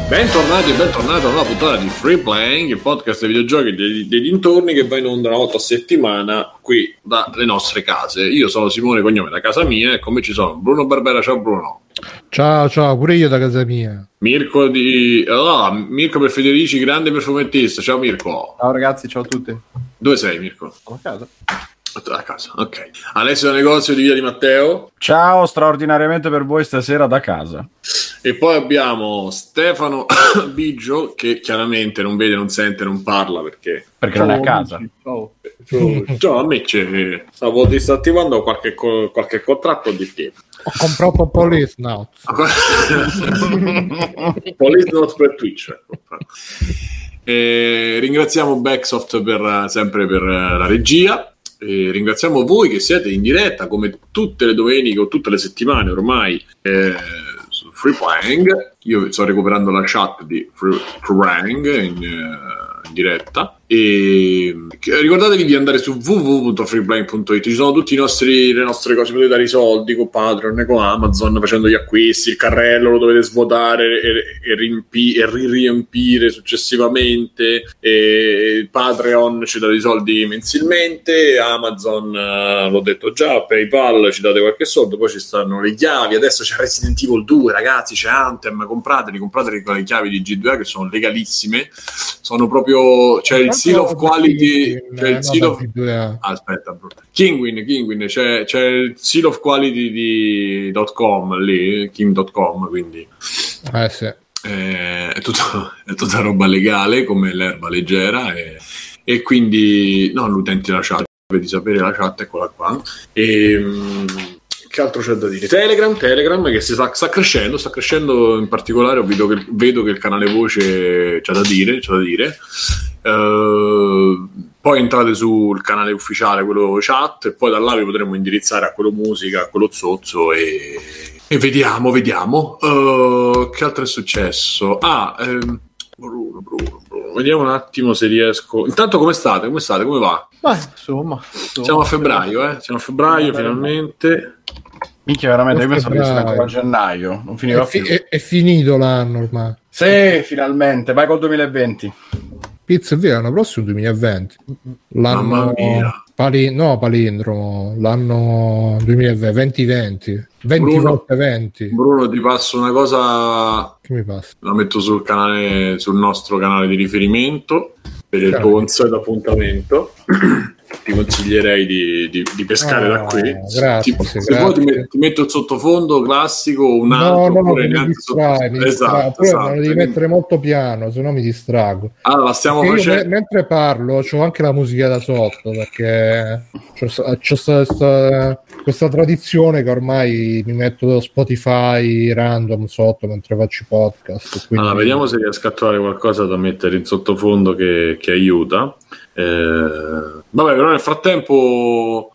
Bentornati e bentornati a una puntata di Free Playing, il podcast dei videogiochi dei dintorni che va in onda una volta a settimana qui dalle nostre case. Io sono Simone Cognome da casa mia e con me ci sono Bruno Barbera. Ciao Bruno. Ciao, pure io da casa mia. Mirko per Federici, grande perfumettista. Ciao Mirko. Ciao ragazzi, ciao a tutti. Dove sei Mirko? Sono a casa. A casa, ok. Alessio da negozio di Via di Matteo. Ciao, straordinariamente per voi stasera da casa. E poi abbiamo Stefano Biggio, che chiaramente non vede, non sente, non parla perché non è a casa. Ciao, a me stavo disattivando qualche contratto di tempo. Ho comprato Police Notes. Police Notes per Twitch. Ringraziamo Backsoft sempre per la regia. E ringraziamo voi che siete in diretta come tutte le domeniche o tutte le settimane ormai su Free Playing. Io sto recuperando la chat di Free Playing in diretta e ricordatevi di andare su www.freeplaying.it. Ci sono tutti le nostre cose, potete dare i soldi con Patreon, con Amazon, facendo gli acquisti, il carrello lo dovete svuotare e riempire successivamente, e Patreon ci date i soldi mensilmente, Amazon l'ho detto già, PayPal ci date qualche soldo, poi ci stanno le chiavi, adesso c'è Resident Evil 2 ragazzi, c'è Anthem, comprateli con le chiavi di G2A che sono legalissime, sono proprio, c'è il seal of quality, c'è il seal of Kingwin, c'è il seal of quality di .com lì, king.com, quindi sì. È tutta roba legale come l'erba leggera e quindi l'utente la chat, di sapere la chat, eccola qua. Che altro c'è da dire? Telegram che sta crescendo, in particolare vedo che il canale voce c'ha da dire. Poi entrate sul canale ufficiale, quello chat, e poi da là vi potremo indirizzare a quello musica, a quello zozzo e vediamo. Che altro è successo? Bruno, vediamo un attimo se riesco. Intanto come state? Come va? Insomma. Siamo a febbraio, finalmente. Minchia, veramente, io penso che sia ancora a gennaio, non finirà più. È finito l'anno ormai. Sì, finalmente, vai col 2020. Pizza, è vero, l'anno prossimo 2020. Mamma mia. Palindromo, l'anno 2020. 20 volte 20. Bruno, ti passo una cosa. Che mi passa? La metto sul nostro canale di riferimento per il tuo consueto appuntamento. Ti consiglierei di pescare da qui. Grazie, se vuoi ti metto il sottofondo classico, un altro, oppure mi esatto. Lo devi mettere molto piano, se no mi distrago. Allora, stiamo facendo. Mentre parlo c'ho anche la musica da sotto, perché c'ho questa tradizione che ormai mi metto Spotify random sotto mentre faccio i podcast. Quindi... Allora, vediamo se riesco a trovare qualcosa da mettere in sottofondo che aiuta. Vabbè, però nel frattempo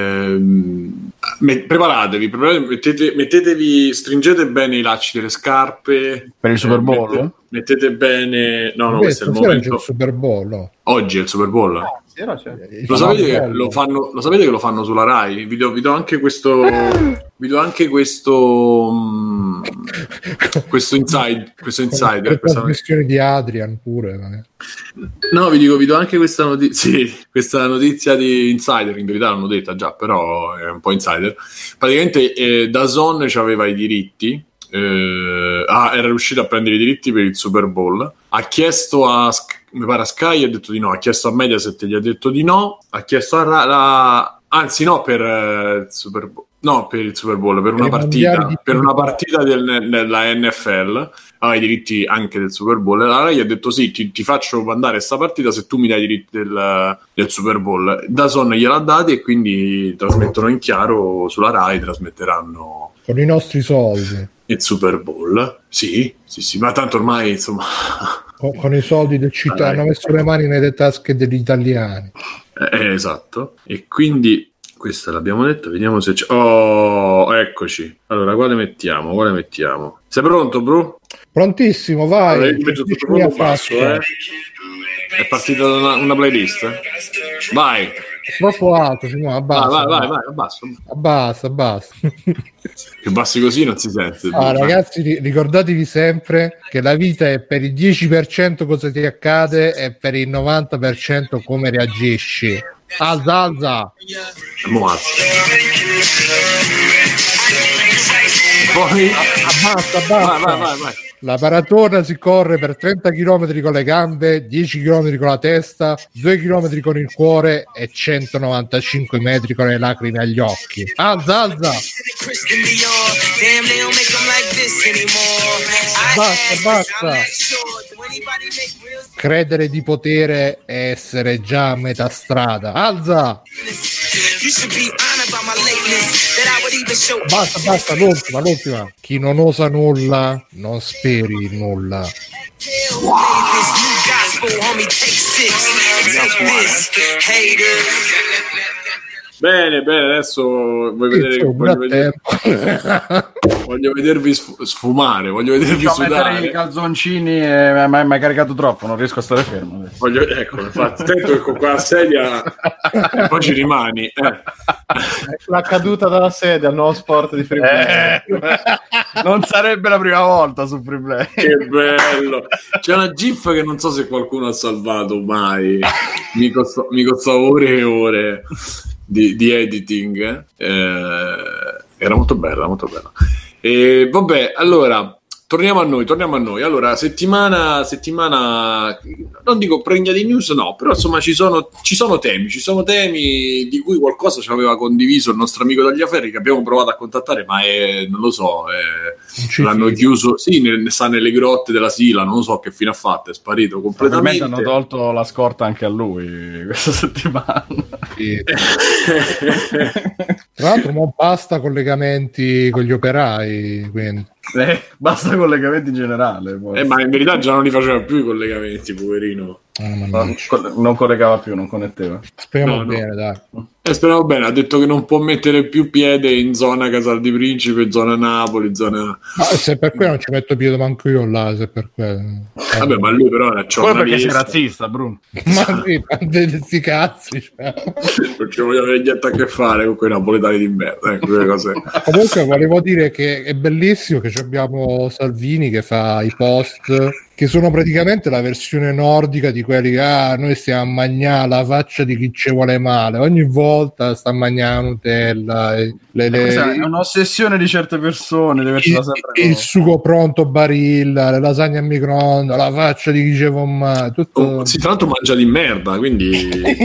preparatevi, mettetevi, stringete bene i lacci delle scarpe per il Super Bowl. Mettete bene. No, questo è il momento. Il Super Bowl, no? Oggi è il Super Bowl. Lo sapete che lo fanno sulla Rai? Vi do anche questo. Vi do anche questo insider. Questa questione di Adrian pure. No, vi do anche questa notizia. Sì, questa notizia di insider, in verità l'hanno detta già, però è un po' insider. Praticamente DAZN aveva i diritti. Era riuscito a prendere i diritti per il Super Bowl. Ha chiesto mi pare a Sky, ha detto di no. Ha chiesto a Mediaset, gli ha detto di no. Ha chiesto per il Super Bowl. No, per il Super Bowl, per una partita della NFL, aveva i diritti anche del Super Bowl. Allora gli ha detto sì, ti faccio mandare questa partita se tu mi dai i diritti del Super Bowl. DAZN gliel'ha dati e quindi trasmettono in chiaro sulla Rai, trasmetteranno con i nostri soldi il Super Bowl. Sì, ma tanto ormai insomma con i soldi del cittadino hanno messo le mani nelle tasche degli italiani. Esatto, e quindi questa l'abbiamo detto, vediamo se c'è. Oh, eccoci. Allora, quale mettiamo? Sei pronto, Bru? Prontissimo, vai. Allora, io metto sottofondo basso, È partita una playlist? Vai. Troppo alto, Simone, abbassa. Vai, abbasso. Abbassa. Più bassi così non si sente. Ragazzi, ricordatevi sempre che la vita è per il 10% cosa ti accade e per il 90% come reagisci. Alza. Poi abbassa. Vai. La maratona si corre per 30 km con le gambe, 10 km con la testa, 2 km con il cuore e 195 metri con le lacrime agli occhi. Alza. Basta. Credere di potere è essere già a metà strada. Alza. Basta, l'ultima. Chi non osa nulla, non speri nulla. Bene, adesso voglio vedervi sfumare, voglio vedervi sudare. I calzoncini e mi hai caricato troppo, non riesco a stare fermo. Ecco, infatti, attento che con quella sedia e poi ci rimani. La caduta dalla sedia al nuovo sport di Free Play. Non sarebbe la prima volta su Free Play. Che bello! C'è una GIF che non so se qualcuno ha salvato mai. Mi costò ore e ore di editing. Era molto bella. E vabbè, allora torniamo a noi. Allora, settimana non dico pregna di news, no, però insomma ci sono temi di cui qualcosa ci aveva condiviso il nostro amico Tagliaferri, che abbiamo provato a contattare, ma non lo so, l'hanno chiuso, sta nelle grotte della Sila, non lo so che fine ha fatto, è sparito completamente. Hanno tolto la scorta anche a lui questa settimana. Sì. Tra l'altro non basta collegamenti con gli operai, quindi basta collegamenti in generale. Ma in verità già non li faceva più i collegamenti, poverino. Non collegava più, non connetteva. Speriamo bene, dai. Speriamo bene, ha detto che non può mettere più piede in zona Casal di Principe, zona Napoli, zona... Ma se per quello non ci metto piede manco io là, se per quello. Vabbè, ma lui però c'ha perché sei razzista, Bruno. Ma sì, sti cazzi, cioè. Non ci vogliono niente a che fare con quei napoletani di merda, quelle cose. Comunque volevo dire che è bellissimo che abbiamo Salvini che fa i post che sono praticamente la versione nordica di quelli che noi stiamo a mangiare la faccia di chi ci vuole male, ogni volta sta a mangiare Nutella, è un'ossessione di certe persone, il sugo pronto Barilla, le lasagne a microonde, la faccia di chi ci vuole male, tutto... tra l'altro mangia di merda, quindi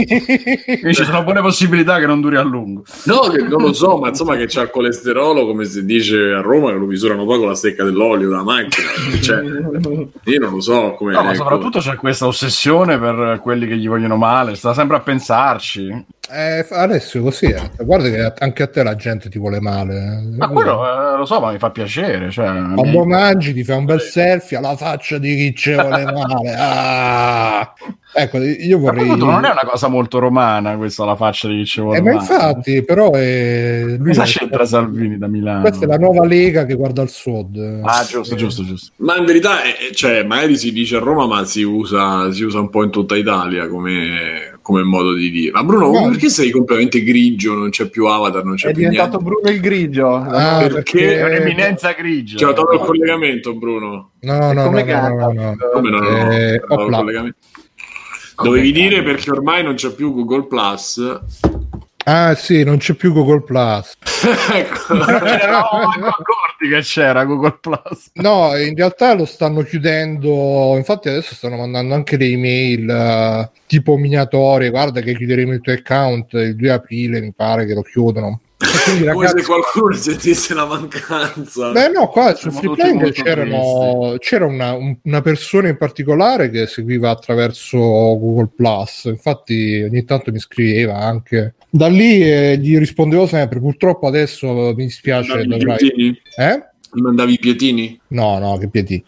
ci sono buone possibilità che non duri a lungo. No, che non lo so, ma insomma che c'ha il colesterolo, come si dice a Roma, che lo misurano poi con la stecca dell'olio della macchina, cioè, io non lo so come. No, ma soprattutto c'è questa ossessione per quelli che gli vogliono male, sta sempre a pensarci. Adesso così guarda che anche a te la gente ti vuole male. Ma quello lo so, ma mi fa piacere, cioè, quando mangi ti fai un bel selfie alla faccia di chi ci vuole male. Ecco, io vorrei. Non è una cosa molto romana questa, la faccia di chi ci vuole ma male. Infatti, però lui cosa c'entra Salvini da Milano? Questa è la nuova Lega che guarda il Sud. Giusto. Ma in verità cioè magari si dice a Roma, ma si usa un po' in tutta Italia come modo di dire. Ma Bruno, perché sei completamente grigio? Non c'è più Avatar, non c'è è più diventato niente. Bruno il grigio. Perché è un'eminenza grigia. C'è dato il collegamento, Bruno. No. Come no? Il collegamento. Dovevi dire perché ormai non c'è più Google Plus. Sì, non c'è più Google Plus. Ecco. Accordi che c'era Google Plus. No, in realtà lo stanno chiudendo. Infatti adesso stanno mandando anche dei email tipo minatorie. Guarda che chiuderemo il tuo account il 2 aprile, mi pare che lo chiudono. Quindi, come se qualcuno sentisse la mancanza. Beh no, qua su Freeplaying c'era una persona in particolare che seguiva attraverso Google Plus, infatti ogni tanto mi scriveva anche da lì e gli rispondevo sempre. Purtroppo adesso mi dispiace, dovrai... Mandavi i pietini? No, che pietini.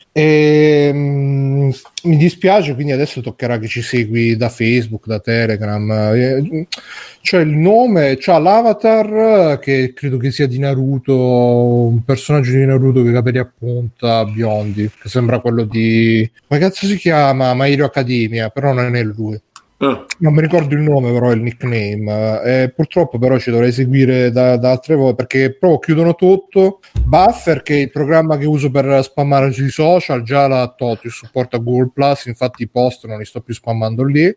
Mi dispiace, quindi adesso toccherà che ci segui da Facebook, da Telegram. C'è il nome, c'ha l'avatar che credo che sia di Naruto, un personaggio di Naruto che ha capelli a punta, biondi, che sembra quello di... come cazzo si chiama? My Hero Academia, però non è lui. Non mi ricordo il nome, però il nickname. Purtroppo però ci dovrei seguire da altre volte, perché proprio chiudono tutto. Buffer, che è il programma che uso per spammare sui social, già l'ha tolto il supporto a Google Plus, infatti i post non li sto più spammando lì,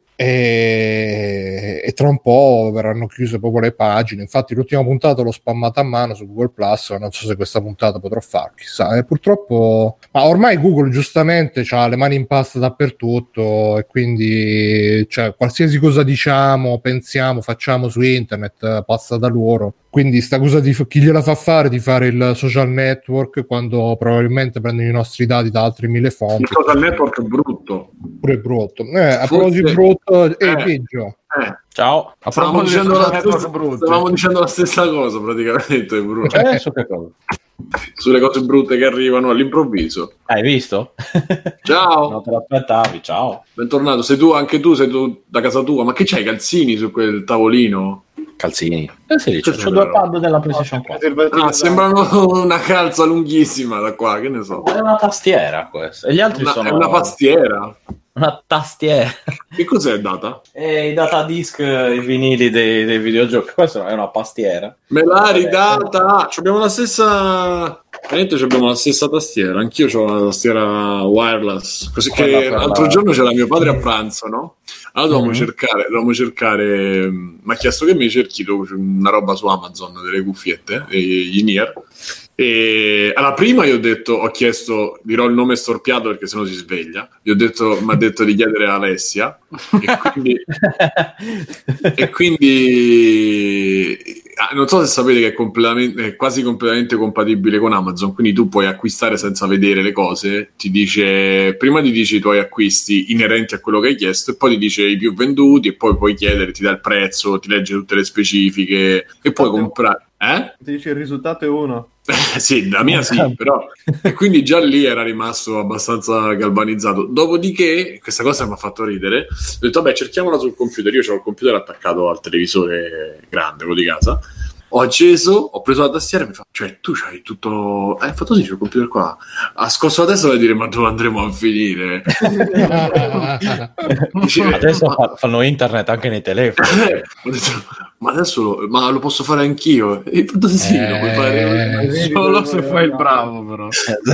e tra un po' verranno chiuse proprio le pagine. Infatti l'ultima puntata l'ho spammata a mano su Google Plus, non so se questa puntata potrò fare, chissà. Purtroppo, ma ormai Google giustamente ha le mani in pasta dappertutto, e quindi qualsiasi cosa diciamo, pensiamo, facciamo su internet passa da loro. Quindi sta cosa di chi gliela fa fare di fare il social network quando probabilmente prendono i nostri dati da altri 1000 fonti. Il social network è brutto. Pure brutto. A proposito di brutto, peggio. Ciao. Stavamo dicendo la stessa cosa praticamente. Bruno. Su che cosa? Sulle cose brutte che arrivano all'improvviso. Hai visto? Ciao. Non te l'aspettavi, ciao. Bentornato. Anche tu sei da casa tua. Ma che c'hai, calzini su quel tavolino? Calzini? Sì, c'ho due pad della PlayStation 4. Sembrano una calza lunghissima da qua, che ne so. È una tastiera questa. E gli altri sono... È una pastiera. Una tastiera. Che cos'è data? I datadisc, i vinili dei videogiochi. Questa è una pastiera. Me l'ha ridata. Abbiamo la stessa. Veramente abbiamo la stessa tastiera. Anch'io ho una tastiera wireless. Così che l'altro giorno c'era mio padre a pranzo, no? Allora dovevamo cercare. Mi ha chiesto che mi cerchi una roba su Amazon, delle cuffiette, gli in-ear. E alla prima ho chiesto, dirò il nome storpiato perché sennò si sveglia. Mi ha detto di chiedere a Alessia, e quindi non so se sapete che è quasi completamente compatibile con Amazon, quindi tu puoi acquistare senza vedere le cose. Prima ti dice i tuoi acquisti inerenti a quello che hai chiesto, e poi ti dice i più venduti, e poi puoi chiedere, ti dà il prezzo, ti legge tutte le specifiche e puoi comprare. Ti dice il risultato è uno. Sì, la mia sì, però. E quindi già lì era rimasto abbastanza galvanizzato. Dopodiché, questa cosa mi ha fatto ridere. Ho detto, vabbè, cerchiamola sul computer. Io ho il computer attaccato al televisore grande, quello di casa. Ho acceso, ho preso la tastiera e mi fa, cioè tu c'hai tutto. Hai fatto sì, c'è il computer qua. Ha scosso la testa per dire, ma dove andremo a finire? Adesso fanno internet anche nei telefoni. Ho detto, ma adesso lo posso fare anch'io? E ho detto, sì, lo puoi fare solo se fai il bravo, però.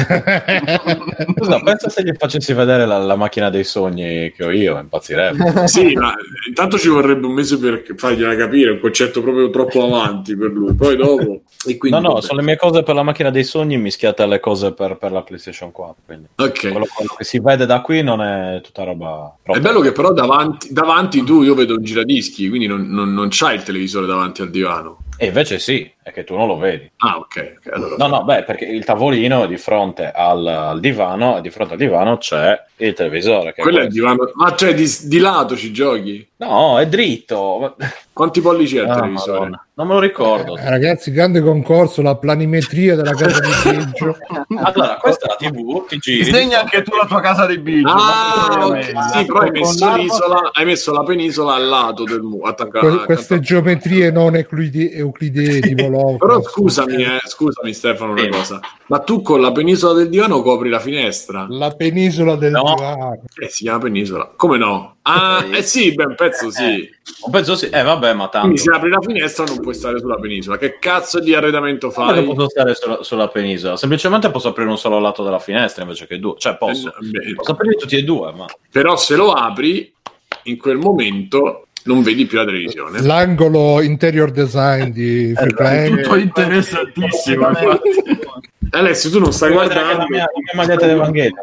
Scusa, pensa se gli facessi vedere la macchina dei sogni che ho io, impazzirebbe. Sì, ma intanto ci vorrebbe un mese per fargliela capire, è un concetto proprio troppo avanti per lui. Poi dopo e quindi, no, sono le mie cose per la macchina dei sogni mischiate alle cose per la PlayStation 4, quindi quello che si vede da qui non è tutta roba propria. È bello che però davanti io vedo un giradischi, quindi non c'hai il televisore davanti al divano. E invece sì, è che tu non lo vedi. Ah, ok. Allora, no, perché il tavolino è di fronte al divano, e di fronte al divano c'è il televisore. Che quello è il divano. Ma cioè di lato ci giochi? No, è dritto. Quanti pollici è il televisore? Madonna. Non me lo ricordo. Ragazzi, grande concorso, la planimetria della casa di Biggio. Allora, questa è la TV, ti giri. Disegna anche tu la tua casa di Biggio. Sì, però hai messo la penisola al lato del muro. Queste geometrie non euclidee di Volò. Però scusami Stefano, una cosa. Ma tu con la penisola del divano copri la finestra? La penisola del divano. Si chiama penisola. Come no? Sì, un pezzo sì. Un pezzo sì. Vabbè, ma tanto. Quindi se apri la finestra non puoi stare sulla penisola. Che cazzo di arredamento fai? Non posso stare sulla penisola. Semplicemente posso aprire un solo lato della finestra invece che due. Cioè posso aprire tutti e due, ma... Però se lo apri, in quel momento non vedi più la televisione. L'angolo interior design di Freeplank. Tutto interessantissimo, infatti. Alessio, tu non stai guardando la mia maglietta d'Evangelio,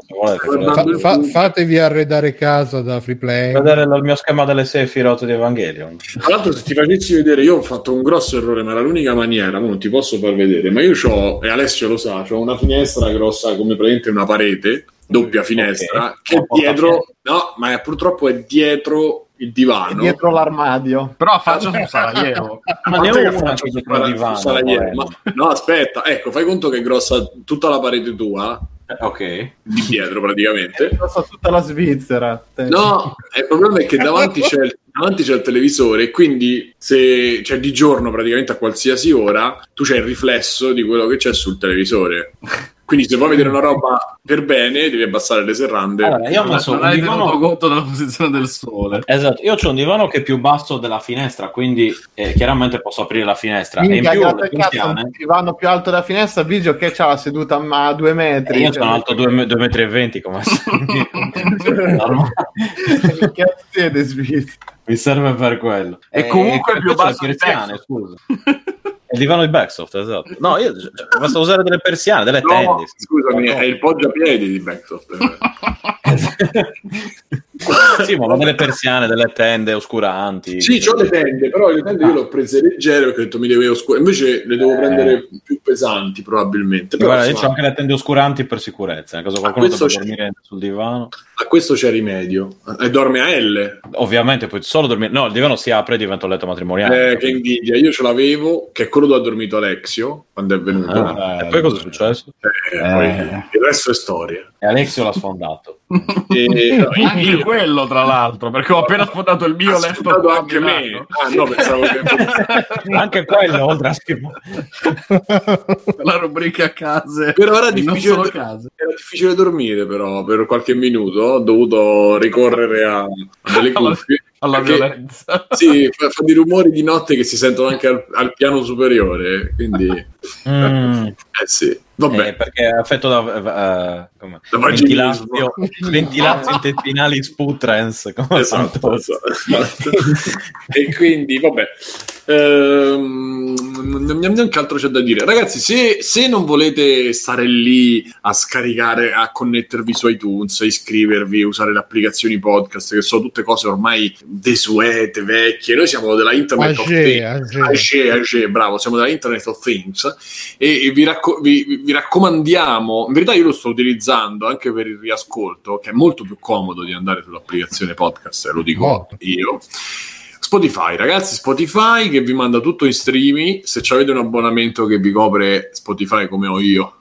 fatevi arredare casa da Freeplay. Vedere il mio schema delle Sephiroth di Evangelion. Tra l'altro, se ti facessi vedere, io ho fatto un grosso errore, ma era l'unica maniera, non ti posso far vedere, ma io e Alessio lo sa, c'ho una finestra grossa come praticamente una parete, doppia finestra, che è dietro, no, ma purtroppo è dietro il divano, dietro l'armadio, però faccio su Sarajevo. Ma ne ho una che dietro il divano. No, aspetta, ecco, fai conto che è grossa tutta la parete tua, ok, di dietro praticamente, è grossa tutta la Svizzera. No, il problema è che davanti c'è il televisore, e quindi se c'è di giorno praticamente a qualsiasi ora tu c'hai il riflesso di quello che c'è sul televisore. Quindi se vuoi vedere una roba per bene devi abbassare le serrande. Allora, io ho messo non un hai divano... tenuto conto della posizione del sole. Esatto, io ho un divano che è più basso della finestra, quindi chiaramente posso aprire la finestra. Minchia, e in più grazie le al cazzo, persiane... un divano più alto della finestra, Biggio che c'ha la seduta a 2 metri. io sono alto 2,20 metri come Che cazzo siete, Smith? mi serve per quello. E comunque è più poi c'è basso le di persiane, Backsoft. scusa. È il divano di Backsoft, esatto. No, io basta usare delle persiane, delle No, tende. scusami, è il poggiapiedi di Backsoft. Sì, ma delle persiane, delle tende oscuranti. Sì, c'ho le tende, però le tende io le ho prese leggere perché ho detto mi deve oscurare. Invece le devo prendere più pesanti probabilmente. Però, guarda, io c'ho anche le tende oscuranti per sicurezza. Cosa qualcuno deve dormire sul divano. A questo c'è rimedio. E dorme a L. Ovviamente puoi solo dormire. No, il divano si apre e diventa un letto matrimoniale. Che invidia. Io ce l'avevo, che è quello dove ha dormito Alexio quando è venuto. E poi cosa è successo? Poi il resto è storia. E Alexio l'ha sfondato. Anche quello, tra l'altro, perché ho appena sfondato il mio letto. Anche me. Ah, no, pensavo che... anche quello, oltre a schifo. La rubrica case. Però era difficile dormire, però, per qualche minuto ho dovuto ricorrere a delle cuffie. Alla violenza. Sì, fa dei rumori di notte che si sentono anche al piano superiore, quindi... sì. Vabbè. Perché è affetto da ventilazio intestinali sputrens, come esatto. E quindi vabbè, che altro c'è da dire, ragazzi? Se non volete stare lì a scaricare, a connettervi su iTunes, a iscrivervi, usare le applicazioni podcast, che sono tutte cose ormai desuete, vecchie, noi siamo della Internet of Things. Bravo, siamo della Internet of Things e vi raccomandiamo, in verità io lo sto utilizzando anche per il riascolto, che è molto più comodo di andare sull'applicazione podcast, lo dico io. Spotify, ragazzi, Spotify che vi manda tutto in streaming. Se avete un abbonamento che vi copre Spotify come ho io,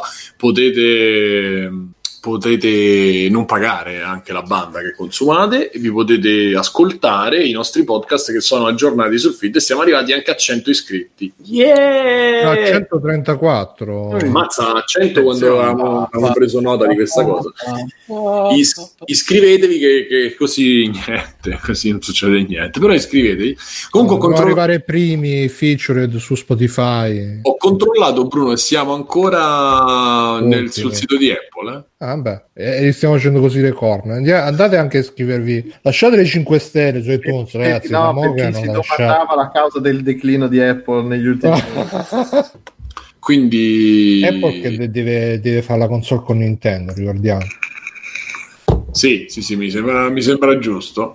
potete non pagare anche la banda che consumate e vi potete ascoltare i nostri podcast che sono aggiornati sul feed e siamo arrivati anche a 100 iscritti. A 134. Mazza, a 100 quando avevamo preso nota di questa cosa. Iscrivetevi che così niente, così non succede niente, però iscrivetevi. Comunque arrivare primi featured su Spotify. Ho controllato, Bruno, e siamo ancora sul sito di Apple, e stiamo facendo così le corna. Andate anche a iscrivervi, lasciate le 5 stelle su iTunes, ragazzi. No, perché si domandava la causa del declino di Apple negli ultimi anni. Quindi Apple che deve fare la console con Nintendo, ricordiamo. Sì, mi sembra giusto.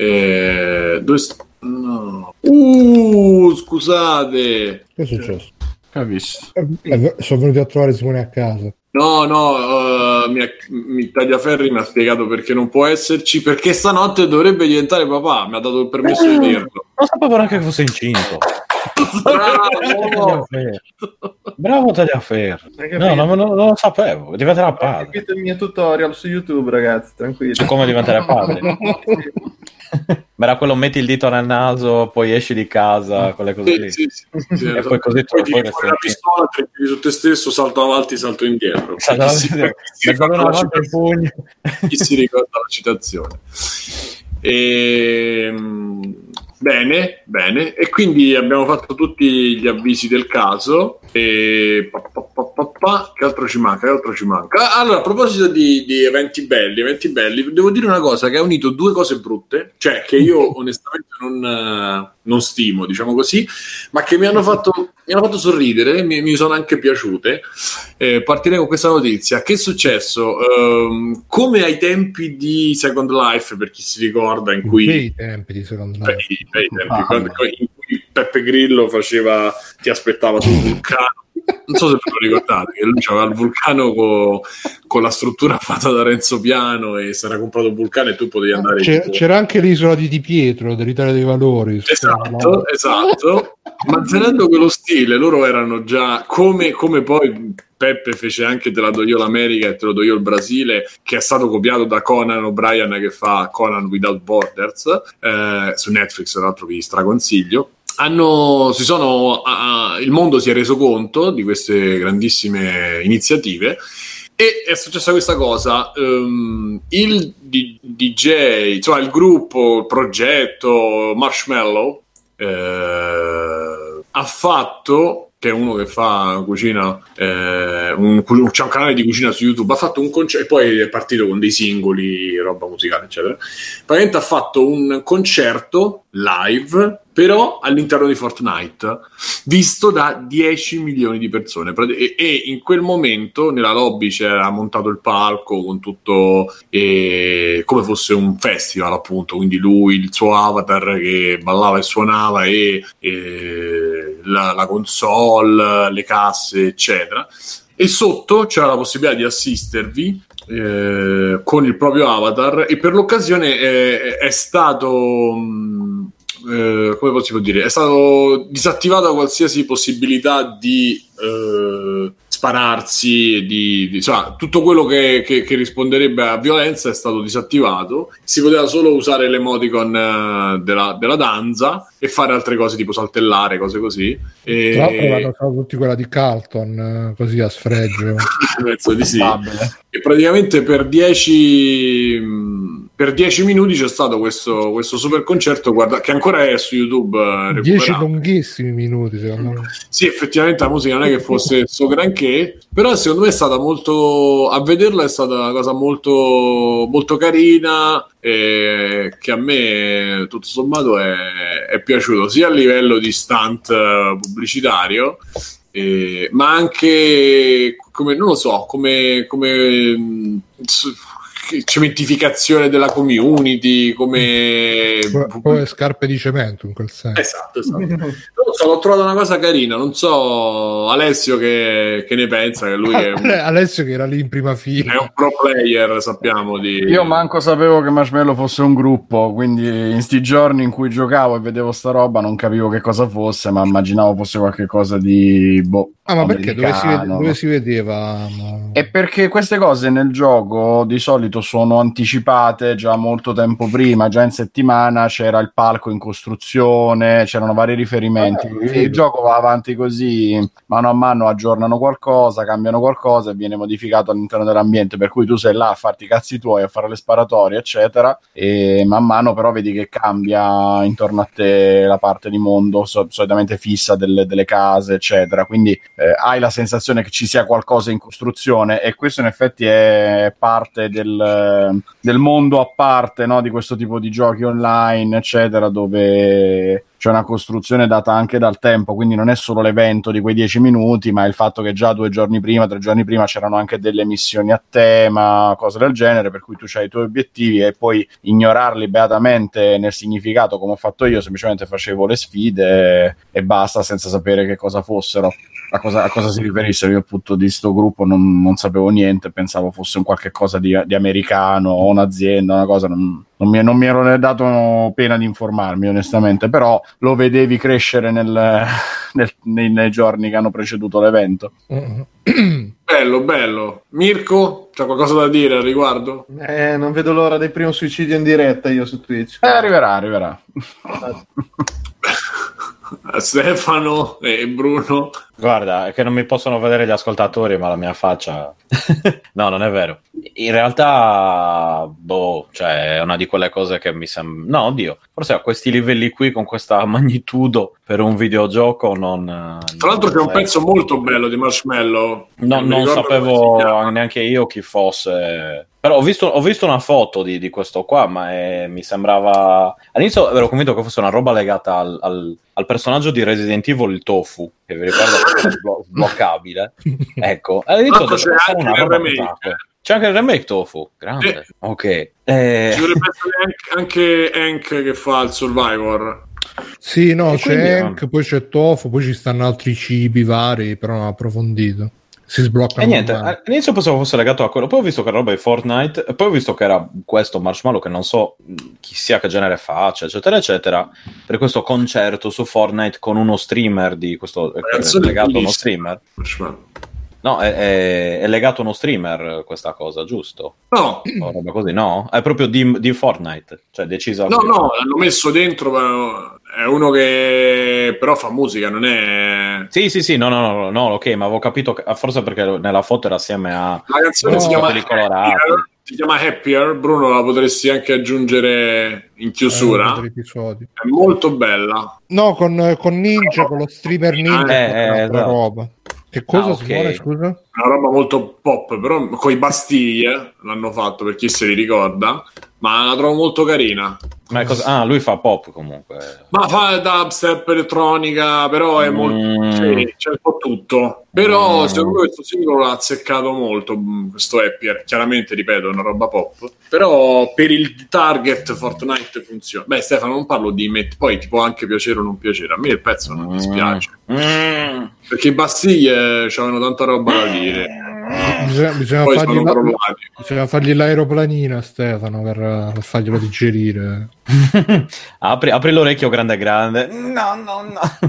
Scusate, che è successo? Capisco. Sono venuti a trovare Simone a casa. No, Tagliaferri mi ha spiegato perché non può esserci, perché stanotte dovrebbe diventare papà, mi ha dato il permesso di dirlo. Non sapevo neanche che fosse incinto. Bravo Tagliaferri. No, non lo sapevo, diventerà padre. Ho capito il mio tutorial su YouTube, ragazzi, tranquilli. Su come diventare padre. Ma era quello, metti il dito nel naso, poi esci di casa, quelle cose lì. Sì, e poi così poi tiri fuori la pistola, trepidi su te stesso, salto avanti, salto indietro. Chi si ricorda la citazione? Bene, e quindi abbiamo fatto tutti gli avvisi del caso e che altro ci manca? Allora, a proposito di eventi belli, devo dire una cosa che ha unito due cose brutte, cioè che io onestamente non stimo, diciamo così, ma che mi hanno fatto sorridere, mi sono anche piaciute. Partirei con questa notizia. Che è successo? Come ai tempi di Second Life, per chi si ricorda, in cui i tempi di Second Life, in cui Peppe Grillo ti aspettava sul vulcano. Non so se ve lo ricordate, che lui aveva il vulcano con la struttura fatta da Renzo Piano e si era comprato un vulcano e tu potevi andare. C'era anche l'isola di Pietro dell'Italia dei Valori. Esatto. Ma tenendo quello stile, loro erano già come poi Peppe fece anche Te la do io l'America e Te lo do io il Brasile, che è stato copiato da Conan O'Brien che fa Conan Without Borders su Netflix, tra l'altro vi straconsiglio. il mondo si è reso conto di queste grandissime iniziative e è successa questa cosa. Il DJ, insomma il gruppo, il progetto Marshmallow ha fatto, che è uno che fa cucina, c'è un canale di cucina su YouTube, ha fatto un concerto e poi è partito con dei singoli, roba musicale eccetera. Praticamente ha fatto un concerto live però all'interno di Fortnite, visto da 10 milioni di persone, e in quel momento nella lobby c'era montato il palco con tutto come fosse un festival, appunto, quindi lui, il suo avatar che ballava e suonava e la console, le casse eccetera, e sotto c'era la possibilità di assistervi con il proprio avatar, e per l'occasione è stato come possiamo dire, è stato disattivata qualsiasi possibilità di spararsi, insomma, tutto quello che risponderebbe a violenza è stato disattivato. Si poteva solo usare l'emoticon della danza e fare altre cose tipo saltellare, cose così. Tra l'altro hanno usato tutti quella di Carlton, così a sfregio. Penso di sì. E praticamente per 10 minuti c'è stato questo super concerto, guarda, che ancora è su YouTube. 10 lunghissimi minuti, secondo me. Sì, effettivamente la musica non è che fosse so granché, però secondo me è stata molto, a vederla è stata una cosa molto, molto carina, che a me tutto sommato è piaciuto, sia a livello di stunt pubblicitario, ma anche come, non lo so, come cementificazione della community, come scarpe di cemento in quel senso. Esatto. Non so, l'ho trovata una cosa carina, non so Alessio che ne pensa, che lui Alessio che era lì in prima fila, è un pro player, sappiamo Io manco sapevo che Marshmallow fosse un gruppo, quindi in sti giorni in cui giocavo e vedevo sta roba non capivo che cosa fosse, ma immaginavo fosse qualche cosa di ma perché dove si vedeva? È perché queste cose nel gioco di solito sono anticipate già molto tempo prima, già in settimana c'era il palco in costruzione, c'erano vari riferimenti. Il gioco va avanti così, mano a mano aggiornano qualcosa, cambiano qualcosa e viene modificato all'interno dell'ambiente, per cui tu sei là a farti i cazzi tuoi, a fare le sparatorie eccetera, e man mano però vedi che cambia intorno a te la parte di mondo solitamente fissa delle case eccetera, quindi hai la sensazione che ci sia qualcosa in costruzione, e questo in effetti è parte del mondo a parte, no, di questo tipo di giochi online eccetera, dove c'è una costruzione data anche dal tempo, quindi non è solo l'evento di quei 10 minuti, ma il fatto che già 2 giorni prima, 3 giorni prima c'erano anche delle missioni a tema, cose del genere, per cui tu c'hai i tuoi obiettivi e puoi ignorarli beatamente nel significato, come ho fatto io, semplicemente facevo le sfide e basta, senza sapere che cosa fossero, a cosa si riferissero. Io appunto di sto gruppo non sapevo niente, pensavo fosse un qualche cosa di americano o un'azienda, una cosa, non mi ero dato pena di informarmi onestamente, però lo vedevi crescere nei giorni che hanno preceduto l'evento. Bello. Mirko, c'ha qualcosa da dire al riguardo? Non vedo l'ora del primo suicidio in diretta io su Twitch. Arriverà. Stefano e Bruno. Guarda, è che non mi possono vedere gli ascoltatori, ma la mia faccia no, non è vero. In realtà cioè è una di quelle cose che mi sembra, no, oddio, forse a questi livelli qui, con questa magnitudo per un videogioco non tra l'altro c'è un pezzo molto bello di Marshmallow, non sapevo neanche io chi fosse, però ho visto una foto di questo qua, ma mi sembrava, all'inizio ero convinto che fosse una roba legata al personaggio di Resident Evil, il Tofu, che vi ricordo che era sbloccabile. Ecco, all'inizio c'è anche una roba remake. C'è anche il remake Tofu, grande. Ok. Ci dovrebbe essere anche Hank che fa il Survivor. Sì, no, c'è Hank, poi c'è Tofu, poi ci stanno altri cibi vari, però non approfondito. Si sbloccano. E niente, all'inizio pensavo fosse legato a quello, poi ho visto che era roba di Fortnite, e poi ho visto che era questo Marshmallow, che non so chi sia, che genere faccia, eccetera eccetera, per questo concerto su Fortnite con uno streamer di questo, è legato a uno streamer. No, è legato a uno streamer questa cosa, giusto? No. O roba così, no? È proprio di Fortnite, cioè decisa. No, l'hanno messo dentro, è uno che però fa musica, non è... Sì, no, ok, ma avevo capito, forse perché nella foto era assieme a... La canzone si chiama Happier, Bruno, la potresti anche aggiungere in chiusura. È molto bella. No, con Ninja, con lo streamer Ninja, esatto. roba. Che cosa okay. Simone, scusa? Una roba molto pop, però con i Bastille l'hanno fatto, per chi se li ricorda, ma la trovo molto carina. Ma cosa... lui fa pop comunque. Ma fa dubstep, elettronica, però è molto... Sì, c'è un po' tutto. Però secondo me questo singolo l'ha azzeccato molto, questo Happier. Chiaramente, ripeto, è una roba pop. Però per il target Fortnite funziona. Beh, Stefano, non parlo di poi ti può anche piacere o non piacere. A me il pezzo non mi dispiace. Perché i Bastille c'avevano tanta roba da dire. Bisogna fargli l'aeroplanina, Stefano, per farglielo digerire. apri l'orecchio grande. No.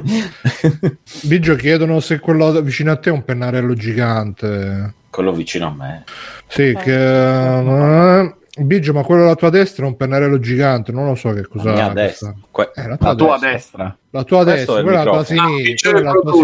Biggio, chiedono se quello vicino a te è un pennarello gigante. Quello vicino a me. Sì, che... Biggio, ma quello alla tua destra è un pennarello gigante, non lo so che cosa. La destra. La tua destra. La tua destra, quella la tua sinistra.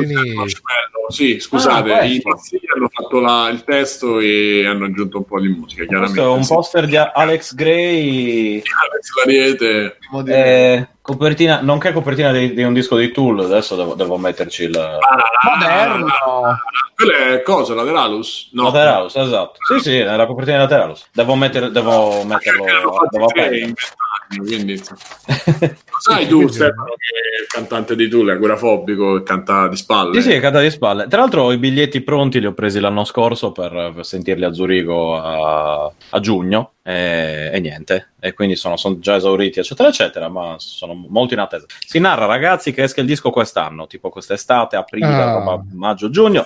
Sì, scusate, i Bastille hanno fatto il testo e hanno aggiunto un po' di musica. Chiaramente. Questo è un poster di Alex Gray. Alex Lariete. Copertina, nonché copertina di un disco di Tool. Adesso devo metterci il moderno. Quello è cosa? Lateralus? No. Lateralus, esatto. Sì, è la copertina di Lateralus. Devo metterlo. Devo aprire. Quindi sai tu, Stefano, che il cantante di Tool è agorafobico e canta di spalle. Sì, canta di spalle. Tra l'altro i biglietti pronti li ho presi l'anno scorso per sentirli a Zurigo a giugno e niente, e quindi sono già esauriti eccetera, ma sono molto in attesa. Si narra, ragazzi, che esca il disco quest'anno, tipo quest'estate, aprile, maggio, giugno.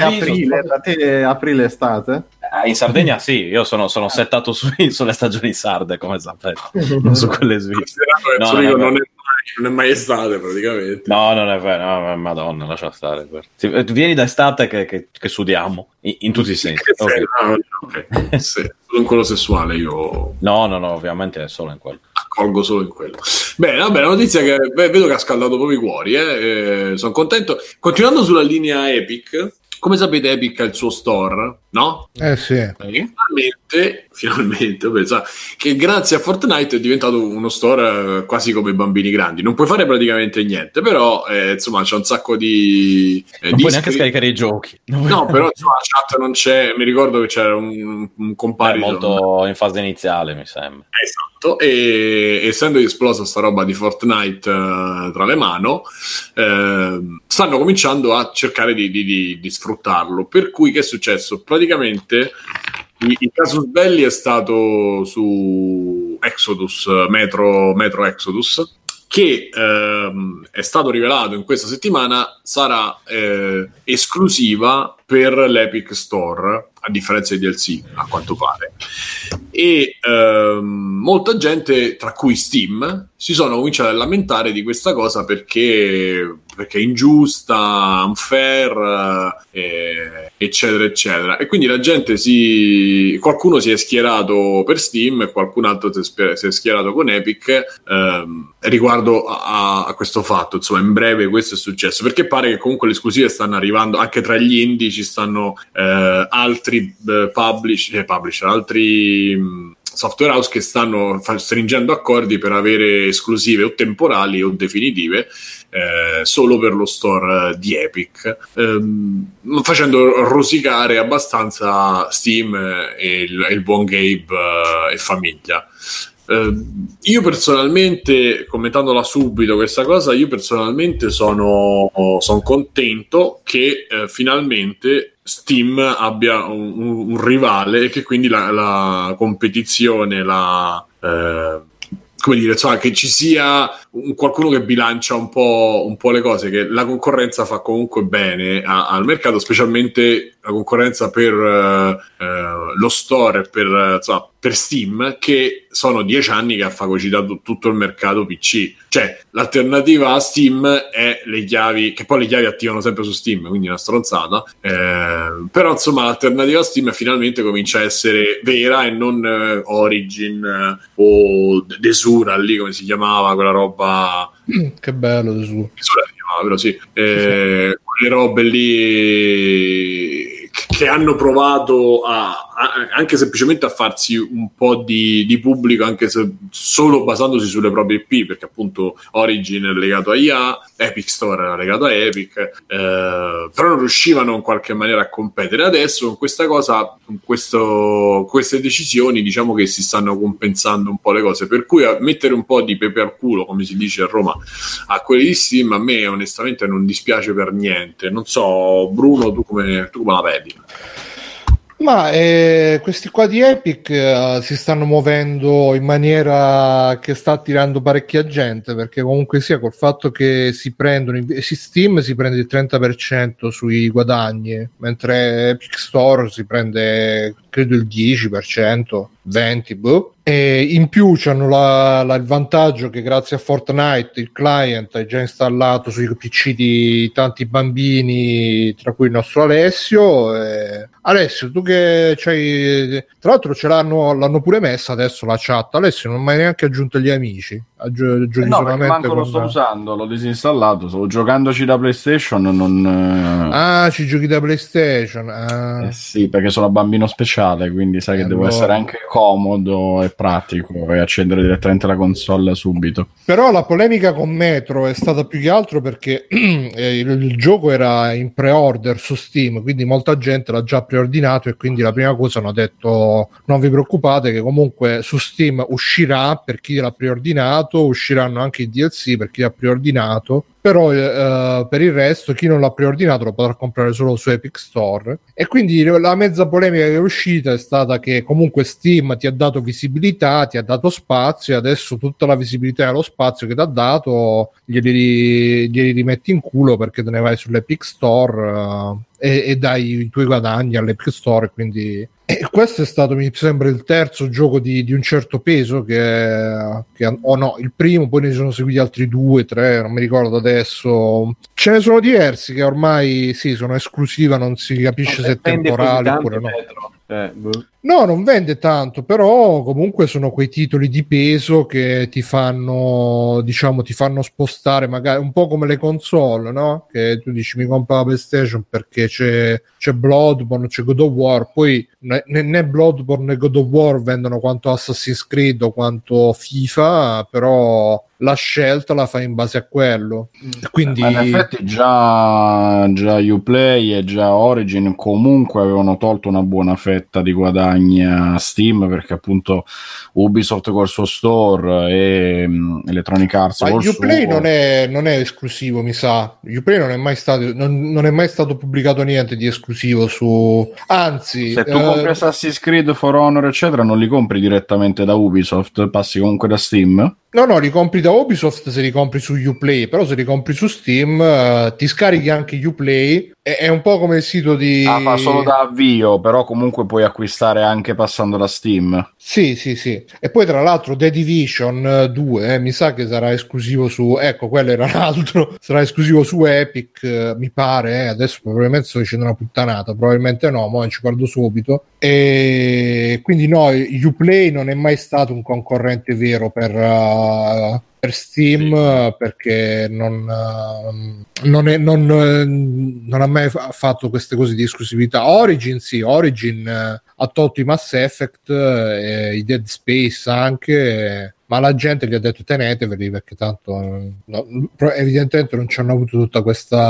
Aprile estate? In Sardegna sì, io sono settato sulle stagioni sarde, come sapete, non su quelle svizzere. Zurigo non è mai estate praticamente. No, non è vero, no, madonna, lascia stare. Vieni da estate che sudiamo in tutti i sensi. Okay. Sì, solo in quello sessuale io no, ovviamente è solo in quello. Accolgo solo in quello. Bene, vabbè, la notizia che vedo che ha scaldato proprio i cuori, sono contento. Continuando sulla linea Epic, come sapete Epic ha il suo store, no? Sì. Finalmente, penso che grazie a Fortnite è diventato uno store quasi come i bambini grandi. Non puoi fare praticamente niente, però insomma c'è un sacco di... non puoi neanche scaricare i giochi. No, però insomma la chat non c'è, mi ricordo che c'era un comparison. Molto in fase iniziale, mi sembra. Esatto, e essendo esplosa sta roba di Fortnite tra le mano, stanno cominciando a cercare di sfruttarlo. Per cui che è successo? Praticamente il casus belli è stato su Exodus, Metro Exodus, che è stato rivelato in questa settimana sarà esclusiva per l'Epic Store, a differenza di DLC, a quanto pare. E molta gente, tra cui Steam, si sono cominciati a lamentare di questa cosa perché è ingiusta, unfair, eccetera. E quindi la gente qualcuno si è schierato per Steam e qualcun altro si è schierato con Epic riguardo a questo fatto. Insomma, in breve questo è successo, perché pare che comunque le esclusive stanno arrivando anche tra gli indie, ci stanno altri publisher, altri software house che stanno stringendo accordi per avere esclusive o temporali o definitive solo per lo store di Epic, facendo rosicare abbastanza Steam e il buon Gabe e famiglia. Io personalmente, commentandola subito questa cosa, io personalmente sono contento che finalmente Steam abbia un rivale e che quindi la competizione, come dire, insomma, che ci sia qualcuno che bilancia un po' le cose, che la concorrenza fa comunque bene al mercato, specialmente la concorrenza per lo store, per Steam, che sono 10 anni che ha fagocitato tutto il mercato PC. Cioè, l'alternativa a Steam è le chiavi, che poi le chiavi attivano sempre su Steam, quindi una stronzata, però insomma l'alternativa a Steam finalmente comincia a essere vera e non Origin o Desura, lì come si chiamava quella roba Che bello su. Misura si chiamava, però sì. Quelle robe lì che hanno provato anche semplicemente a farsi un po' di pubblico, anche se solo basandosi sulle proprie IP, perché appunto Origin è legato a EA, Epic Store era legato a Epic, però non riuscivano in qualche maniera a competere. Adesso con questa cosa, con queste decisioni, diciamo che si stanno compensando un po' le cose, per cui a mettere un po' di pepe al culo, come si dice a Roma, a quelli di Steam, a me onestamente non dispiace per niente. Non so, Bruno, tu come la vedi? Ma questi qua di Epic si stanno muovendo in maniera che sta attirando parecchia gente, perché comunque sia col fatto che Steam si prende il 30% sui guadagni, mentre Epic Store si prende credo il 10%, 20%, boh. E in più c'hanno il vantaggio che grazie a Fortnite il client è già installato sui PC di tanti bambini, tra cui il nostro Alessio. Alessio, tu che c'hai, tra l'altro l'hanno pure messa adesso la chat. Alessio non hai mai neanche aggiunto gli amici, giochi no, solamente manco lo sto usando, l'ho disinstallato, stavo giocandoci da PlayStation, ci giochi da PlayStation. Sì, perché sono a bambino speciale, quindi sai che devo essere anche comodo e pratico e accendere direttamente la console subito. Però la polemica con Metro è stata più che altro perché il gioco era in pre-order su Steam, quindi molta gente l'ha già preordinato, e quindi la prima cosa hanno detto: non vi preoccupate che comunque su Steam uscirà per chi l'ha preordinato, usciranno anche i DLC per chi l'ha preordinato, però per il resto chi non l'ha preordinato lo potrà comprare solo su Epic Store. E quindi la mezza polemica che è uscita è stata che comunque Steam ti ha dato visibilità, ti ha dato spazio, e adesso tutta la visibilità e lo spazio che ti ha dato glieli rimetti in culo, perché te ne vai sull'Epic Store e dai i tuoi guadagni all'Epic Store. Quindi questo è stato, mi sembra, il terzo gioco di un certo peso o no, il primo, poi ne sono seguiti altri 2, 3, non mi ricordo adesso. Ce ne sono diversi che ormai sì, sono esclusiva, non si capisce se è temporale oppure no. No, non vende tanto, però comunque sono quei titoli di peso che ti fanno, diciamo, ti fanno spostare, magari un po' come le console, no? Che tu dici mi compro la PlayStation perché c'è Bloodborne, c'è God of War, poi né Bloodborne né God of War vendono quanto Assassin's Creed o quanto FIFA, però la scelta la fai in base a quello. Quindi ma in effetti già Uplay e già Origin comunque avevano tolto una buona fetta di guadagni a Steam, perché appunto Ubisoft col suo store e Electronic Arts col Uplay suo... non è esclusivo, mi sa. Uplay non è mai stato pubblicato niente di esclusivo su, anzi, se tu compri Assassin's Creed, For Honor eccetera, non li compri direttamente da Ubisoft, passi comunque da Steam. No, li compri da Ubisoft se li compri su Uplay, però se li compri su Steam ti scarichi anche Uplay. È un po' come il sito di... fa solo da avvio, però comunque puoi acquistare anche passando da Steam. Sì. E poi tra l'altro The Division 2 mi sa che sarà esclusivo su... Ecco, quello era un altro. Sarà esclusivo su Epic, mi pare. Adesso probabilmente sto dicendo una puttanata, probabilmente no, ma ci guardo subito. E quindi no, Uplay non è mai stato un concorrente vero per Steam, sì, perché non ha mai fatto queste cose di esclusività. Origin ha tolto i Mass Effect, i Dead Space anche, ma la gente gli ha detto teneteveli, perché tanto evidentemente non ci hanno avuto tutto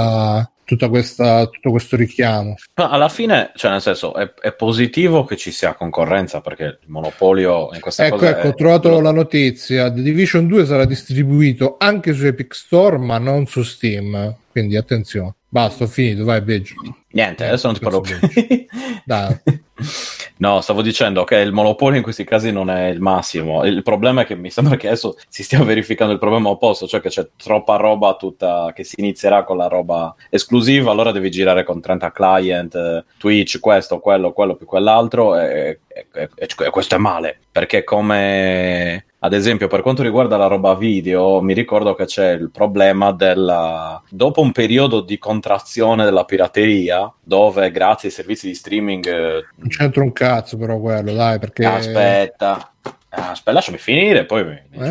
questo richiamo. Ma alla fine, cioè nel senso, è positivo che ci sia concorrenza, perché il monopolio in questa cosa ho trovato la notizia: The Division 2 sarà distribuito anche su Epic Store ma non su Steam, quindi attenzione. Basta, ho finito, vai Beggio. Niente, adesso non ti parlo più. Dai. No, stavo dicendo che il monopolio in questi casi non è il massimo. Il problema è che mi sembra che adesso si stia verificando il problema opposto, cioè che c'è troppa roba tutta che si inizierà con la roba esclusiva, allora devi girare con 30 client, Twitch, questo, quello più quell'altro, e questo è male, perché come... Ad esempio, per quanto riguarda la roba video, mi ricordo che c'è il problema dopo un periodo di contrazione della pirateria, dove grazie ai servizi di streaming... Non c'entra un cazzo però quello, dai, perché... Aspetta, lasciami finire, poi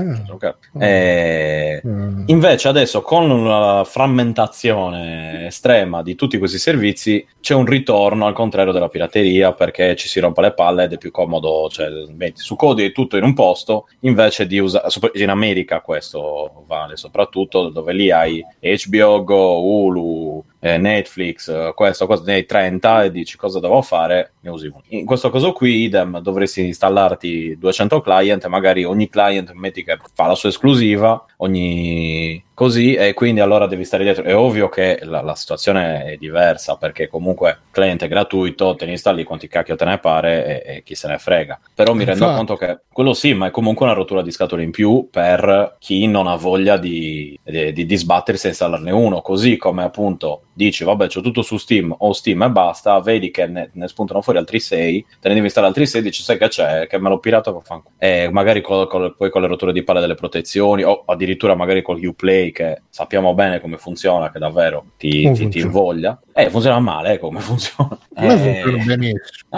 invece adesso con la frammentazione estrema di tutti questi servizi c'è un ritorno al contrario della pirateria, perché ci si rompe le palle ed è più comodo, cioè metti su codi tutto in un posto invece di usare, in America questo vale soprattutto, dove lì hai HBO Go, Hulu, Netflix, questo ne hai 30 e dici cosa devo fare, ne usi uno. In questo caso qui idem, dovresti installarti 200 client e magari ogni client metti che fa la sua esclusiva ogni così, e quindi allora devi stare dietro. È ovvio che la situazione è diversa, perché comunque cliente gratuito te ne installi quanti cacchio te ne pare e chi se ne frega, però mi rendo conto che quello sì, ma è comunque una rottura di scatole in più per chi non ha voglia di sbattersi e installarne uno, così come appunto dici vabbè c'ho tutto su Steam o Steam e basta, vedi che ne spuntano fuori altri 6, te ne devi installare altri 6, dici sai che c'è, che me l'ho pirato, e magari poi con le rotture di palle delle protezioni, o addirittura magari con Uplay, che sappiamo bene come funziona, che davvero ti invoglia. Funziona male, come funziona? Funziona benissimo.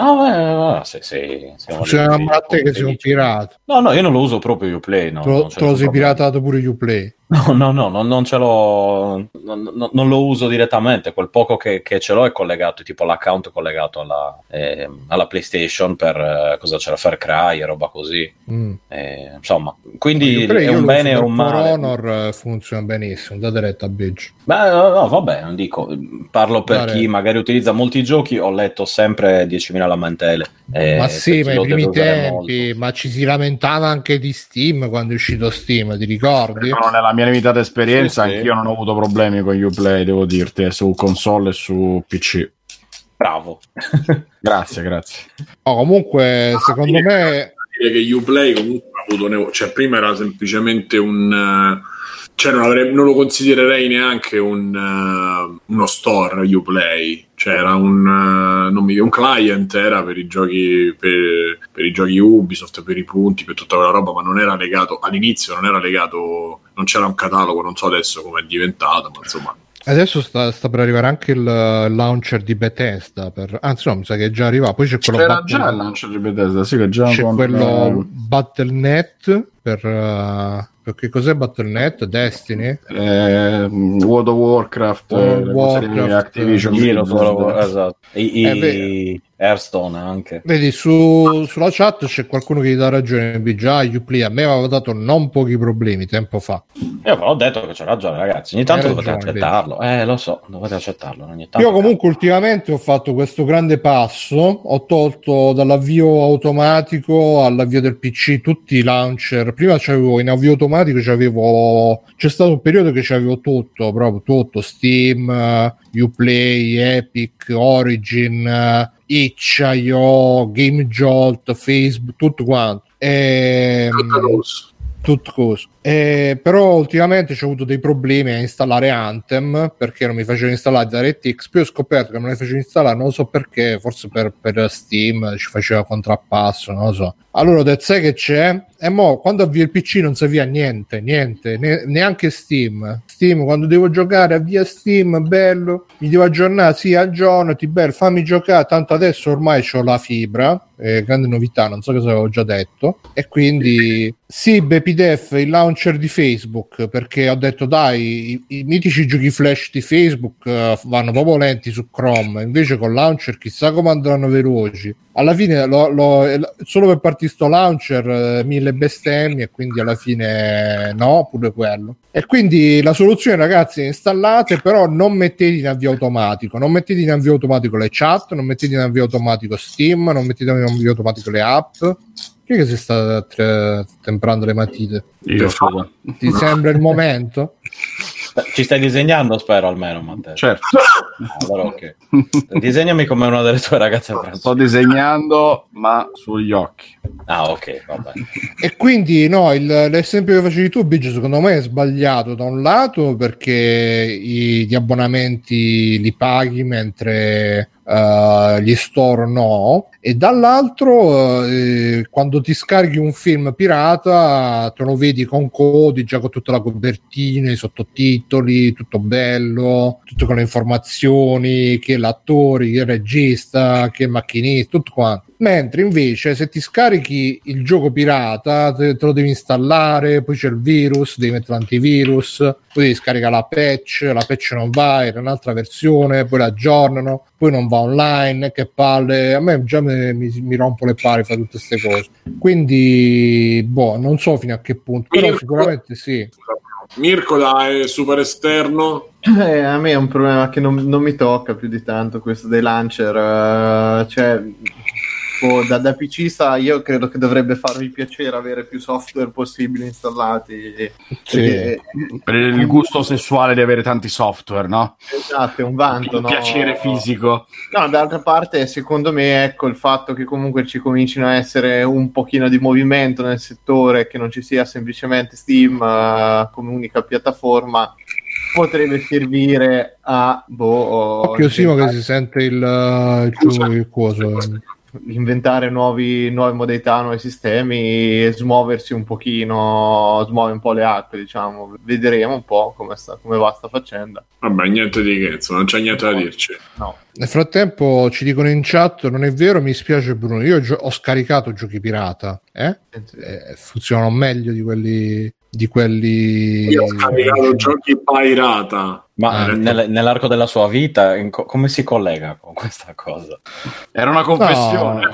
Funziona male a te che sei un pirata. No, io non lo uso proprio Uplay. Te lo sei piratato pure Uplay? No, non ce l'ho, non lo uso direttamente. Quel poco che ce l'ho è collegato, tipo l'account è collegato alla PlayStation per cosa c'era, Far Cry e roba così. Insomma, quindi è un bene e un male. Honor funziona benissimo, date retta a Biggio. Beh, no, vabbè, non dico, parlo per chi magari utilizza molti giochi. Ho letto sempre 10.000 lamentele. Ma sì, ma ai primi tempi, molto. Ma ci si lamentava anche di Steam quando è uscito Steam, ti ricordi? No, nella mia limitata esperienza anch'io non ho avuto problemi con Uplay, devo dirti, su console e su PC. Bravo. grazie. Comunque, secondo me dire che Uplay comunque ha avuto prima era semplicemente non lo considererei neanche uno store Uplay, era un client, era per i giochi per i giochi Ubisoft, per i punti, per tutta quella roba, ma non era legato all'inizio, non c'era un catalogo, non so adesso come è diventato, ma insomma. Adesso sta per arrivare anche il launcher di Bethesda, anzi no, mi sa che è già arrivato. Poi c'era già il launcher di Bethesda, sì, che già c'è quello Battle.net perché cos'è Battle.net? Destiny? World of Warcraft, Activision, esatto. Hearthstone anche. Vedi, sulla chat c'è qualcuno che gli dà ragione. Già Uplay a me aveva dato non pochi problemi tempo fa. Io però ho detto che c'è ragione, ragazzi, ogni tanto dovete accettarlo. Lo so, dovete accettarlo ogni tanto. Io comunque ultimamente ho fatto questo grande passo, ho tolto dall'avvio automatico all'avvio del PC tutti i launcher. Prima c'avevo in avvio automatico, c'è stato un periodo che c'avevo proprio tutto, Steam, Uplay, Epic, Origin, itch.io, GameJolt, Facebook, tutto quanto. Tutto così. Però ultimamente ho avuto dei problemi a installare Anthem, perché non mi faceva installare DirectX. Poi ho scoperto che non mi faceva installare, non lo so perché, forse per Steam ci faceva contrappasso, non lo so. Allora ho detto, sai che c'è? E mo quando avvio il PC non si avvia niente, neanche Steam, quando devo giocare avvia Steam, bello, mi devo aggiornare, sì, aggiornati, bello, fammi giocare, tanto adesso ormai c'ho la fibra, grande novità, non so cosa avevo già detto, e quindi sì, BPDF, il launcher di Facebook, perché ho detto dai, i mitici giochi flash di Facebook vanno proprio lenti su Chrome, invece con launcher chissà come andranno veloci. Alla fine solo per partire sto launcher 1000 bestemmie, e quindi alla fine no, pure quello. E quindi la soluzione, ragazzi, installate, però non mettete in avvio automatico, le chat, non mettete in avvio automatico Steam, non mettete in avvio automatico le app. Chi è che si sta temprando le matite? Io. Ti sembra il momento? Ci stai disegnando, spero, almeno, Matteo. Certo. Allora, ok. Disegnami come una delle tue ragazze francesi. Sto disegnando, ma sugli occhi. Ah, ok, vabbè. E quindi, no, l'esempio che facevi tu, Biggio, secondo me è sbagliato da un lato, perché gli abbonamenti li paghi, mentre gli store no, e dall'altro quando ti scarichi un film pirata te lo vedi con codice, con tutta la copertina, i sottotitoli, tutto bello, tutto con le informazioni, chi è l'attore, chi è il regista, chi è il macchinista, tutto quanto. Mentre invece se ti scarichi il gioco pirata te lo devi installare, poi c'è il virus, devi mettere l'antivirus, poi devi scaricare la patch non va, era un'altra versione, poi l'aggiornano, poi non va online, che palle, a me già mi rompo le palle fa tutte queste cose, quindi non so fino a che punto, però sicuramente sì. Mirko è super esterno. A me è un problema che non mi tocca più di tanto questo dei launcher, cioè da PCista io credo che dovrebbe farmi piacere avere più software possibili installati, sì. Per il gusto sessuale di avere tanti software, no? Esatto, è un vanto, il piacere fisico. No, d'altra parte secondo me, ecco, il fatto che comunque ci comincino a essere un pochino di movimento nel settore, che non ci sia semplicemente Steam come unica piattaforma, potrebbe servire a occhio Simo che si sente il coso, inventare nuove modalità, nuovi sistemi, smuoversi un pochino, smuove un po' le acque, diciamo. Vedremo un po' come va sta faccenda. Vabbè, niente di che, non c'è niente da dirci. No. Nel frattempo ci dicono in chat, non è vero, mi spiace Bruno, io ho scaricato giochi pirata, funzionano meglio di quelli io ho scaricato giochi pirata. Ma nell'arco della sua vita come si collega con questa cosa? Era una confessione.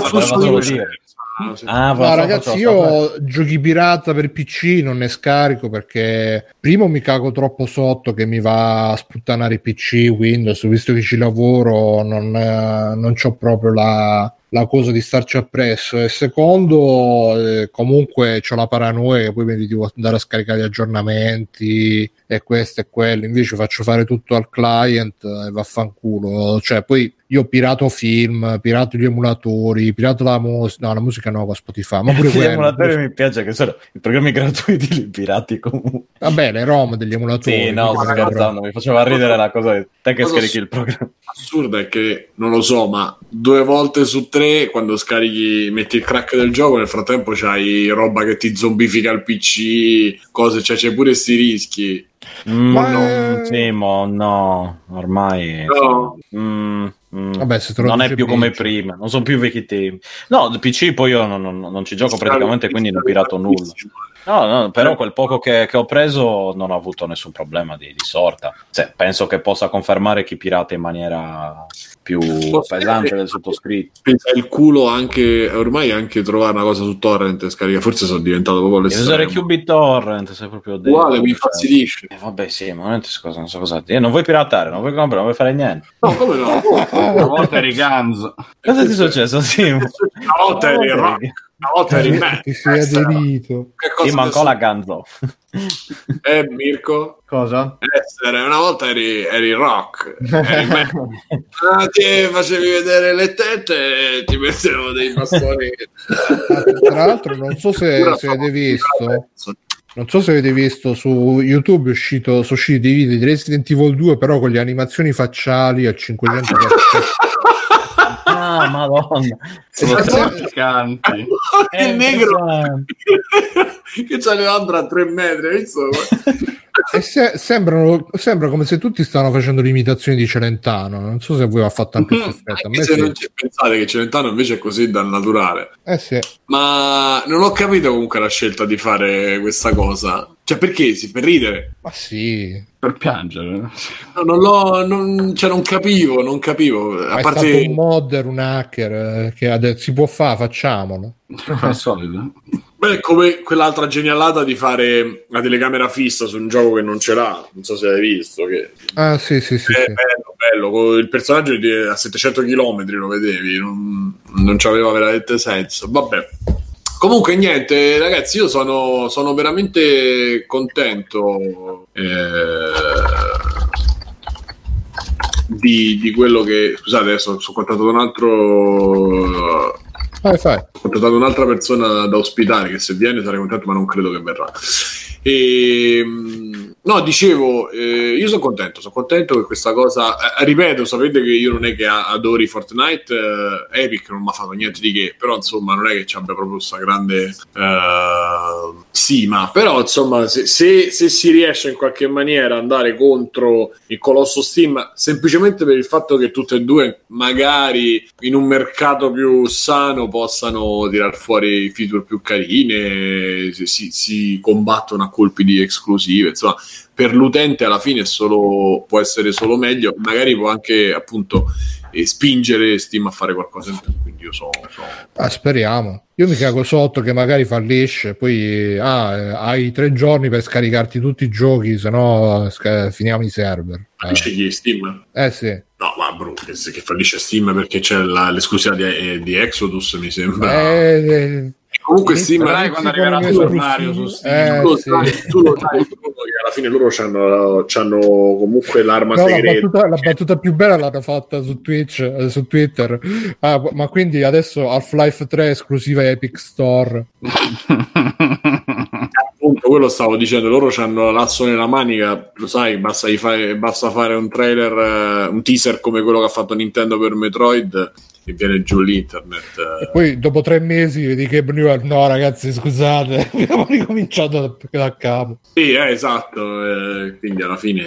No, ragazzi, io giochi pirata per PC non ne scarico perché primo mi cago troppo sotto che mi va a sputtanare i PC Windows, visto che ci lavoro non c'ho proprio la cosa di starci appresso, e secondo comunque c'ho la paranoia che poi mi devo andare a scaricare gli aggiornamenti e questo e quello, invece faccio fare tutto al client e vaffanculo, cioè poi io pirato film, pirato gli emulatori, pirato la musica no con Spotify, ma pure gli emulatori mi piace che sono i programmi gratuiti li pirati comunque. Vabbè, le ROM degli emulatori. Sì, no, sto scherzando, mi faceva ridere la cosa di te che scarichi il programma. Assurda è che, non lo so, ma 2 volte su 3 quando scarichi, metti il crack del gioco, nel frattempo c'hai roba che ti zombifica il PC, cose, cioè c'è pure sti rischi. Simo, no, ormai no. Vabbè, se te lo non è più PC. come prima, non sono più vecchi tempi. No, il PC poi io non ci gioco praticamente, quindi non pirato nulla. No, però quel poco che ho preso non ho avuto nessun problema di sorta. Cioè, penso che possa confermare chi pirata in maniera più pesante del sottoscritto. Pensa il culo ormai anche trovare una cosa su torrent e scaricare, forse sono diventato proprio l'estremo. Usare QBTorrent, sei proprio uguale, mi infastidisce. Vabbè, sì, ma non so cosa dire. Non vuoi piratare, non vuoi comprare, non vuoi fare niente. No, come no? Una volta eri Ganzo. Cosa ti è successo? Sì, una volta eri rock. Una volta eri me. Ti sei aderito. Sì, mancò la Ganzo. Mirko? Cosa? Una volta eri rock. Eri me. Ti facevi vedere le tette e ti mettevo dei bastoni. Tra l'altro non so se avete visto. Non so se avete visto su YouTube sono usciti dei video di Resident Evil 2 però con le animazioni facciali al 500%. Ah, madonna, sono trafficanti. Il negro che c'ha le labbra a 3 metri, hai visto? E sembra come se tutti stavano facendo l'imitazione di Celentano. Non so se voi ha fatto anche questo effetto. Anche se non pensate che Celentano invece è così dal naturale. Sì. Ma non ho capito comunque la scelta di fare questa cosa. Cioè, perché? Per ridere? Ma sì. Per piangere. No, non capivo. A è parte stato un modder, un hacker che si può fare, facciamolo. Al solito. Beh, come quell'altra genialata di fare la telecamera fissa su un gioco che non ce l'ha, non so se hai visto. Sì. Bello, il personaggio a 700 km lo vedevi, non c'aveva veramente senso. Vabbè. Comunque niente, ragazzi, io sono veramente contento di quello che... Scusate, adesso sono contattato un altro Fai. Ho contrattato un'altra persona da ospitare che se viene sarei contento, ma non credo che verrà. No, dicevo, io sono contento che questa cosa, ripeto, sapete che io non è che adori Fortnite, Epic non mi ha fatto niente di che, però insomma non è che ci abbia proprio questa grande stima, però insomma se si riesce in qualche maniera ad andare contro il colosso Steam, semplicemente per il fatto che tutte e due magari in un mercato più sano possano tirar fuori feature più carine, si combattono a colpi di esclusive, insomma per l'utente alla fine può essere solo meglio, magari può anche appunto spingere Steam a fare qualcosa in più, quindi io speriamo. Io mi cago sotto che magari fallisce, poi hai 3 giorni per scaricarti tutti i giochi, se no finiamo i server. Scegli Steam? Sì. No, ma bro, che fallisce Steam perché c'è l'esclusiva di Exodus, mi sembra. Comunque Steam quando arriverà il tornario su Steam, tu lo sai che alla fine loro c'hanno comunque l'arma segreta. La battuta più bella l'hanno fatta su Twitch, su Twitter. Ma quindi adesso Half-Life 3 esclusiva Epic Store. Appunto, quello stavo dicendo, loro c'hanno l'asso nella manica, lo sai, basta fare un trailer, un teaser come quello che ha fatto Nintendo per Metroid e viene giù l'internet. E poi dopo 3 mesi vedi che no ragazzi scusate, abbiamo ricominciato da capo. Sì, esatto, quindi alla fine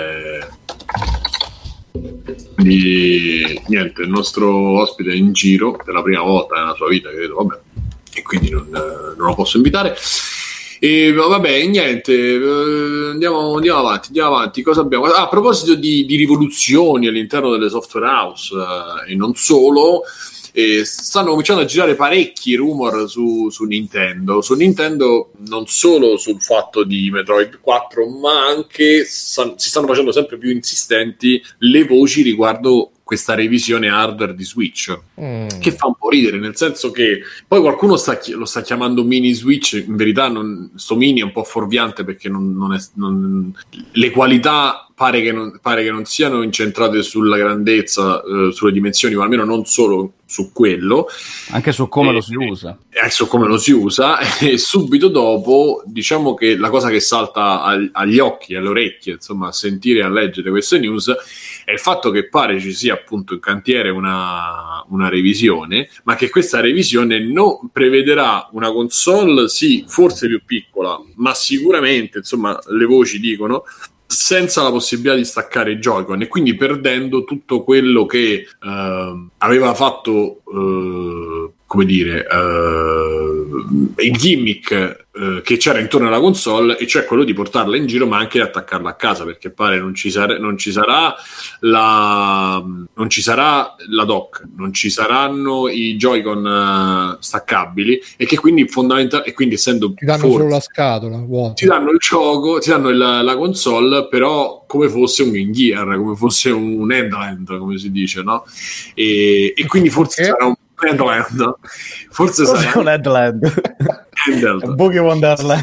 niente, il nostro ospite è in giro per la prima volta nella sua vita, credo, vabbè, e quindi non lo posso invitare. E vabbè, niente, andiamo avanti. Cosa abbiamo? A proposito di rivoluzioni all'interno delle software house e non solo, stanno cominciando a girare parecchi rumor su Nintendo. Su Nintendo non solo sul fatto di Metroid 4, ma anche si stanno facendo sempre più insistenti le voci riguardo questa revisione hardware di Switch, che fa un po' ridere, nel senso che poi qualcuno lo sta chiamando mini Switch, in verità sto mini è un po' fuorviante perché le qualità pare che non siano incentrate sulla grandezza, sulle dimensioni, ma almeno non solo su quello, anche su come lo si usa. Su come lo si usa, e subito dopo diciamo che la cosa che salta agli occhi, alle orecchie, insomma, a sentire e a leggere queste news è il fatto che pare ci sia appunto in cantiere una revisione, ma che questa revisione non prevederà una console, sì, forse più piccola, ma sicuramente, insomma, le voci dicono, senza la possibilità di staccare i Joy-Con, e quindi perdendo tutto quello che aveva fatto come dire il gimmick che c'era intorno alla console, e cioè quello di portarla in giro ma anche di attaccarla a casa, perché pare non ci sarà la dock, non ci saranno i Joy-Con staccabili, e che quindi e quindi essendo ti danno solo la scatola vuota. Ti danno il gioco, ti danno la console, però come fosse un Game Gear, come fosse un Headland, come si dice, no? E quindi forse sarà un Headland, forse sarà un Headland, Boogie Wonderland,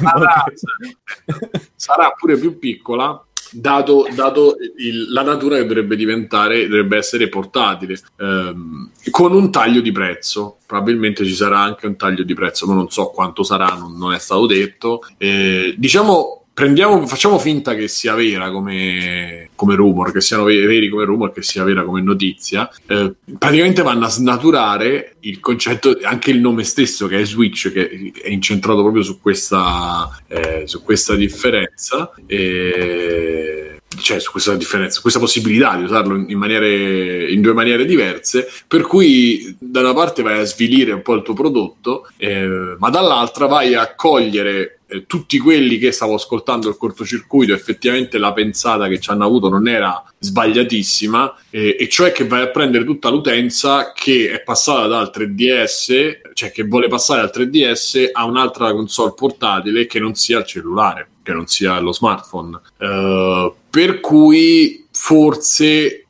sarà pure più piccola, dato la natura che dovrebbe essere portatile, con un taglio di prezzo. Probabilmente ci sarà anche un taglio di prezzo, ma non so quanto sarà, non è stato detto. Diciamo, facciamo finta che sia vera come rumor, che siano veri come rumor, che sia vera come notizia. Praticamente vanno a snaturare il concetto, anche il nome stesso, che è Switch, che è incentrato proprio su questa differenza, cioè su questa differenza, questa possibilità di usarlo in due maniere diverse, per cui da una parte vai a svilire un po' il tuo prodotto, ma dall'altra vai a cogliere tutti quelli che stavo ascoltando il cortocircuito. Effettivamente la pensata che ci hanno avuto non era sbagliatissima, e cioè che vai a prendere tutta l'utenza che è passata dal 3DS, cioè che vuole passare dal 3DS a un'altra console portatile che non sia il cellulare, che non sia lo smartphone, per cui forse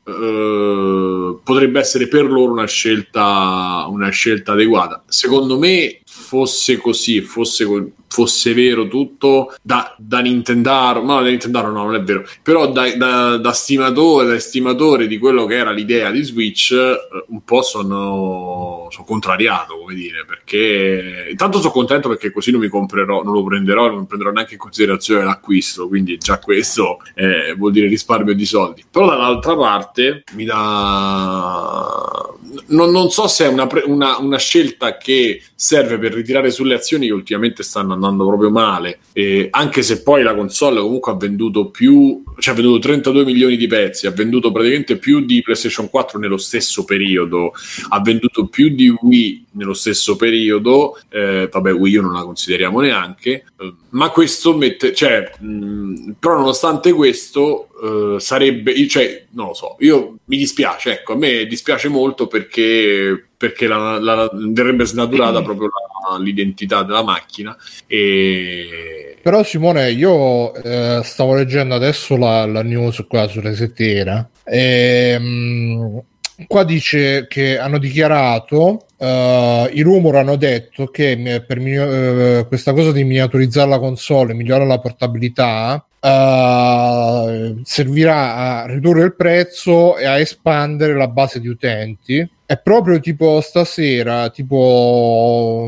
potrebbe essere per loro una scelta adeguata. Secondo me fosse così, fosse vero tutto, da Nintendaro, no, da Nintendaro no, non è vero, però da stimatore di quello che era l'idea di Switch, un po' sono contrariato, come dire, perché intanto sono contento perché così non lo prenderò neanche in considerazione l'acquisto, quindi già questo vuol dire risparmio di soldi. Però dall'altra parte mi dà... Non so se è una scelta che serve per ritirare sulle azioni che ultimamente stanno andando proprio male, anche se poi la console comunque ha venduto 32 milioni di pezzi, ha venduto praticamente più di PlayStation 4 nello stesso periodo, ha venduto più di Wii nello stesso periodo, vabbè, Wii U non la consideriamo neanche, ma questo però nonostante questo sarebbe, cioè non lo so, io mi dispiace, ecco, a me dispiace molto perché verrebbe snaturata proprio l'identità della macchina. Però Simone, io stavo leggendo adesso la news qua su Resetera, qua dice che hanno dichiarato, i rumor hanno detto che per questa cosa di miniaturizzare la console, migliorare la portabilità, servirà a ridurre il prezzo e a espandere la base di utenti. È proprio tipo stasera, tipo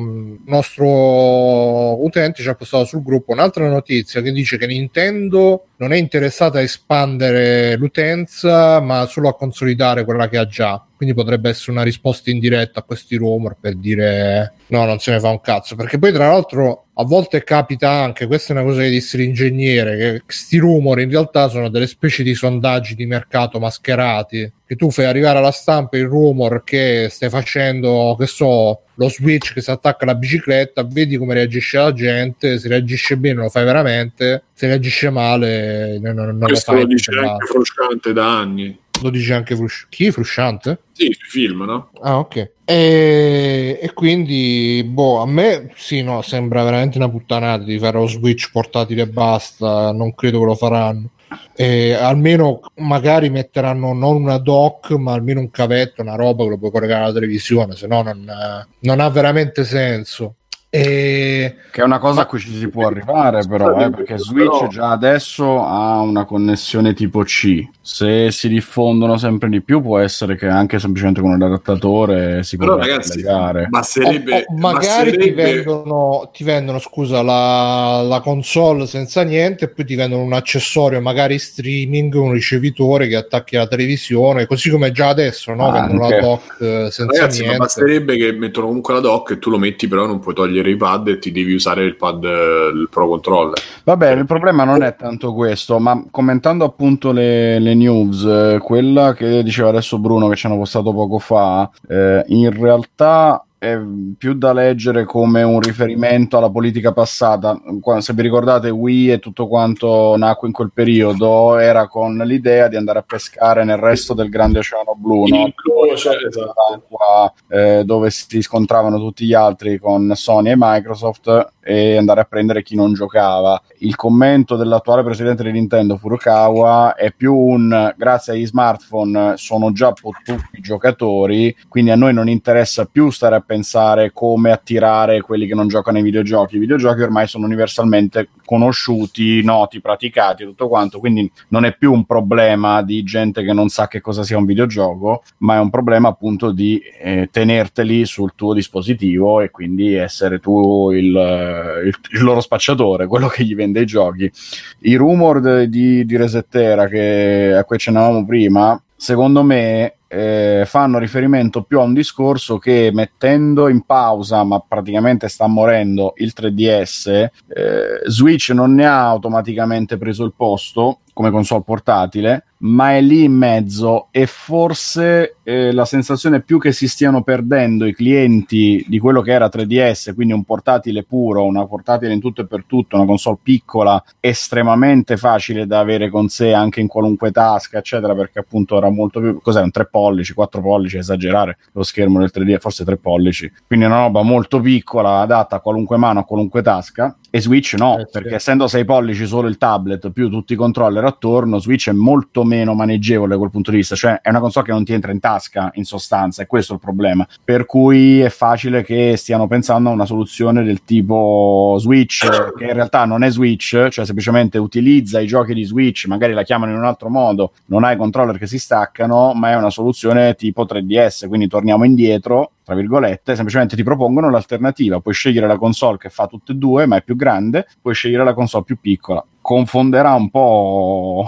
nostro utente ci ha postato sul gruppo un'altra notizia che dice che Nintendo non è interessata a espandere l'utenza ma solo a consolidare quella che ha già, quindi potrebbe essere una risposta indiretta a questi rumor per dire no, non se ne fa un cazzo, perché poi tra l'altro a volte capita anche, questa è una cosa che disse l'ingegnere, che sti rumor in realtà sono delle specie di sondaggi di mercato mascherati, che tu fai arrivare alla stampa il rumor che stai facendo, che so, lo Switch che si attacca alla bicicletta, vedi come reagisce la gente, se reagisce bene lo fai veramente, se reagisce male non lo fai. Lo dice anche Frusciante da anni. Lo dice anche chi? Frusciante? Sì, sui film, no? Ah, ok. E quindi, a me sì, no, sembra veramente una puttanata di fare lo Switch portatile e basta, non credo che lo faranno. Almeno magari metteranno non una dock, ma almeno un cavetto, una roba che lo puoi collegare alla televisione, se no non ha veramente senso. Che è una cosa a cui ci si può arrivare, però, perché Switch già adesso ha una connessione tipo C. Se si diffondono sempre di più, può essere che anche semplicemente con un adattatore si può collegare. Magari ti vendono scusa, la console senza niente, e poi ti vendono un accessorio, magari streaming, un ricevitore che attacchi alla televisione, così come già adesso, no? Vendono la dock senza niente. Ma basterebbe che mettono comunque la dock e tu lo metti, però non puoi togliere i pad e ti devi usare il Pro Controller. Vabbè, il problema non è tanto questo, ma commentando appunto le news, quella che diceva adesso Bruno che ci hanno postato poco fa, in realtà è più da leggere come un riferimento alla politica passata. Se vi ricordate, Wii e tutto quanto nacque in quel periodo era con l'idea di andare a pescare nel resto del grande oceano blu, no? Dove si scontravano tutti gli altri con Sony e Microsoft, e andare a prendere chi non giocava. Il commento dell'attuale presidente di Nintendo, Furukawa, è più grazie agli smartphone sono già potuti i giocatori, quindi a noi non interessa più stare a pensare come attirare quelli che non giocano ai videogiochi. I videogiochi ormai sono universalmente conosciuti, noti, praticati, tutto quanto, quindi non è più un problema di gente che non sa che cosa sia un videogioco, ma è un problema appunto di tenerteli sul tuo dispositivo e quindi essere tu il loro spacciatore, quello che gli vende i giochi. I rumor di Resetera a cui accennavamo prima, secondo me fanno riferimento più a un discorso che, mettendo in pausa, ma praticamente sta morendo, il 3DS, Switch non ne ha automaticamente preso il posto come console portatile, ma è lì in mezzo, e forse la sensazione è più che si stiano perdendo i clienti di quello che era 3DS, quindi un portatile puro, una portatile in tutto e per tutto, una console piccola, estremamente facile da avere con sé anche in qualunque tasca, eccetera, perché appunto era molto più, cos'è, un 3 pollici, 4 pollici, esagerare lo schermo del 3DS, forse 3 pollici, quindi una roba molto piccola, adatta a qualunque mano, a qualunque tasca. E Switch no, perché essendo 6 pollici solo il tablet più tutti i controller girare attorno. Switch è molto meno maneggevole da quel punto di vista, cioè è una console che non ti entra in tasca in sostanza, è questo il problema, per cui è facile che stiano pensando a una soluzione del tipo Switch, che in realtà non è Switch, cioè semplicemente utilizza i giochi di Switch, magari la chiamano in un altro modo, non hai controller che si staccano, ma è una soluzione tipo 3DS, quindi torniamo indietro, tra virgolette, semplicemente ti propongono l'alternativa, puoi scegliere la console che fa tutte e due ma è più grande, puoi scegliere la console più piccola. Confonderà un po'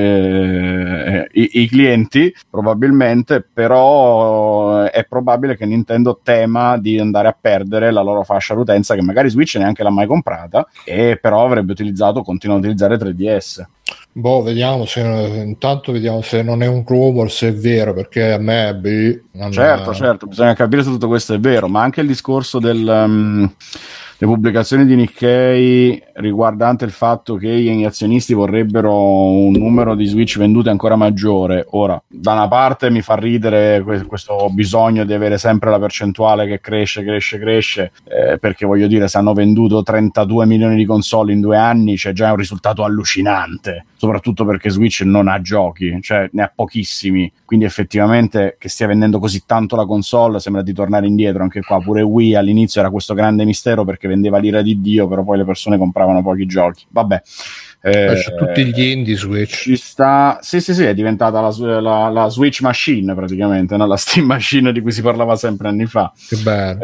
i clienti probabilmente, però è probabile che Nintendo tema di andare a perdere la loro fascia d'utenza che magari Switch neanche l'ha mai comprata e però avrebbe continua a utilizzare 3DS. Boh, vediamo se non è un rumor, se è vero, perché a me certo, bisogna capire se tutto questo è vero, ma anche il discorso le pubblicazioni di Nikkei riguardante il fatto che gli azionisti vorrebbero un numero di Switch venduti ancora maggiore. Ora, da una parte mi fa ridere questo bisogno di avere sempre la percentuale che cresce, perché voglio dire, se hanno venduto 32 milioni di console in 2 anni c'è già un risultato allucinante, soprattutto perché Switch non ha giochi, cioè ne ha pochissimi, quindi effettivamente che stia vendendo così tanto la console sembra di tornare indietro. Anche qua pure Wii all'inizio era questo grande mistero perché vendeva l'ira di Dio, però poi le persone compravano pochi giochi. Vabbè, c'è tutti gli indie Switch. Ci sta, sì, è diventata la Switch Machine praticamente, no? La Steam Machine di cui si parlava sempre anni fa. Che bello.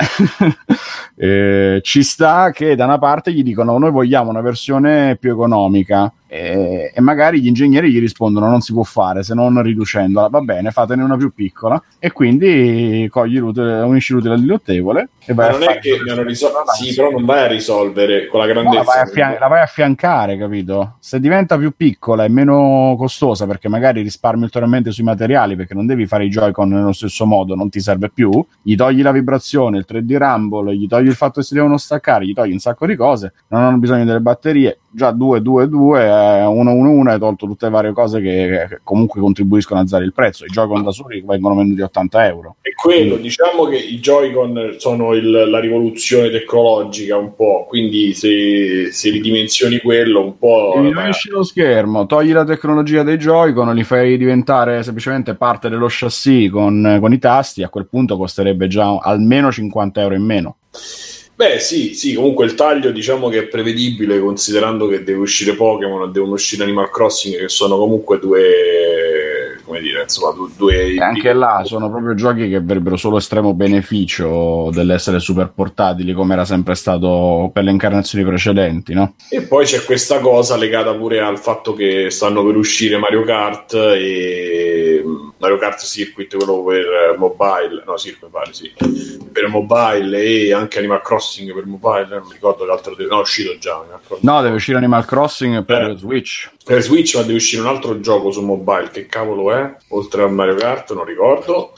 Ci sta che da una parte gli dicono noi vogliamo una versione più economica e magari gli ingegneri gli rispondono non si può fare se non riducendola. Va bene, fatene una più piccola e quindi unisci l'utile al dilettevole e vai. Ma non è che mi hanno risolto, sì, però non vai a risolvere con la grandezza, la vai a affiancare, capito? Se diventa più piccola e meno costosa perché magari risparmi ulteriormente sui materiali, perché non devi fare i Joy-Con nello stesso modo, non ti serve più, gli togli la vibrazione, il 3D Rumble, gli togli il fatto che si devono staccare, gli togli un sacco di cose, non hanno bisogno delle batterie, già 2 1 hai tolto tutte le varie cose che comunque contribuiscono a alzare il prezzo. I Joy-Con da soli vengono venduti a €80. E quello, diciamo che i Joy-Con sono la rivoluzione tecnologica un po', quindi se ridimensioni quello un po'... Diminuisci lo schermo, togli la tecnologia dei Joy-Con, li fai diventare semplicemente parte dello chassis con i tasti, a quel punto costerebbe già almeno €50 in meno. Beh sì, comunque il taglio diciamo che è prevedibile, considerando che deve uscire Pokémon e devono uscire Animal Crossing, che sono comunque due, come dire, insomma, due... E anche là sono proprio giochi che avrebbero solo estremo beneficio dell'essere super portatili, come era sempre stato per le incarnazioni precedenti, no? E poi c'è questa cosa legata pure al fatto che stanno per uscire Mario Kart e Mario Kart Circuit, quello per mobile, no, Circuit pare, sì, per mobile, e anche Animal Crossing per mobile, non mi ricordo che altro no, è uscito già. No, deve uscire Animal Crossing per Switch. Per Switch, ma deve uscire un altro gioco su mobile, che cavolo è? Oltre a Mario Kart, non ricordo.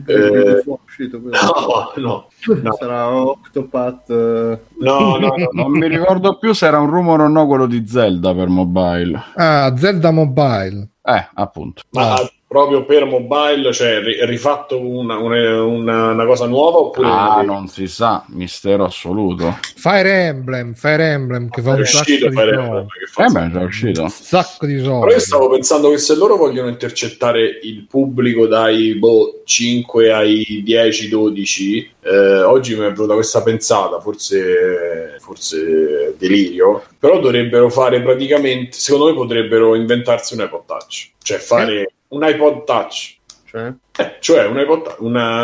No. Sarà Octopath. No, non mi ricordo più se era un rumore o no quello di Zelda per mobile. Ah, Zelda Mobile. Appunto. Ma proprio per mobile, cioè rifatto una cosa nuova oppure... non si sa, mistero assoluto. Fire Emblem che fa un sacco di soldi. È uscito un sacco di soldi. Però io stavo pensando che se loro vogliono intercettare il pubblico dai 5 ai 10, 12, oggi mi è venuta questa pensata, forse delirio, però dovrebbero fare praticamente, secondo me potrebbero inventarsi un iPod Touch, cioè fare un iPod Touch, cioè un iPod,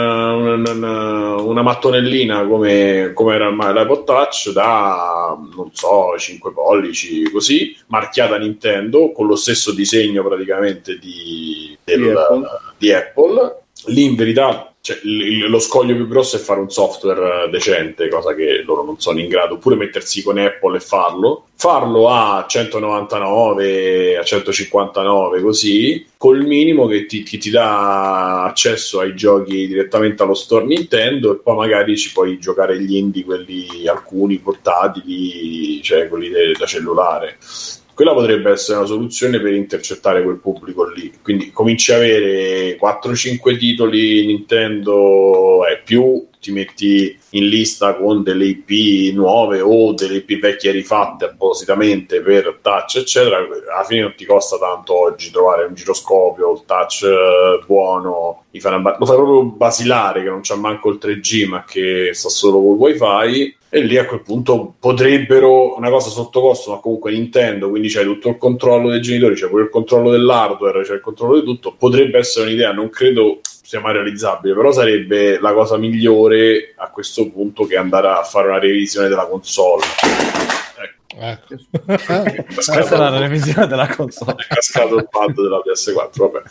una mattonellina come era l'iPod Touch da, non so, 5 pollici così, marchiata Nintendo con lo stesso disegno praticamente di Apple. Lì in verità, cioè, lo scoglio più grosso è fare un software decente, cosa che loro non sono in grado, oppure mettersi con Apple e farlo a 199, a 159, così, col minimo che ti dà accesso ai giochi direttamente allo store Nintendo, e poi magari ci puoi giocare gli indie, quelli alcuni portatili, cioè quelli da cellulare. Quella potrebbe essere una soluzione per intercettare quel pubblico lì. Quindi cominci a avere 4-5 titoli Nintendo più ti metti in lista con delle IP nuove o delle IP vecchie rifatte appositamente per touch eccetera, alla fine non ti costa tanto oggi trovare un giroscopio, il touch buono, lo fai proprio basilare che non c'ha manco il 3G ma che sta solo col wifi, e lì a quel punto potrebbero, una cosa sotto costo, ma comunque Nintendo, quindi c'hai tutto il controllo dei genitori, c'è pure il controllo dell'hardware, c'è il controllo di tutto, potrebbe essere un'idea, non credo sia mai realizzabile, però sarebbe la cosa migliore a questo punto che andare a fare una revisione della console. Ecco. Questa è la revisione della console. È cascato il pad della PS4, vabbè.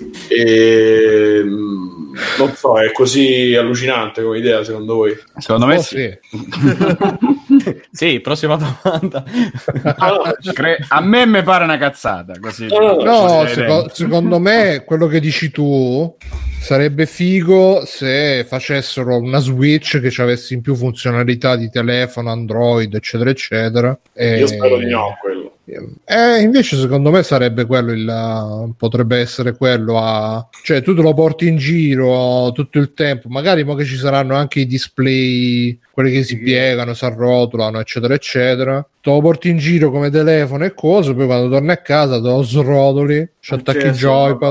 E non so, è così allucinante come idea secondo voi? Secondo me sì. Sì, prossima domanda. A me pare una cazzata così. No, secondo me quello che dici tu sarebbe figo se facessero una Switch che ci avesse in più funzionalità di telefono, Android, eccetera eccetera. Io spero di no, quello. Invece secondo me sarebbe quello potrebbe essere quello cioè tu te lo porti in giro tutto il tempo, magari mo che ci saranno anche i display, quelli che si piegano, si arrotolano eccetera eccetera, te lo porti in giro come telefono e cose, poi quando torni a casa te lo srotoli, ci attacchi il joypad.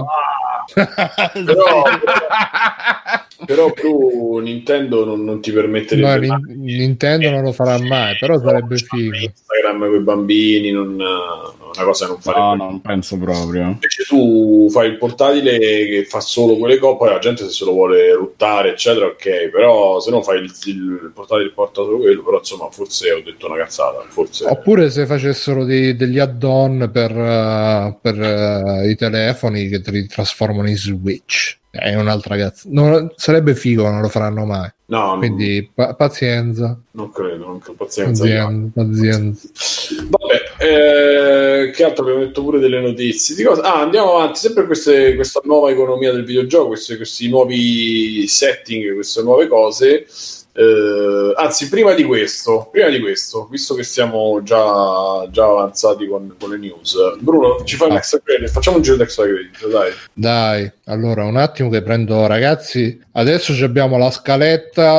Però più Nintendo non ti permetterebbe Nintendo non lo farà mai, però sarebbe figo. Instagram con i bambini una cosa che non farebbe. No, non penso proprio. Invece tu fai il portatile che fa solo quelle cose, poi la gente se se lo vuole ruttare eccetera, ok, però se no fai il portatile porta solo quello, però insomma forse ho detto una cazzata, forse. Oppure se facessero degli add-on per i telefoni che te li trasformano in Switch, è un'altra cazzata. Sarebbe figo, non lo faranno mai. No, quindi pazienza. Non credo, pazienza. Vabbè, che altro abbiamo detto pure delle notizie di cosa? Andiamo avanti, sempre questa nuova economia del videogioco, questi nuovi setting, queste nuove cose. Anzi, prima di questo, visto che siamo già avanzati con le news, Bruno, ci fai un extra credit? Facciamo un giro di extra credit, dai. Allora, un attimo che prendo, ragazzi. Adesso abbiamo la scaletta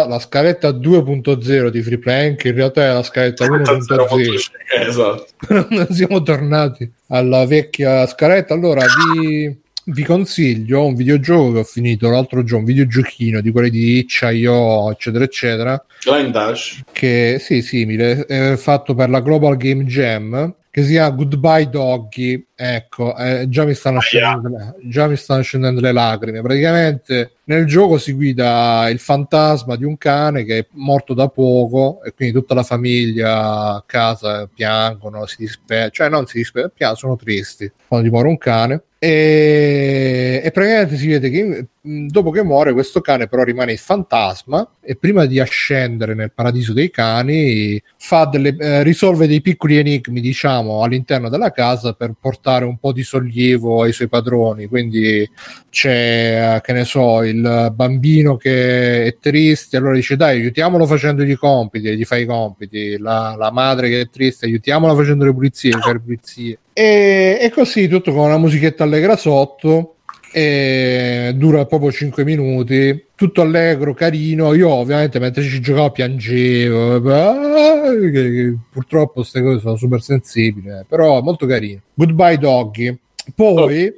2.0 di Free Play, che in realtà è la scaletta 1.0. Esatto. Siamo tornati alla vecchia scaletta. Allora, vi consiglio un videogioco che ho finito l'altro giorno, un videogiochino di quelli di itch.io eccetera eccetera, Line Dash, che sì, simile, è fatto per la Global Game Jam, che si chiama Goodbye Doggy. Ecco, già mi stanno scendendo le lacrime. Praticamente nel gioco si guida il fantasma di un cane che è morto da poco e quindi tutta la famiglia a casa piangono, sono tristi quando ti muore un cane. E praticamente si vede che dopo che muore questo cane però rimane il fantasma, e prima di ascendere nel paradiso dei cani risolve dei piccoli enigmi, diciamo, all'interno della casa per portare un po' di sollievo ai suoi padroni. Quindi c'è, che ne so, il bambino che è triste, allora dice dai, aiutiamolo facendogli i compiti, gli fai i compiti, la madre che è triste, aiutiamola facendo le pulizie, gli fai le pulizie, e così tutto con una musichetta allegra sotto, e dura proprio 5 minuti, tutto allegro, carino. Io ovviamente mentre ci giocavo piangevo, purtroppo queste cose sono super sensibili, però molto carino. Goodbye Doggy. Poi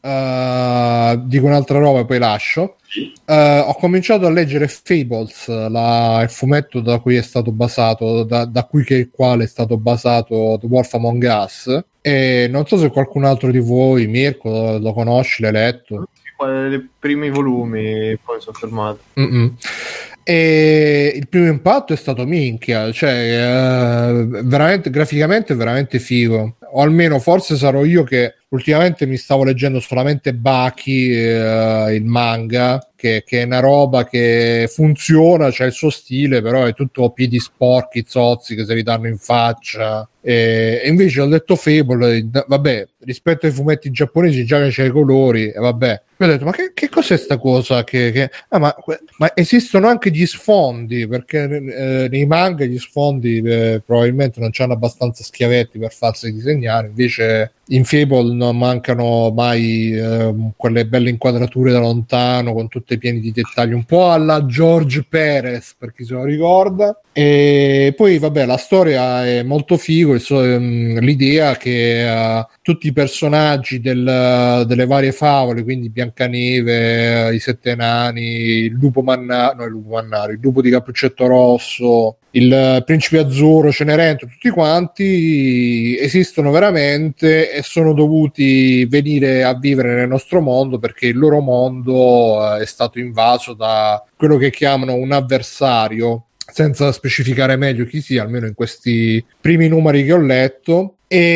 dico un'altra roba e poi lascio. Ho cominciato a leggere Fables, il fumetto da cui è stato basato, da cui che il quale è stato basato The Wolf Among Us, e non so se qualcun altro di voi, Mirko, lo conosci, l'hai letto? I primi volumi, poi sono fermato. E il primo impatto è stato minchia, cioè veramente graficamente è veramente figo, o almeno forse sarò io che ultimamente mi stavo leggendo solamente Baki, il manga, che è una roba che funziona, c'è il suo stile, però è tutto piedi sporchi, zozzi che se li danno in faccia. E invece ho letto Fable, vabbè, rispetto ai fumetti giapponesi già che c'è i colori, e vabbè, mi ho detto ma che cos'è sta cosa ma esistono anche gli sfondi, perché nei manga gli sfondi probabilmente non c'hanno abbastanza schiavetti per farsi disegnare, invece in Fable non mancano mai quelle belle inquadrature da lontano con tutte pieni di dettagli, un po' alla George Perez per chi se lo ricorda. E poi vabbè, la storia è molto figo, l'idea che tutti i personaggi delle varie favole, quindi Biancaneve, i Sette Nani, il lupo mannaro, il lupo di Cappuccetto Rosso, il principe azzurro, Cenerentola, tutti quanti esistono veramente e sono dovuti venire a vivere nel nostro mondo perché il loro mondo è stato invaso da quello che chiamano un avversario, senza specificare meglio chi sia, almeno in questi primi numeri che ho letto.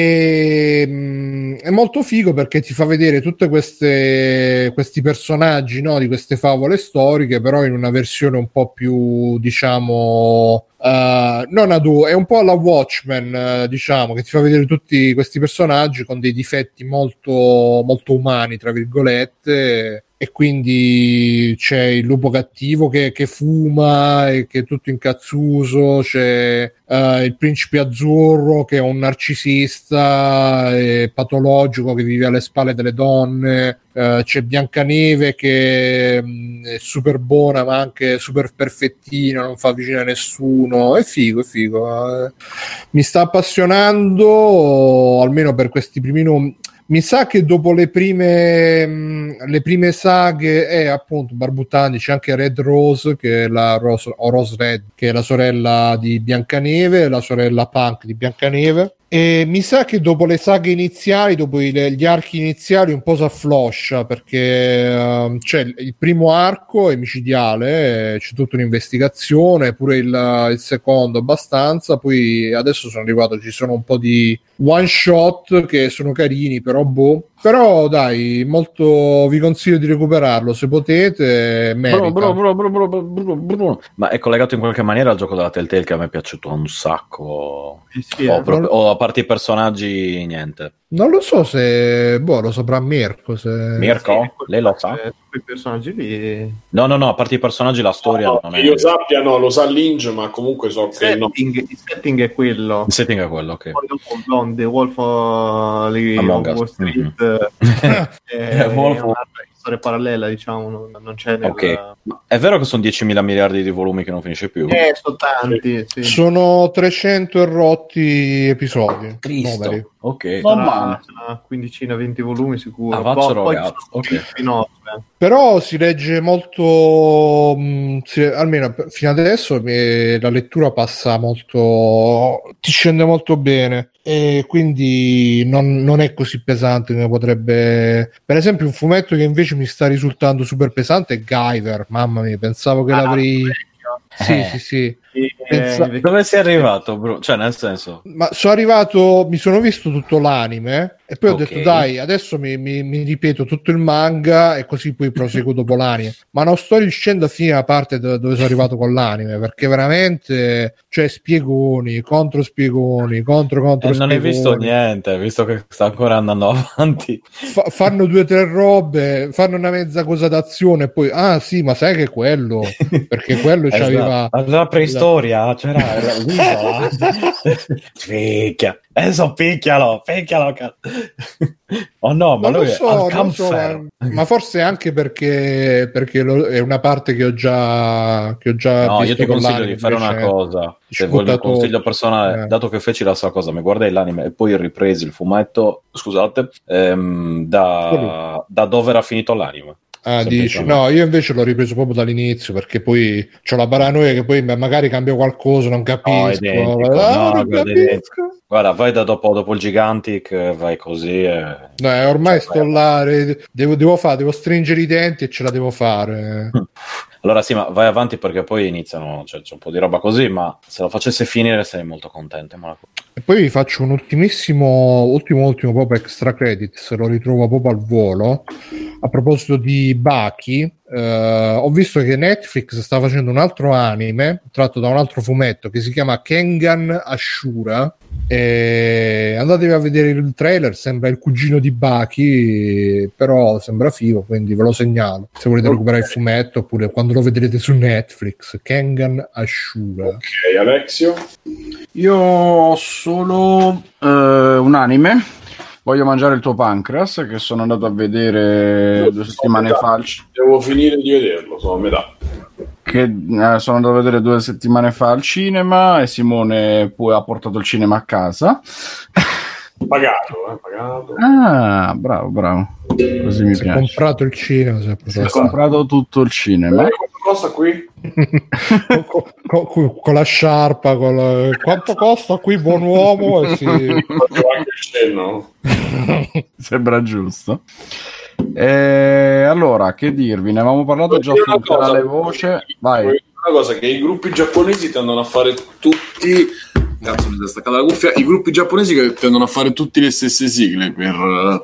E è molto figo perché ti fa vedere tutti questi personaggi, no, di queste favole storiche, però in una versione un po' più, diciamo, non adulta, è un po' alla Watchmen, diciamo, che ti fa vedere tutti questi personaggi con dei difetti molto, molto umani, tra virgolette. E quindi c'è il lupo cattivo che fuma e che è tutto incazzuso, c'è il principe azzurro che è un narcisista e patologico che vive alle spalle delle donne, c'è Biancaneve che è super buona ma anche super perfettina, non fa vicino a nessuno. È figo. Mi sta appassionando, almeno per questi primi nomi. Mi sa che dopo le prime saghe, appunto, Barbuttani, c'è anche Red Rose, che è la Rose Red, che è la sorella di Biancaneve, la sorella punk di Biancaneve. E mi sa che dopo le saghe iniziali, dopo gli archi iniziali, un po' si affloscia perché c'è il primo arco è micidiale, c'è tutta un'investigazione, pure il secondo abbastanza. Poi adesso sono arrivato, ci sono un po' di one shot che sono carini, però dai, molto, vi consiglio di recuperarlo se potete, merita. Ma è collegato in qualche maniera al gioco della Telltale che a me è piaciuto un sacco, sì, o a parte i personaggi niente. Non lo so se lo saprà Mirko. Mirko? Lei lo sa? I personaggi lì. No, a parte i personaggi la storia non che è... io sappia lo sa Lynch, ma comunque so che no. Il setting è quello. Il setting è quello, ok. The Wolf of Wall Street. È una storia parallela, diciamo, non c'è ok. È vero che sono 10.000 miliardi di volumi che non finisce più? Sono tanti, sì. Sono 300 e rotti episodi. Cristo. Numeri. Ok. Una quindicina, 20 volumi sicuro. Però si legge molto, almeno fino adesso la lettura passa molto, ti scende molto bene e quindi non è così pesante come potrebbe. Per esempio un fumetto che invece mi sta risultando super pesante è Guyver. Mamma mia, pensavo che l'avrei... Sì. Dove sei arrivato, bro? Cioè, nel senso, ma sono arrivato, mi sono visto tutto l'anime e poi ho detto dai, adesso mi ripeto tutto il manga e così poi proseguo dopo l'anime, ma non sto riuscendo a finire la parte dove sono arrivato con l'anime perché veramente, cioè, spiegoni contro spiegoni contro spiegoni. Non hai visto niente, visto che sta ancora andando avanti. Fanno 2 o 3 robe, fanno una mezza cosa d'azione e poi sì, ma sai che quello, perché quello c'aveva la preistoria, c'era l'isola. Picchia. Adesso picchialo. Oh no, ma lui ma forse anche perché è una parte che ho già no, visto. io ti consiglio di fare una cosa, se vuoi un consiglio personale, dato che feci la sua cosa, mi guardai l'anime e poi ripresi il fumetto, scusate, da dove era finito l'anime. Dici, no, io invece l'ho ripreso proprio dall'inizio perché poi c'ho la paranoia che poi magari cambio qualcosa, non capisco. Non capisco. Guarda, vai dopo il Gigantic, vai così. Ormai sto là, devo stringere i denti e ce la devo fare. Allora sì, ma vai avanti perché poi iniziano, cioè, c'è un po' di roba così, ma se lo facesse finire sarei molto contento. E poi vi faccio un ultimo proprio extra credits, lo ritrovo proprio al volo. A proposito di Baki, ho visto che Netflix sta facendo un altro anime tratto da un altro fumetto che si chiama Kengan Ashura. Andatevi a vedere il trailer, sembra il cugino di Baki, però sembra figo, quindi ve lo segnalo se volete recuperare il fumetto oppure quando lo vedrete su Netflix. Kengan Ashura. Ok, Alexio? Io ho solo un anime Voglio mangiare il tuo pancreas, che sono andato a vedere 2 settimane fa. Devo finire di vederlo, sono a metà. Sono andato a vedere 2 settimane fa al cinema e Simone poi ha portato il cinema a casa. Pagato. Ah, bravo. Così mi si è piace. comprato il cinema. Si è comprato tutto il cinema. Quanto costa qui? con la sciarpa, quanto costa qui, buon uomo? E Faccio anche il cenno. Sembra giusto. Allora, che dirvi? Ne avevamo parlato già sul canale Voce. Vai. Una cosa che i gruppi giapponesi tendono a fare tutti. Cazzo, mi si è staccata la cuffia. I gruppi giapponesi che tendono a fare tutte le stesse sigle per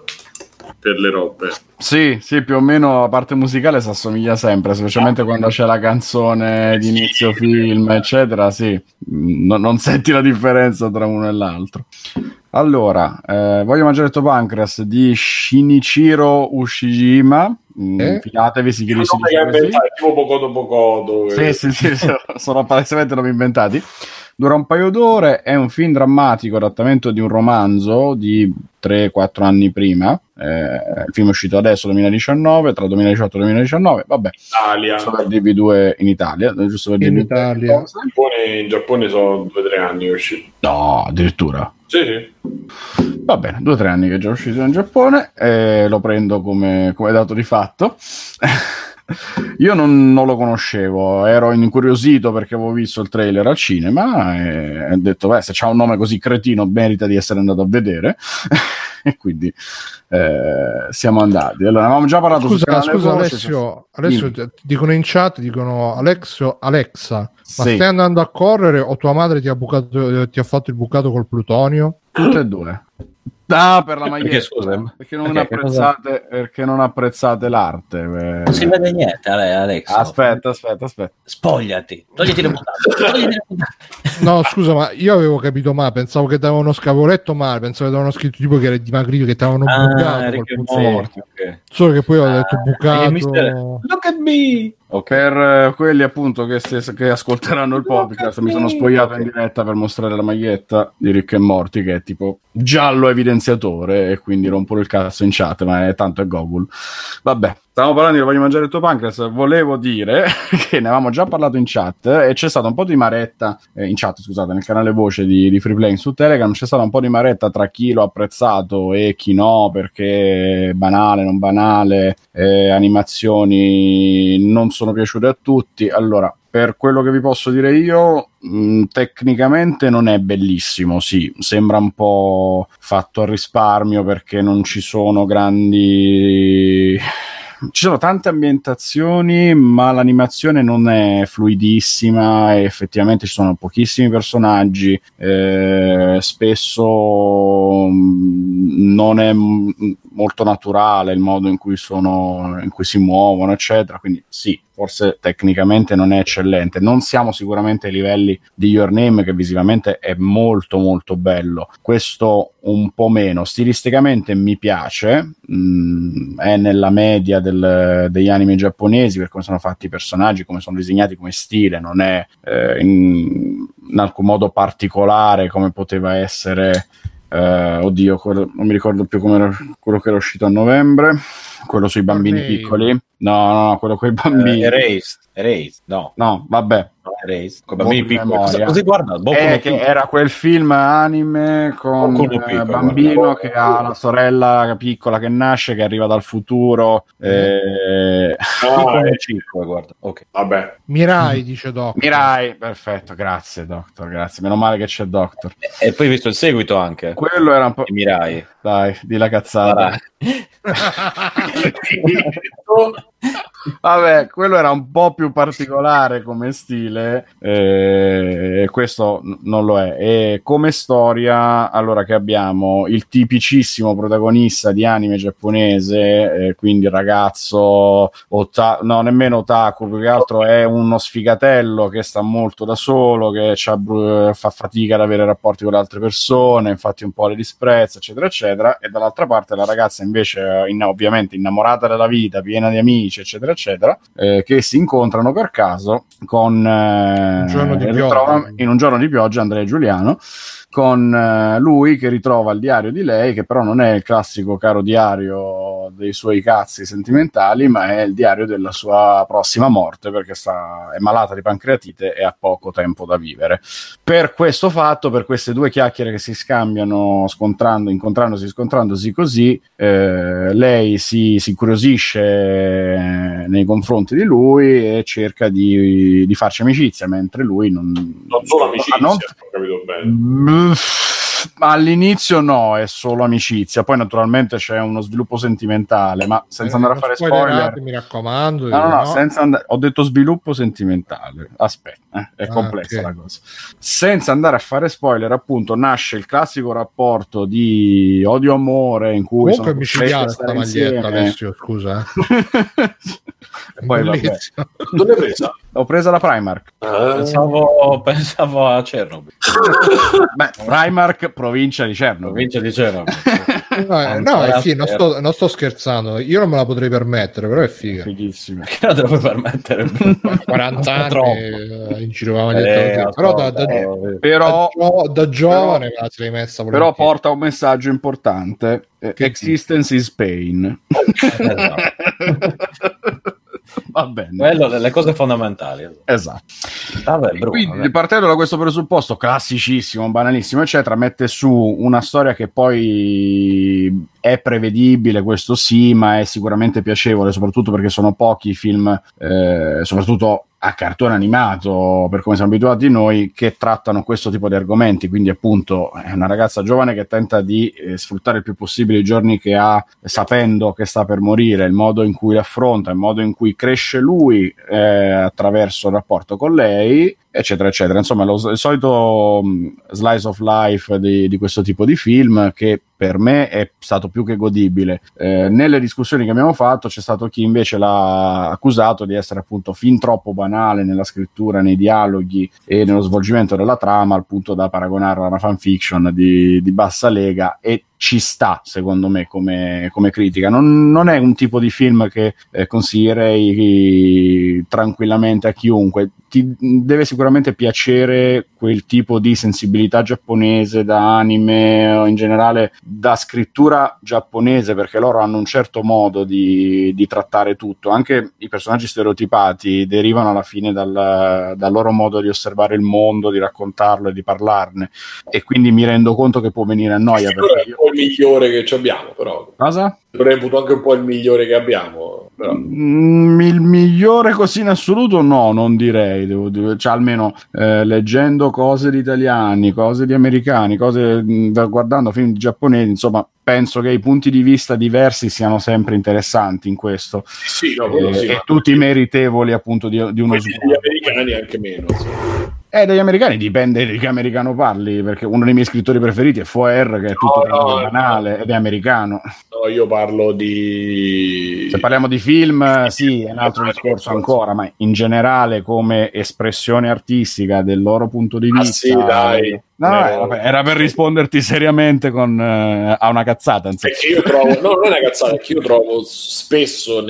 le robe. Sì, più o meno la parte musicale si assomiglia sempre, specialmente quando c'è la canzone di inizio film, eccetera. Sì, non senti la differenza tra uno e l'altro. Allora, voglio mangiare il tuo pancreas di Shinichiro Ushijima. Fidatevi, si dice così. Tipo Pocodo. Sì, sono palesemente nomi inventati. Dura un paio d'ore, è un film drammatico, adattamento di un romanzo di 3-4 anni prima. Il film è uscito adesso, 2019, tra 2018 e 2019. Vabbè, Italia. giusto per dirvi 2 in Italia, giusto per dirvi Italia. In Giappone sono 2-3 anni che è uscito. No, addirittura. Sì. Va bene, 2-3 anni che è già uscito in Giappone, lo prendo come dato di fatto. Io non lo conoscevo, ero incuriosito perché avevo visto il trailer al cinema e ho detto, se c'ha un nome così cretino merita di essere andato a vedere. E quindi siamo andati. Allora, avevamo già parlato scusa Voce, Alessio dicono in chat, Alexa, ma sì. stai andando a correre o tua madre ti ha fatto il bucato col plutonio? Tutte e due. Ah, per la maglietta. Scusa, perché non apprezzate l'arte. Non si vede niente, Alex. Aspetta. Spogliati, togliti le mutande. No, scusa, ma io avevo capito male, pensavo che davano scavoletto male, pensavo che davano scritto tipo che era dimagrito, che ti avevano bucato col plutonio. Okay. Solo che poi ho detto bucato. Look at me. Per quelli appunto che ascolteranno il podcast, mi sono spogliato in diretta per mostrare la maglietta di Rick e Morty, che è tipo giallo evidenziatore, e quindi rompo il cazzo in chat, ma tanto è Google. Vabbè, stavamo parlando di Voglio mangiare il tuo pancreas. Volevo dire che ne avevamo già parlato in chat e c'è stata un po' di maretta in chat, scusate, nel canale Voce di Free Playing su Telegram. C'è stata un po' di maretta tra chi l'ha apprezzato e chi no, perché banale, non banale, animazioni non sono piaciute a tutti. Allora, per quello che vi posso dire io, tecnicamente non è bellissimo, sì, sembra un po' fatto a risparmio perché non ci sono grandi... Ci sono tante ambientazioni, ma l'animazione non è fluidissima e effettivamente ci sono pochissimi personaggi, spesso non è molto naturale il modo in cui si muovono, eccetera, quindi sì, forse tecnicamente non è eccellente. Non siamo sicuramente ai livelli di Your Name, che visivamente è molto molto bello. Questo un po' meno. Stilisticamente mi piace, è nella media degli anime giapponesi per come sono fatti i personaggi, come sono disegnati, come stile. Non è in alcun modo particolare come poteva essere non mi ricordo più come era quello che era uscito a novembre, quello sui bambini piccoli. No, quello con i bambini. Erased, no, vabbè. Erased, con bambini piccoli. Così guarda, che era quel film anime con un bambino che ha la sorella piccola che nasce, che arriva dal futuro. 5, guarda. Ok. Vabbè. Mirai, dice Doctor. Mirai, perfetto, grazie Doctor, grazie. Meno male che c'è Doctor. E poi hai visto il seguito anche. Quello era un po'... Mirai. Dai, di la cazzata. Vabbè, quello era un po' più particolare come stile, questo non lo è. E come storia, allora, che abbiamo il tipicissimo protagonista di anime giapponese, quindi il ragazzo nemmeno otaku, più che altro è uno sfigatello che sta molto da solo, che fa fatica ad avere rapporti con le altre persone, infatti un po' le disprezza, eccetera eccetera. E dall'altra parte la ragazza invece ovviamente innamorata della vita, piena di amici, eccetera eccetera, che si incontrano per caso con in un giorno di pioggia Andrea e Giuliano, con lui che ritrova il diario di lei, che però non è il classico caro diario dei suoi cazzi sentimentali, ma è il diario della sua prossima morte, perché è malata di pancreatite e ha poco tempo da vivere. Per questo fatto, per queste due chiacchiere che si scambiano incontrandosi così, lei si incuriosisce nei confronti di lui e cerca di farci amicizia, mentre lui non solo amicizia, ho capito bene. All'inizio no, è solo amicizia, poi naturalmente c'è uno sviluppo sentimentale, ma senza andare a fare spoiler, mi raccomando. no, ho detto sviluppo sentimentale, aspetta, è complessa la cosa. Senza andare a fare spoiler, appunto, nasce il classico rapporto di odio-amore in cui comunque mi micidiale sta maglietta, Alessio, scusa. Poi dove l'hai presa? L'ho presa da Primark. Pensavo a Chernobyl. Beh, Primark, provincia di Chernobyl. No, sì, non sto scherzando. Io non me la potrei permettere, però è figa. Fighissima. Che la devo permettere? 40 anni in giro maglietta però da giovane me la sarei messa. Però porta un messaggio importante. Existence is pain. Va bene. Quello delle cose fondamentali. Esatto. Vabbè, quindi, partendo da questo presupposto classicissimo, banalissimo, eccetera, mette su una storia che poi è prevedibile, questo sì, ma è sicuramente piacevole, soprattutto perché sono pochi i film, soprattutto a cartone animato, per come siamo abituati noi, che trattano questo tipo di argomenti. Quindi appunto è una ragazza giovane che tenta di sfruttare il più possibile i giorni che ha, sapendo che sta per morire, il modo in cui l'affronta, il modo in cui cresce lui attraverso il rapporto con lei, eccetera eccetera. Insomma, il solito slice of life di questo tipo di film, che per me è stato più che godibile. Nelle discussioni che abbiamo fatto c'è stato chi invece l'ha accusato di essere appunto fin troppo banale nella scrittura, nei dialoghi e nello svolgimento della trama, al punto da paragonarla a una fanfiction di bassa lega, e ci sta, secondo me, come critica. Non è un tipo di film che consiglierei tranquillamente a chiunque. Ti deve sicuramente piacere quel tipo di sensibilità giapponese, da anime o in generale da scrittura giapponese, perché loro hanno un certo modo di trattare tutto. Anche i personaggi stereotipati derivano alla fine dal loro modo di osservare il mondo, di raccontarlo e di parlarne, e quindi mi rendo conto che può venire a noia, perché il migliore che ci abbiamo, però cosa? Reputo anche un po' il migliore che abbiamo, però. Il migliore così in assoluto no, non direi, cioè, almeno leggendo cose di italiani, cose di americani, guardando film giapponesi, insomma, penso che i punti di vista diversi siano sempre interessanti in questo. Sì, e tutti meritevoli appunto di uno sguardo. Gli americani anche meno, insomma. Dagli americani dipende di che americano parli, perché uno dei miei scrittori preferiti è Foer, che è tutto banale ed è americano. No, io parlo di... Se parliamo di film, sì, è un altro discorso ancora, ma in generale come espressione artistica del loro punto di vista... sì, dai. No, era per risponderti seriamente a una cazzata. Perché io trovo... No, non è una cazzata, perché io trovo spesso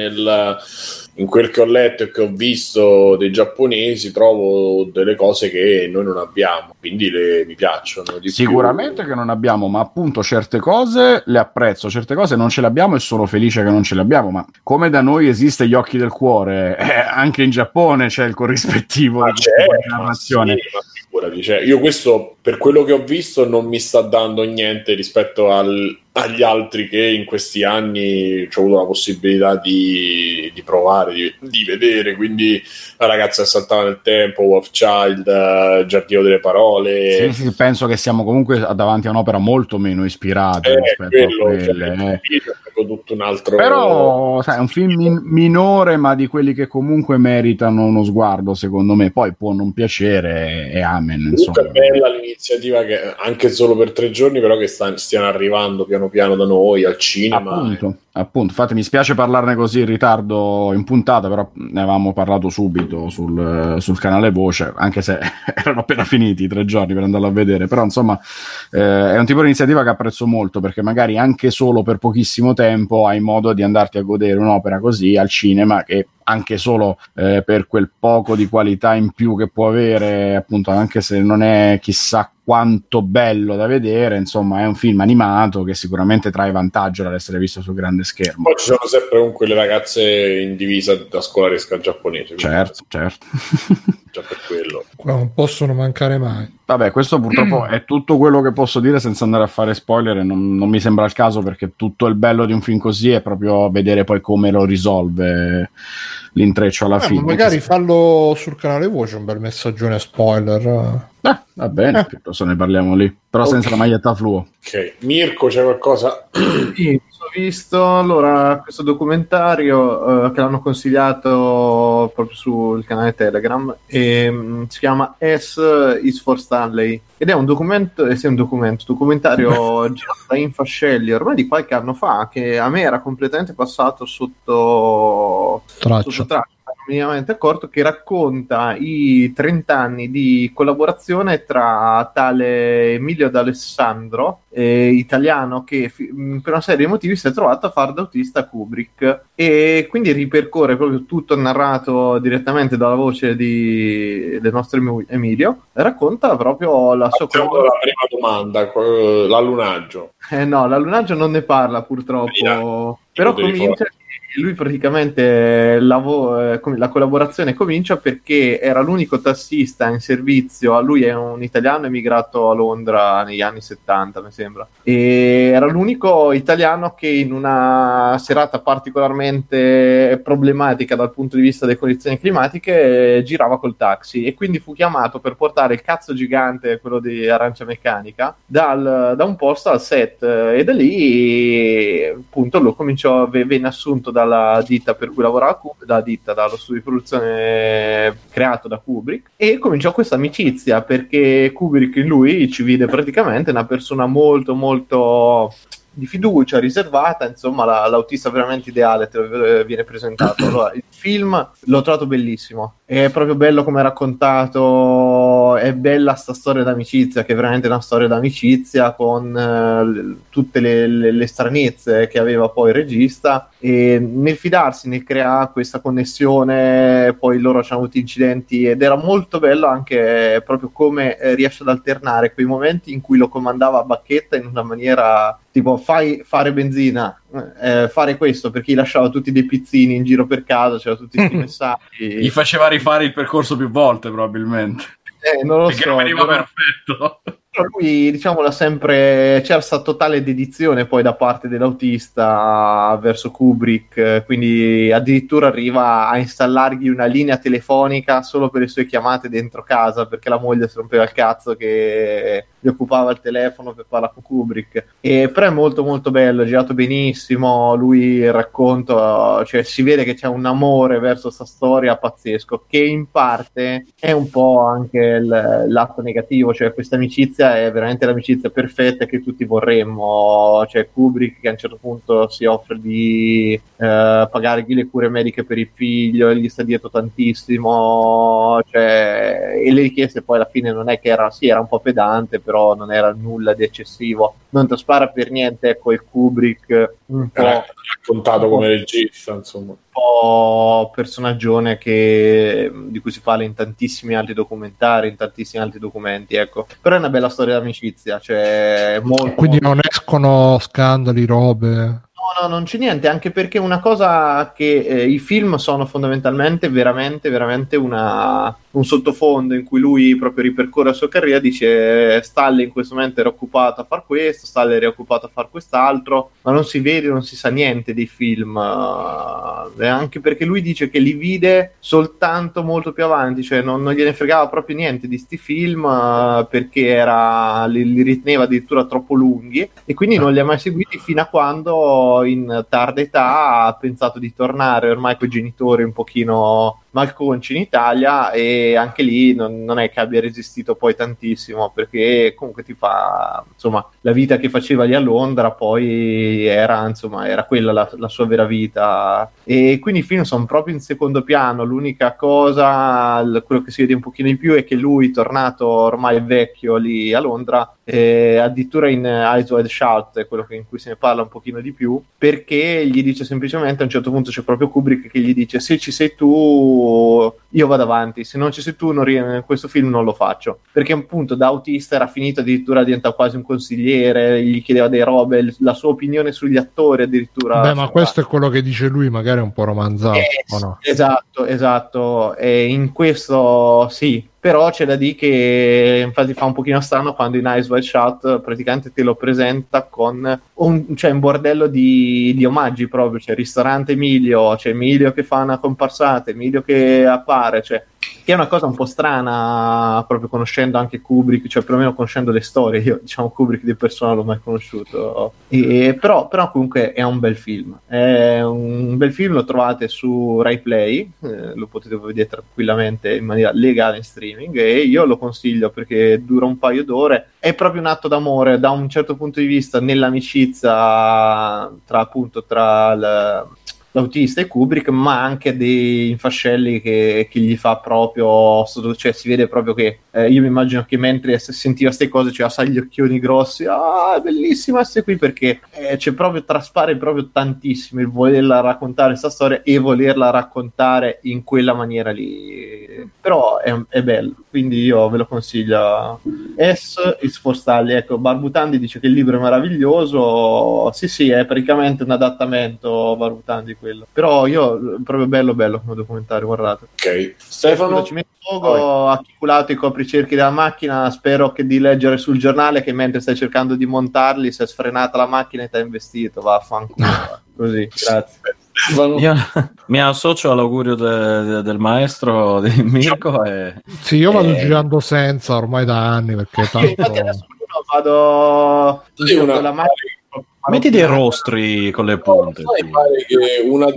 in quel che ho letto e che ho visto dei giapponesi, trovo delle cose che noi non abbiamo, quindi mi piacciono di sicuramente più. Che non abbiamo, ma appunto certe cose le apprezzo, certe cose non ce le abbiamo e sono felice che non ce le abbiamo. Ma come da noi esiste Gli occhi del cuore, anche in Giappone c'è il corrispettivo di narrazione. Cioè, io questo, per quello che ho visto, non mi sta dando niente rispetto agli altri che in questi anni ho avuto la possibilità di provare, di vedere. Quindi La ragazza che saltava nel tempo, Wolf Child, Giardino delle parole. Sì, penso che siamo comunque davanti a un'opera molto meno ispirata rispetto a quelle. Tutto un altro... Però sai, è un film minore, ma di quelli che comunque meritano uno sguardo, secondo me. Poi può non piacere e amen, insomma. È bella l'iniziativa, che anche solo per 3 giorni, però che stiano arrivando piano piano da noi al cinema. Appunto, infatti mi spiace parlarne così in ritardo in puntata, però ne avevamo parlato subito sul canale Voce, anche se erano appena finiti i 3 giorni per andarlo a vedere. Però insomma è un tipo di iniziativa che apprezzo molto, perché magari anche solo per pochissimo tempo hai modo di andarti a godere un'opera così al cinema, che anche solo per quel poco di qualità in più che può avere, appunto, anche se non è chissà quanto bello da vedere, insomma è un film animato che sicuramente trae vantaggio dall'essere visto sul grande schermo. Poi ci sono sempre comunque le ragazze in divisa da scolaresca giapponese. Certo. Già per quello. Qua non possono mancare mai. Vabbè, questo purtroppo è tutto quello che posso dire senza andare a fare spoiler, e non mi sembra il caso, perché tutto il bello di un film così è proprio vedere poi come lo risolve l'intreccio alla fine. Magari fallo sul canale Voce, un bel messaggione spoiler. Va bene, piuttosto ne parliamo lì, però senza la maglietta fluo. Ok, Mirko, c'è qualcosa? Sì, ho visto allora questo documentario che l'hanno consigliato proprio sul canale Telegram, e si chiama S is for Stanley, ed è un documentario girato da Infascelli ormai di qualche anno fa, che a me era completamente passato sotto traccia. Minimamente accorto, che racconta i 30 anni di collaborazione tra tale Emilio D'Alessandro, italiano, che per una serie di motivi si è trovato a fare da autista a Kubrick, e quindi ripercorre proprio tutto narrato direttamente dalla voce del nostro Emilio, e racconta proprio la sua collaborazione. La prima domanda, l'allunaggio. No, l'allunaggio non ne parla purtroppo, però comincia... Lui praticamente la collaborazione comincia perché era l'unico tassista in servizio. Lui è un italiano emigrato a Londra negli anni 70, mi sembra, e era l'unico italiano che in una serata particolarmente problematica dal punto di vista delle condizioni climatiche girava col taxi, e quindi fu chiamato per portare il cazzo gigante, quello di Arancia Meccanica, da un posto al set, e da lì appunto lo cominciò, venne assunto dalla ditta per cui lavorava dallo studio di produzione creato da Kubrick, e cominciò questa amicizia, perché Kubrick in lui ci vide praticamente una persona molto molto di fiducia, riservata, insomma l'autista veramente ideale, viene presentato. Allora, il film l'ho trovato bellissimo, è proprio bello come è raccontato, è bella sta storia d'amicizia, che è veramente una storia d'amicizia con tutte le stranezze che aveva poi il regista, e nel fidarsi, nel creare questa connessione. Poi loro hanno avuto incidenti, ed era molto bello anche proprio come riesce ad alternare quei momenti in cui lo comandava a bacchetta in una maniera tipo fare benzina, fare questo, perché gli lasciava tutti dei pizzini in giro per casa, c'erano tutti questi messaggi. Gli faceva rifare il percorso più volte, probabilmente. Non lo perché so, non veniva perfetto. Lui, diciamo, c'era questa totale dedizione poi da parte dell'autista verso Kubrick, quindi addirittura arriva a installargli una linea telefonica solo per le sue chiamate dentro casa, perché la moglie si rompeva il cazzo che gli occupava il telefono per parlare con Kubrick. Però è molto molto bello, è girato benissimo. Lui, il racconto, cioè si vede che c'è un amore verso sta storia pazzesco, che in parte è un po' anche l'atto negativo, cioè questa amicizia è veramente l'amicizia perfetta che tutti vorremmo. Cioè Kubrick che a un certo punto si offre di pagargli le cure mediche per il figlio, gli sta dietro tantissimo, cioè, e le richieste poi alla fine non è che era un po' pedante, però non era nulla di eccessivo, non ti spara per niente, ecco, il Kubrick un po' raccontato come regista, insomma, un po' personaggione di cui si parla in tantissimi altri documentari, in tantissimi altri documenti, ecco. Però è una bella storia d'amicizia, cioè molto, quindi molto... non escono scandali, robe. No, non c'è niente, anche perché una cosa che i film sono fondamentalmente veramente un sottofondo in cui lui proprio ripercorre la sua carriera. Dice Stanley in questo momento era occupato a far questo, Stanley era occupato a far quest'altro, ma non si vede, non si sa niente dei film, anche perché lui dice che li vide soltanto molto più avanti, cioè non gliene fregava proprio niente di sti film, perché li riteneva addirittura troppo lunghi, e quindi non li ha mai seguiti fino a quando in tarda età ha pensato di tornare ormai con i genitori un pochino malconci in Italia, e anche lì non è che abbia resistito poi tantissimo, perché comunque insomma, la vita che faceva lì a Londra poi era quella la sua vera vita, e quindi i film sono proprio in secondo piano. L'unica cosa, quello che si vede un pochino di più, è che lui, tornato ormai vecchio lì a Londra, addirittura in Eyes Wide Shut è quello in cui se ne parla un pochino di più, perché gli dice semplicemente, a un certo punto c'è proprio Kubrick che gli dice: se ci sei tu io vado avanti, se non ci sei tu questo film non lo faccio, perché appunto da autista era finito, addirittura diventa quasi un consigliere, gli chiedeva delle robe, la sua opinione sugli attori addirittura. Beh, ma questo è quello che dice lui, magari è un po' romanzato, o no? Esatto, e in questo sì, però c'è da dire che infatti fa un pochino strano quando in Eyes Wide Shut praticamente te lo presenta con un bordello di omaggi proprio, c'è il ristorante Emilio, c'è Emilio che fa una comparsata, Emilio che appare, cioè, che è una cosa un po' strana proprio conoscendo anche Kubrick, cioè perlomeno conoscendo le storie. Io diciamo Kubrick di persona l'ho mai conosciuto, però comunque è un bel film, lo trovate su Rai Play, lo potete vedere tranquillamente in maniera legale in streaming, e io lo consiglio perché dura un paio d'ore, è proprio un atto d'amore da un certo punto di vista nell'amicizia tra l'autista e Kubrick, ma anche dei infascelli che gli fa proprio, cioè si vede proprio che io mi immagino che mentre sentiva queste cose c'era gli occhioni grossi, è bellissima questa qui, perché c'è proprio, traspare proprio tantissimo il volerla raccontare questa storia e volerla raccontare in quella maniera lì, però è bello, quindi io ve lo consiglio. Is for Stanley, ecco, Barbutandi dice che il libro è meraviglioso, sì, è praticamente un adattamento Barbutandi quello, però io proprio bello come documentario, guardate. Ok, Stefano? Ci metto poco articolato i copricerchi della macchina, spero che di leggere sul giornale che mentre stai cercando di montarli si è sfrenata la macchina e ti ha investito, vaffanculo. Così, grazie. Io mi associo all'augurio del maestro di Mirko sì, io vado girando senza ormai da anni, perché tanto infatti adesso vado con la macchina. Metti dei rostri con le punte. Mi pare che una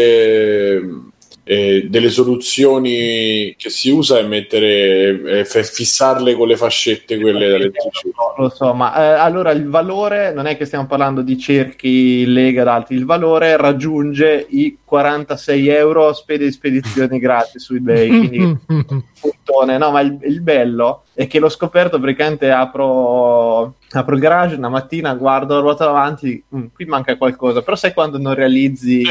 delle soluzioni che si usa è mettere fissarle con le fascette, quelle da lettrici. Lo so, ma allora il valore non è che stiamo parlando di cerchi, lega ed altri, il valore raggiunge i 46 euro spedizioni gratis su eBay, quindi puttone. No, ma il bello è che l'ho scoperto praticamente apro il garage una mattina, guardo la ruota davanti, qui manca qualcosa, però sai quando non realizzi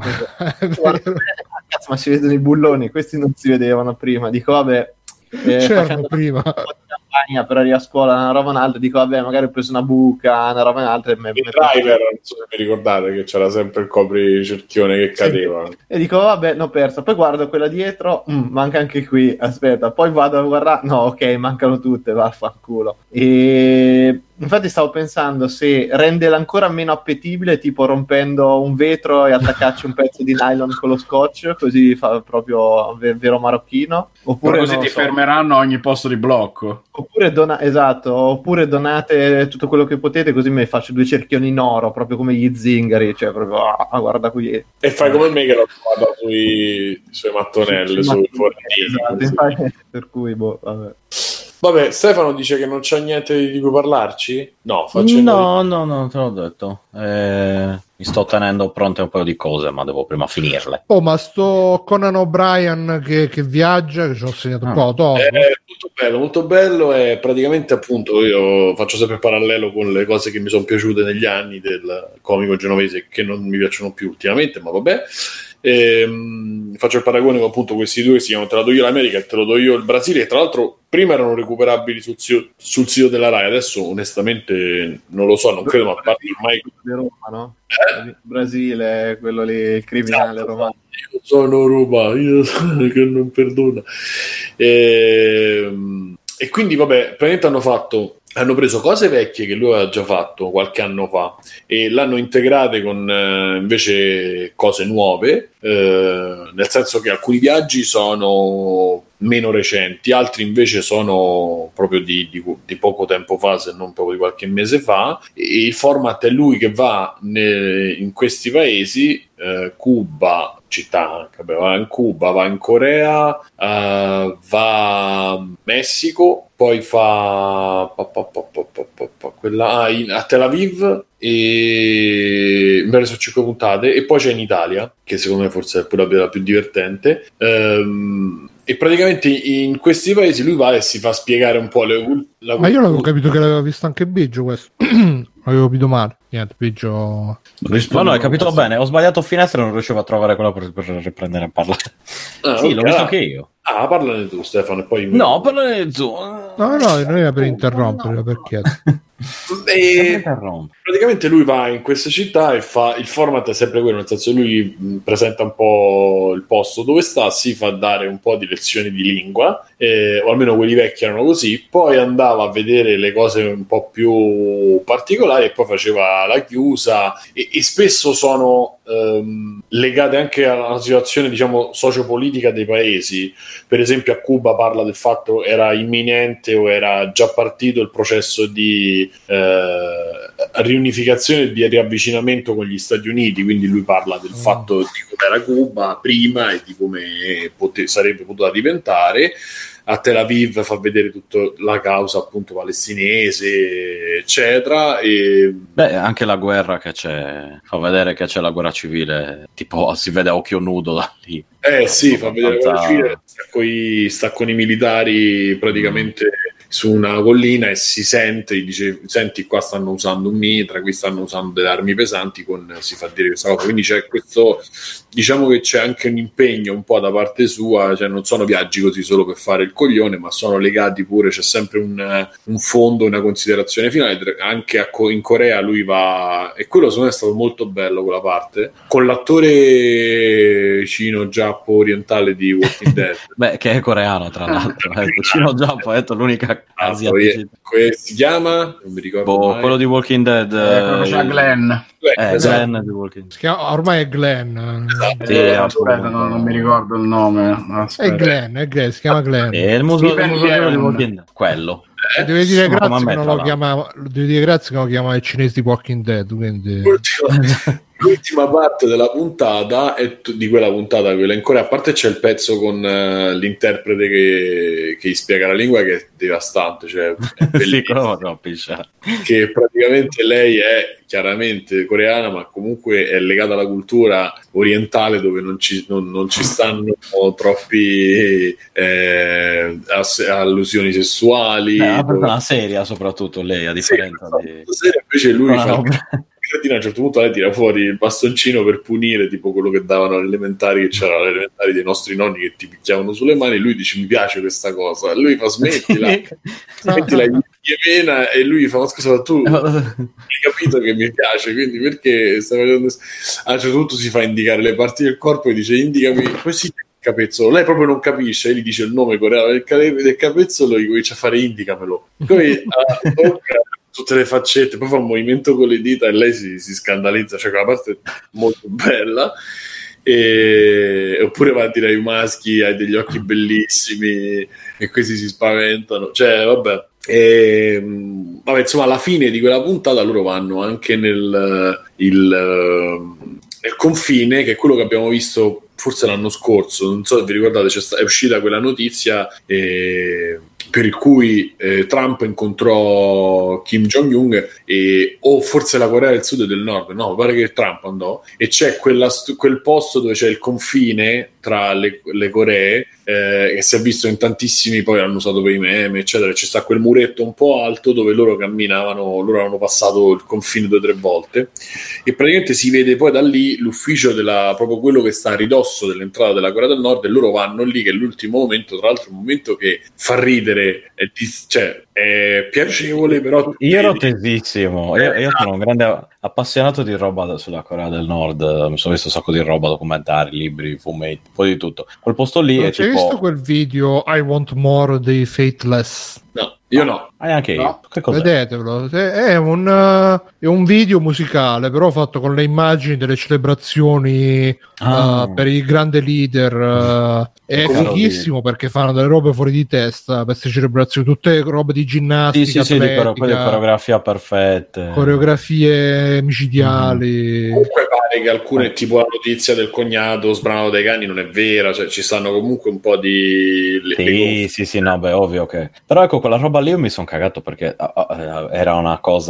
cazzo, ma si vedono i bulloni, questi non si vedevano prima, dico vabbè, c'erano prima per arrivare a scuola una roba un'altra, dico vabbè, magari ho preso una buca, una roba un'altra e il driver, non so se vi ricordate che c'era sempre il copricerchione che cadeva, e dico vabbè, l'ho persa, poi guardo quella dietro, manca anche qui, aspetta, poi vado a guardare, no, ok, mancano tutte, vaffanculo. E infatti stavo pensando se renderla ancora meno appetibile, tipo rompendo un vetro e attaccarci un pezzo di nylon con lo scotch, così fa proprio vero marocchino, oppure così ti fermeranno a ogni posto di blocco, oppure oppure donate tutto quello che potete, così mi faccio 2 cerchioni in oro, proprio come gli zingari, cioè proprio guarda qui, e fai come me che l'ho trovata sui mattonelli, sui fornini, esatto, per cui vabbè. Vabbè, Stefano dice che non c'è niente di cui parlarci? No, no, te l'ho detto. Mi sto tenendo pronte un paio di cose, ma devo prima finirle. Oh, ma sto Conan O'Brien che viaggia, che ci ho segnato qua, molto bello, e praticamente appunto io faccio sempre parallelo con le cose che mi sono piaciute negli anni del comico genovese, che non mi piacciono più ultimamente, ma vabbè. Faccio il paragone con appunto questi due che si chiamano Te la do io l'America e Te lo do io il Brasile, che tra l'altro prima erano recuperabili sul sito della Rai, adesso onestamente non lo so, non credo, ma a parte ormai di Roma, no? Brasile, quello lì, il criminale romano. Io sono Roma, io sono che non perdona, e quindi vabbè, praticamente hanno preso cose vecchie che lui aveva già fatto qualche anno fa e l'hanno integrate con invece cose nuove, nel senso che alcuni viaggi sono meno recenti, altri invece sono proprio di poco tempo fa, se non proprio di qualche mese fa, e il format è lui che va in questi paesi, Cuba, città, va in Cuba, va in Corea, va a Messico, poi fa quella a Tel Aviv, e me ne sono 5 puntate, e poi c'è in Italia, che secondo me forse è pure la più divertente, E praticamente in questi paesi lui va e si fa spiegare un po' la Ma io l'avevo capito che l'aveva visto anche Biggio questo. Avevo capito male. Niente, Biggio. No, hai capito bene. Ho sbagliato finestra e non riuscivo a trovare quella per riprendere a parlare. Ah, sì, okay. l'ho visto anche io. Ah, parlane tu, Stefano, e poi... No, parlane tu. No, non era per interrompere, perché... E praticamente lui va in questa città e fa il format è sempre quello, nel senso lui presenta un po' il posto dove sta, si fa dare un po' di lezioni di lingua, o almeno quelli vecchi erano così, poi andava a vedere le cose un po' più particolari e poi faceva la chiusa e spesso sono legate anche alla situazione, diciamo, sociopolitica dei paesi. Per esempio a Cuba parla del fatto era imminente o era già partito il processo di riunificazione e di riavvicinamento con gli Stati Uniti, quindi lui parla del fatto di come era Cuba prima e di come sarebbe potuta diventare. A Tel Aviv fa vedere tutta la causa appunto palestinese, eccetera. E... Beh, anche la guerra che c'è, fa vedere che c'è la guerra civile, tipo si vede a occhio nudo da lì. Sì, fa vedere la guerra civile, sta con i militari praticamente su una collina e si sente, dice, senti qua stanno usando un mitra, qui stanno usando delle armi pesanti, si fa dire questa cosa, quindi c'è questo, diciamo che c'è anche un impegno un po' da parte sua, cioè non sono viaggi così solo per fare il coglione, ma sono legati pure, c'è sempre un fondo, una considerazione finale. Anche in Corea lui va, e quello secondo me è stato molto bello quella parte, con l'attore cino-giappo orientale di Walking Dead. Beh, che è coreano tra l'altro, cino-giappo, ha detto l'unica si chiama? Non mi ricordo quello di Walking Dead, c'è Glenn. Glenn di Walking Dead. Ormai è Glenn. Non mi ricordo il nome. È Glenn, si chiama Glenn. È il museo di Walking Dead, quello. Devi dire grazie che non lo chiama, devi dire grazie che non lo chiama il cinese di Walking Dead, quindi... L'ultima parte della puntata è di quella puntata, quella in Corea, a parte c'è il pezzo con l'interprete che gli spiega la lingua, che è devastante, cioè è bellissimo. Che praticamente lei è chiaramente coreana, ma comunque è legata alla cultura orientale, dove non ci stanno troppi allusioni sessuali. È una seria, soprattutto lei, a differenza di... Seria, invece lui fa... A un certo punto lei tira fuori il bastoncino per punire, tipo quello che davano alle elementari, che c'era alle elementari dei nostri nonni che ti picchiavano sulle mani. Lui dice mi piace questa cosa, e lui fa smettila gli pena, e lui fa ma scusa, tu hai capito che mi piace, quindi perché stai facendo... A un certo punto si fa indicare le parti del corpo e dice indicami così capezzolo. Lei proprio non capisce, gli dice il nome coreano del capezzolo, gli comincia a fare indicamelo, poi tutte le faccette, poi fa un movimento con le dita e lei si scandalizza, cioè quella parte è molto bella. Oppure va a dire ai maschi hai degli occhi bellissimi e questi si spaventano, cioè vabbè. Insomma, alla fine di quella puntata loro vanno anche nel confine, che è quello che abbiamo visto forse l'anno scorso, non so se vi ricordate, è uscita quella notizia per cui Trump incontrò Kim Jong-un o forse la Corea del Sud e del Nord, no, mi pare che Trump andò, e c'è quel posto dove c'è il confine tra le Coree, che si è visto in tantissimi, poi hanno usato per i meme eccetera, c'è sta quel muretto un po' alto dove loro camminavano, loro hanno passato il confine 2 o 3 volte, e praticamente si vede poi da lì l'ufficio proprio quello che sta a ridosso dell'entrata della Corea del Nord, e loro vanno lì, che è l'ultimo momento, tra l'altro un momento che fa ridere, è piacevole, però io ero tesissimo, io sono un grande appassionato di roba sulla Corea del Nord, mi sono visto un sacco di roba, documentari, libri, fumetti, un po' di tutto. Quel posto lì è tipo... Hai visto quel video I Want More dei Fateless? No, io no. Anche io. Che cos'è? Vedetevelo, è un video musicale, però fatto con le immagini delle celebrazioni per il grande leader. È fighissimo perché fanno delle robe fuori di testa per queste celebrazioni, tutte robe di ginnastica, sì, coreografia perfette, coreografie micidiali. Comunque pare che alcune, tipo la notizia del cognato sbranato dai cani, non è vera, cioè ci stanno comunque un po' di... Sì, no, beh, ovvio che... Però ecco, quella roba lì io mi sono cagato perché era una cosa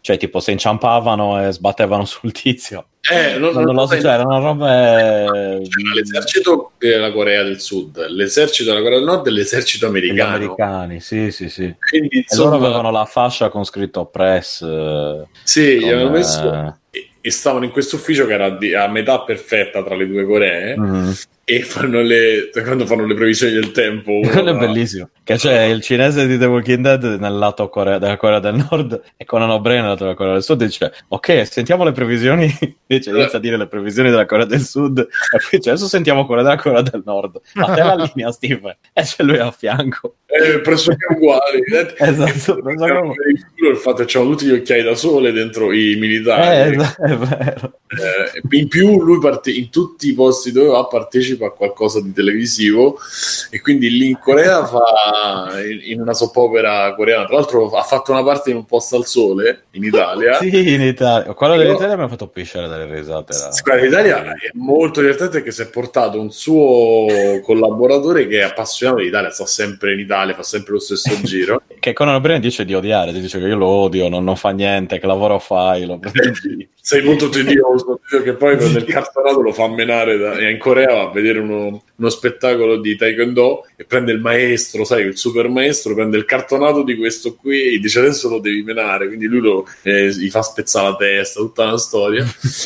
cioè tipo se inciampavano e sbattevano sul tizio. Non lo so, cioè, erano robe... l'esercito della Corea del Sud, l'esercito della Corea del Nord e l'esercito americano. Gli americani, sì. Quindi, e loro avevano la fascia con scritto press. Sì, gli avevano messo... E stavano in questo ufficio che era a metà perfetta tra le due Coree. E quando fanno le previsioni del tempo, quello è bellissimo, che c'è il cinese di The Walking Dead nel lato della Corea del Nord e Conan O'Brien nel lato della Corea del Sud, dice ok, sentiamo le previsioni, inizia a dire le previsioni della Corea del Sud e poi dice adesso sentiamo quelle della Corea del Nord, a te la linea Steve, e c'è lui a fianco pressoché uguali. Esatto, il fatto che c'erano tutti gli occhiali da sole dentro i militari, è vero. In più lui in tutti i posti dove va partecipa a qualcosa di televisivo, e quindi lì in Corea fa in una soap opera coreana, tra l'altro ha fatto una parte in Un posto al sole in Italia. Sì, in Italia, quello dell'Italia mi ha fatto pisciare dalle risate. Quello dell'Italia è molto divertente perché si è portato un suo collaboratore che è appassionato dell'Italia, sta sempre in Italia, fa sempre lo stesso giro, che Conan O'Brien dice di odiare, dice che io lo odio, non fa niente, che lavoro fai, lo sei molto tedioso, che poi prende il cartonato, lo fa menare in Corea, va a vedere uno spettacolo di Taekwondo e prende il maestro, sai, il super maestro, prende il cartonato di questo qui e dice adesso lo devi menare, quindi lui gli fa spezzare la testa, tutta una storia.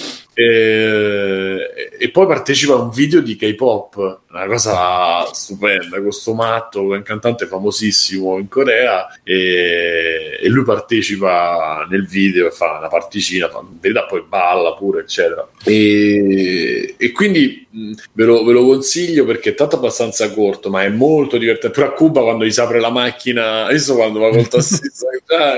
E poi partecipa a un video di K-pop, una cosa stupenda, con sto matto, un cantante famosissimo in Corea, e lui partecipa nel video e fa una particina, in verità poi balla pure, eccetera, e quindi ve lo consiglio perché è tanto abbastanza corto, ma è molto divertente. Pure a Cuba quando gli si apre la macchina, adesso quando va col tassista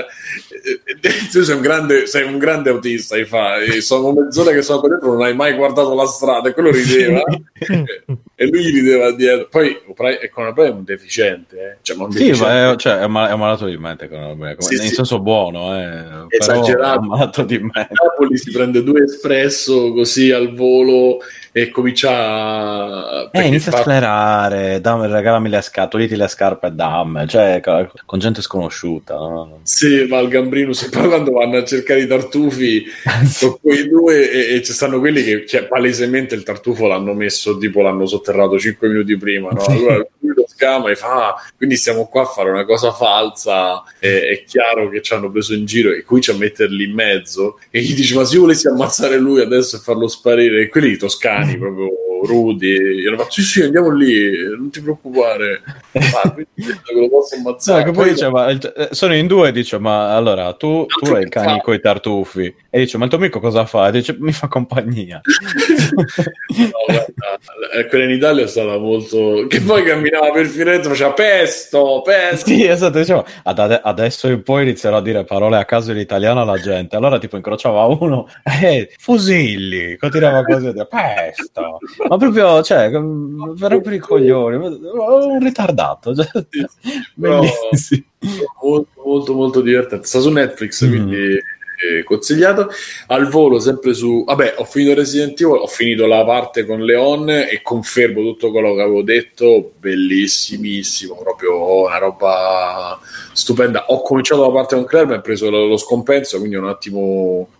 tu sei un grande autista, e sono mezz'ora che sono per dentro, non hai mai guardato la strada, e quello rideva e lui gli rideva dietro. Poi Conan O'Brien è un deficiente, cioè, ma un deficiente. È malato di mente, in senso buono, esagerato, però è malato di mente. Napoli si prende 2 espresso così al volo e comincia inizia a sclerare, regalami le scarpe, togliti le scarpe e damme, cioè con gente sconosciuta, no? Sì, va al Gambrinus, e poi quando vanno a cercare i tartufi con quei due e ci stanno quelli che palesemente il tartufo l'hanno messo, tipo l'hanno sotterrato 5 minuti prima, no? Allora lui lo scama e fa quindi stiamo qua a fare una cosa falsa, è chiaro che ci hanno preso in giro, e qui c'è a metterli in mezzo, e gli dice ma se io volessi ammazzare lui adesso e farlo sparire, e quelli toscani proprio rudi, io faccio sì andiamo lì, non ti preoccupare, lo posso ammazzare. No, poi dice, sono in 2, dice ma allora tu hai il cani coi tartufi, e dice ma il tuo amico cosa fa? E dice mi fa compagnia. No, guarda, quella in Italia è stata molto, che poi camminava per Firenze, faceva pesto. Sì, esatto, diciamo adesso in poi inizierò a dire parole a caso in italiano alla gente, allora tipo incrociava uno fusilli, continuava così a dire pesto, ma proprio, cioè, per i coglioni, un ritardato, cioè, bellissimo. Molto, molto, molto divertente. Sta su Netflix, quindi consigliato. Al volo, sempre su... Vabbè, ho finito Resident Evil, ho finito la parte con Leon e confermo tutto quello che avevo detto, bellissimissimo, proprio una roba stupenda. Ho cominciato la parte con Claire, mi ha preso lo scompenso, quindi ho un attimo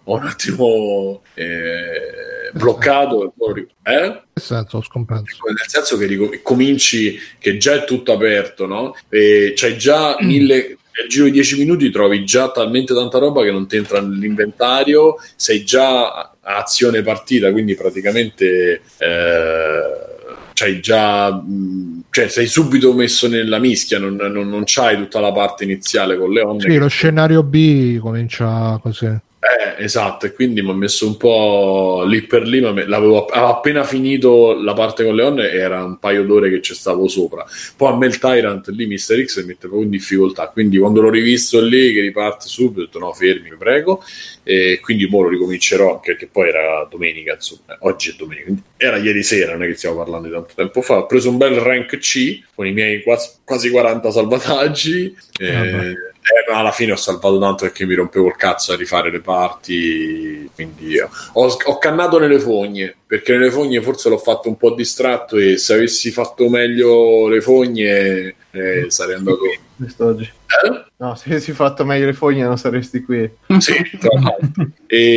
bloccato. Nel senso, scompenso. Nel senso che cominci, che già è tutto aperto, no? E c'hai già 1000... Nel giro di 10 minuti trovi già talmente tanta roba che non ti entra nell'inventario, sei già a azione partita, quindi praticamente c'hai già, cioè sei subito messo nella mischia, non c'hai tutta la parte iniziale con Leon. Sì, lo scenario B comincia così. Esatto, e quindi mi ha messo un po' lì per lì, ma avevo appena finito la parte con Leon e era un paio d'ore che ci stavo sopra. Poi a me il Tyrant lì, Mr. X, mi mette proprio in difficoltà, quindi quando l'ho rivisto lì che riparte subito ho detto no, fermi, vi prego, e quindi mo lo ricomincerò, anche perché poi era domenica, insomma, oggi è domenica, quindi era ieri sera, non è che stiamo parlando di tanto tempo fa. Ho preso un bel rank C con i miei quasi 40 salvataggi, alla fine ho salvato tanto perché mi rompevo il cazzo a rifare le parti, quindi ho cannato nelle fogne, perché nelle fogne forse l'ho fatto un po' distratto, e se avessi fatto meglio le fogne sarei andato quest'oggi. No, se avessi fatto meglio le fogne non saresti qui. Sì, tra l'altro.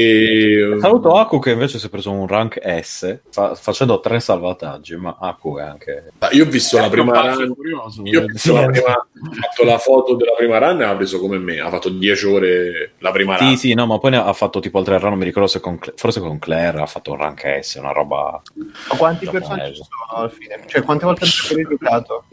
E saluto Aku che invece si è preso un rank S facendo 3 salvataggi, ma Aku è anche... Io ho visto la prima run, io ho visto la prima, ho fatto la foto della prima run e ha preso come me, ha fatto 10 ore la prima run. Sì, no, ma poi ha fatto tipo altre run, non mi ricordo se forse con Claire ha fatto un rank S, una roba... Ma quanti personaggi sono alla fine? Cioè, quante volte hai giocato?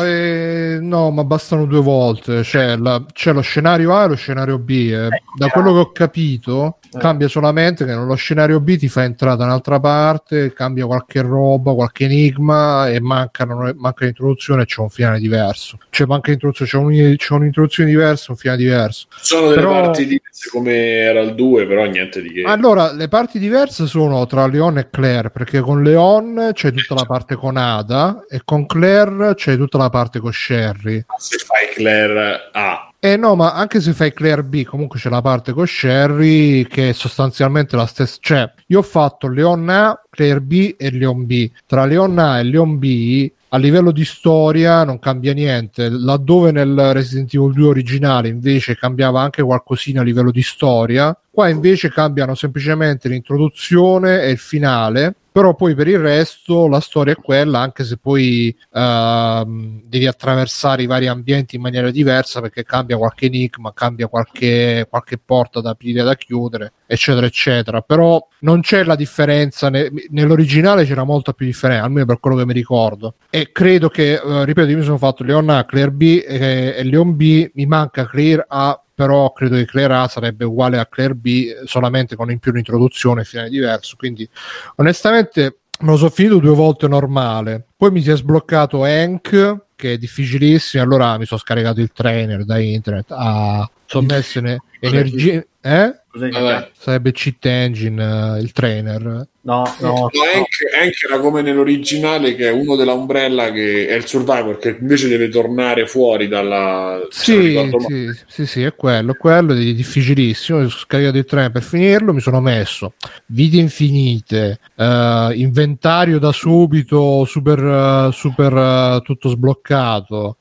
No, ma bastano 2 volte. C'è lo scenario A e lo scenario B. Da quello che ho capito, cambia solamente che nello scenario B ti fa entrare da un'altra parte, cambia qualche roba, qualche enigma e manca l'introduzione e c'è un finale diverso. Cioè manca l'introduzione, c'è un'introduzione diversa, un finale diverso. Sono delle parti diverse come era il 2, però niente di che. Allora, le parti diverse sono tra Leon e Claire, perché con Leon c'è tutta la parte con Ada e con Claire c'è tutta la parte con Sherry. Se fai Claire A. No, ma anche se fai Claire B, comunque c'è la parte con Sherry che è sostanzialmente la stessa. Cioè, io ho fatto Leon A, Claire B e Leon B. Tra Leon A e Leon B, a livello di storia non cambia niente. Laddove nel Resident Evil 2 originale invece cambiava anche qualcosina a livello di storia, qua invece cambiano semplicemente l'introduzione e il finale. Però poi per il resto la storia è quella, anche se poi devi attraversare i vari ambienti in maniera diversa perché cambia qualche enigma, cambia qualche porta da aprire e da chiudere, eccetera eccetera. Però non c'è la differenza, nell'originale c'era molta più differenza, almeno per quello che mi ricordo. E credo che, ripeto, io mi sono fatto Leon A, Claire B e Leon B, mi manca Claire A, però credo che Claire A sarebbe uguale a Claire B, solamente con in più un'introduzione e finale diverso. Quindi onestamente me lo sono finito 2 volte normale, poi mi si è sbloccato Hank che è difficilissimo, allora mi sono scaricato il trainer da internet, sono messe energie, sarebbe Cheat Engine, il trainer. No. Hank era come nell'originale, che è uno della Umbrella, che è il Survivor, che invece deve tornare fuori dalla... Sì, è quello è difficilissimo. Mi sono scaricato il treno per finirlo, mi sono messo vite infinite, inventario da subito, super tutto sbloccato,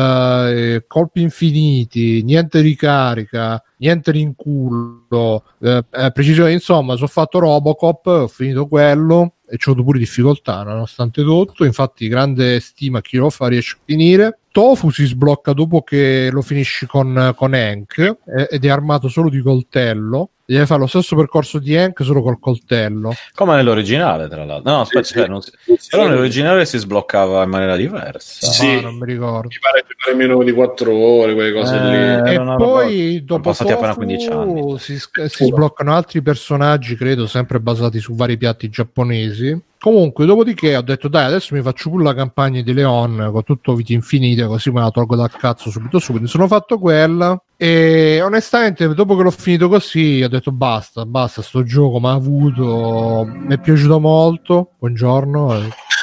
colpi infiniti, niente ricarica, niente rinculo, precisione, insomma, sono fatto Robocop, ho finito quello e c'ho pure difficoltà nonostante tutto. Infatti grande stima a chi lo fa, riesce a finire. Tofu si sblocca dopo che lo finisci con Hank ed è armato solo di coltello. Deve fare lo stesso percorso di Hank solo col coltello, come nell'originale, tra l'altro. No, aspetta, però nell'originale si sbloccava in maniera diversa. Sì, non mi ricordo. Mi pare meno di 4 ore, quelle cose lì. E poi dopo passati appena 15 anni. Si sbloccano altri personaggi, credo sempre basati su vari piatti giapponesi. Comunque, dopodiché ho detto dai, adesso mi faccio pure la campagna di Leon con tutto vite infinite, così me la tolgo dal cazzo subito. Mi sono fatto quella e onestamente dopo che l'ho finito così ho detto basta, sto gioco mi ha avuto, mi è piaciuto molto. Buongiorno.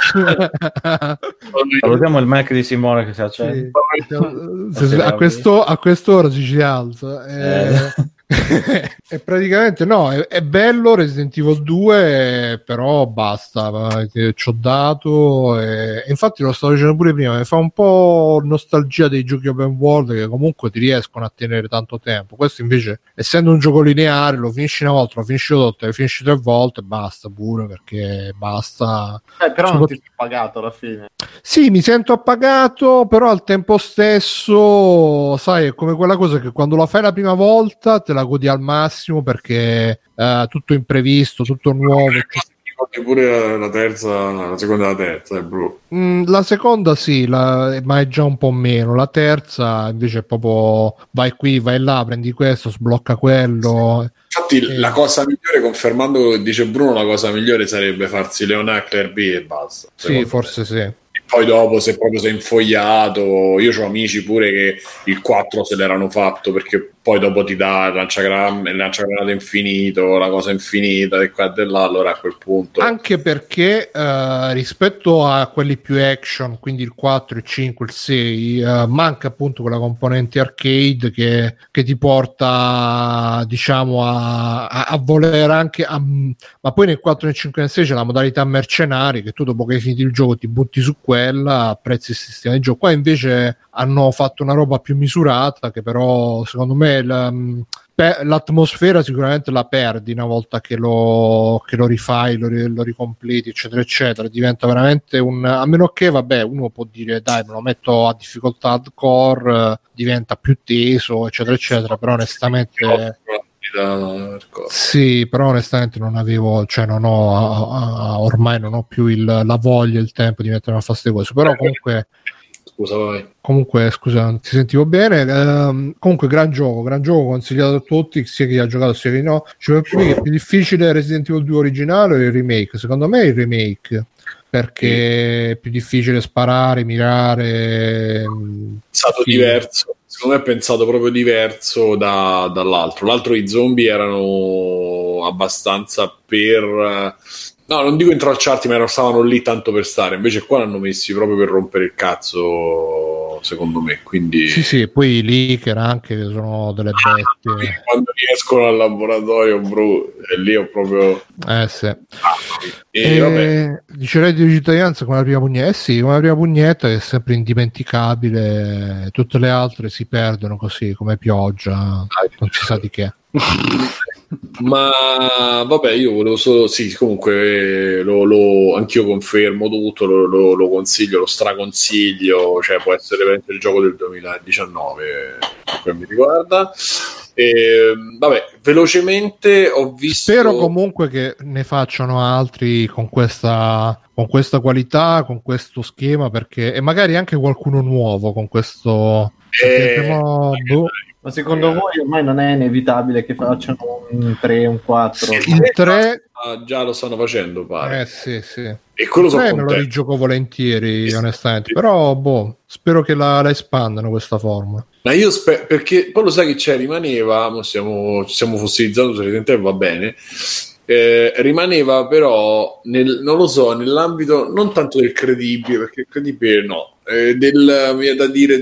Salutiamo il Mac di Simone che si accende. Sì. A quest'ora si alza. E praticamente no, è bello Resident Evil 2, però basta, ci ho dato e infatti lo stavo dicendo pure prima, mi fa un po' nostalgia dei giochi open world che comunque ti riescono a tenere tanto tempo. Questo invece, essendo un gioco lineare, lo finisci una volta, lo finisci 2 volte, lo finisci 3 volte, basta pure, perché basta. Però non ti sei pagato alla fine. Sì, mi sento appagato, però al tempo stesso, sai, è come quella cosa che quando la fai la prima volta te la godi al massimo perché tutto imprevisto, tutto nuovo. Pure la seconda e la terza è blu. La seconda sì, ma è già un po' meno. La terza invece è proprio vai qui, vai là, prendi questo, sblocca quello. Infatti la cosa migliore, confermando quello che dice Bruno, la cosa migliore sarebbe farsi Leonard, Claire B e basta. Sì, forse sì. Poi dopo, se proprio sei infogliato, io ho amici pure che il 4 se l'erano fatto perché poi dopo ti dà il lanciagranate infinito, la cosa infinita di qua e di là, allora a quel punto... Anche perché rispetto a quelli più action, quindi il 4, il 5, il 6, manca appunto quella componente arcade che ti porta, diciamo, a volere anche... ma poi nel 4, nel 5 e nel 6 c'è la modalità mercenari, che tu dopo che hai finito il gioco ti butti su quella, apprezzi il sistema di gioco. Qua invece hanno fatto una roba più misurata, che però secondo me l'atmosfera sicuramente la perdi una volta che lo rifai, lo ricompleti, eccetera eccetera. Diventa veramente a meno che, vabbè, uno può dire dai, me lo metto a difficoltà hardcore, diventa più teso, eccetera eccetera, però onestamente sì, però onestamente non avevo, cioè non ho ormai non ho più la voglia e il tempo di mettermi a fare queste cose, però comunque scusa, vai. Comunque, scusa, non ti sentivo bene. Comunque, gran gioco consigliato a tutti, sia chi ha giocato sia chi no. Cioè, per me è più difficile Resident Evil 2 originale o il remake? Secondo me è il remake, perché è più difficile sparare, mirare. È stato diverso. Secondo me è pensato proprio diverso dall'altro. L'altro, i zombie erano abbastanza per... No, non dico intralciarti, ma stavano lì tanto per stare. Invece qua l'hanno messi proprio per rompere il cazzo, secondo me. Quindi... Sì, poi i leaker anche, che sono delle bestie. Quando riescono al laboratorio, bro, e lì ho proprio... sì. Dice reddito di cittadinanza come la prima pugnetta. Sì, come la prima pugnetta, che è sempre indimenticabile. Tutte le altre si perdono così, come pioggia. Non si sa di che. Ma vabbè, io volevo solo comunque anch'io confermo tutto, lo consiglio, lo straconsiglio, cioè può essere veramente il gioco del 2019 per mi riguarda. Vabbè, velocemente ho visto, spero comunque che ne facciano altri con questa qualità, con questo schema, perché e magari anche qualcuno nuovo con questo Ma secondo voi ormai non è inevitabile che facciano un 3, un 4? Il 3 già lo stanno facendo, pare. Sì. E quello me lo rigioco volentieri, onestamente. Però spero che la espandano questa forma. Ma io perché poi lo sai che c'è, rimaneva, ci stiamo fossilizzando su Resident Evil, va bene. Rimaneva però non lo so, nell'ambito non tanto del credibile, perché il credibile no, mi è da dire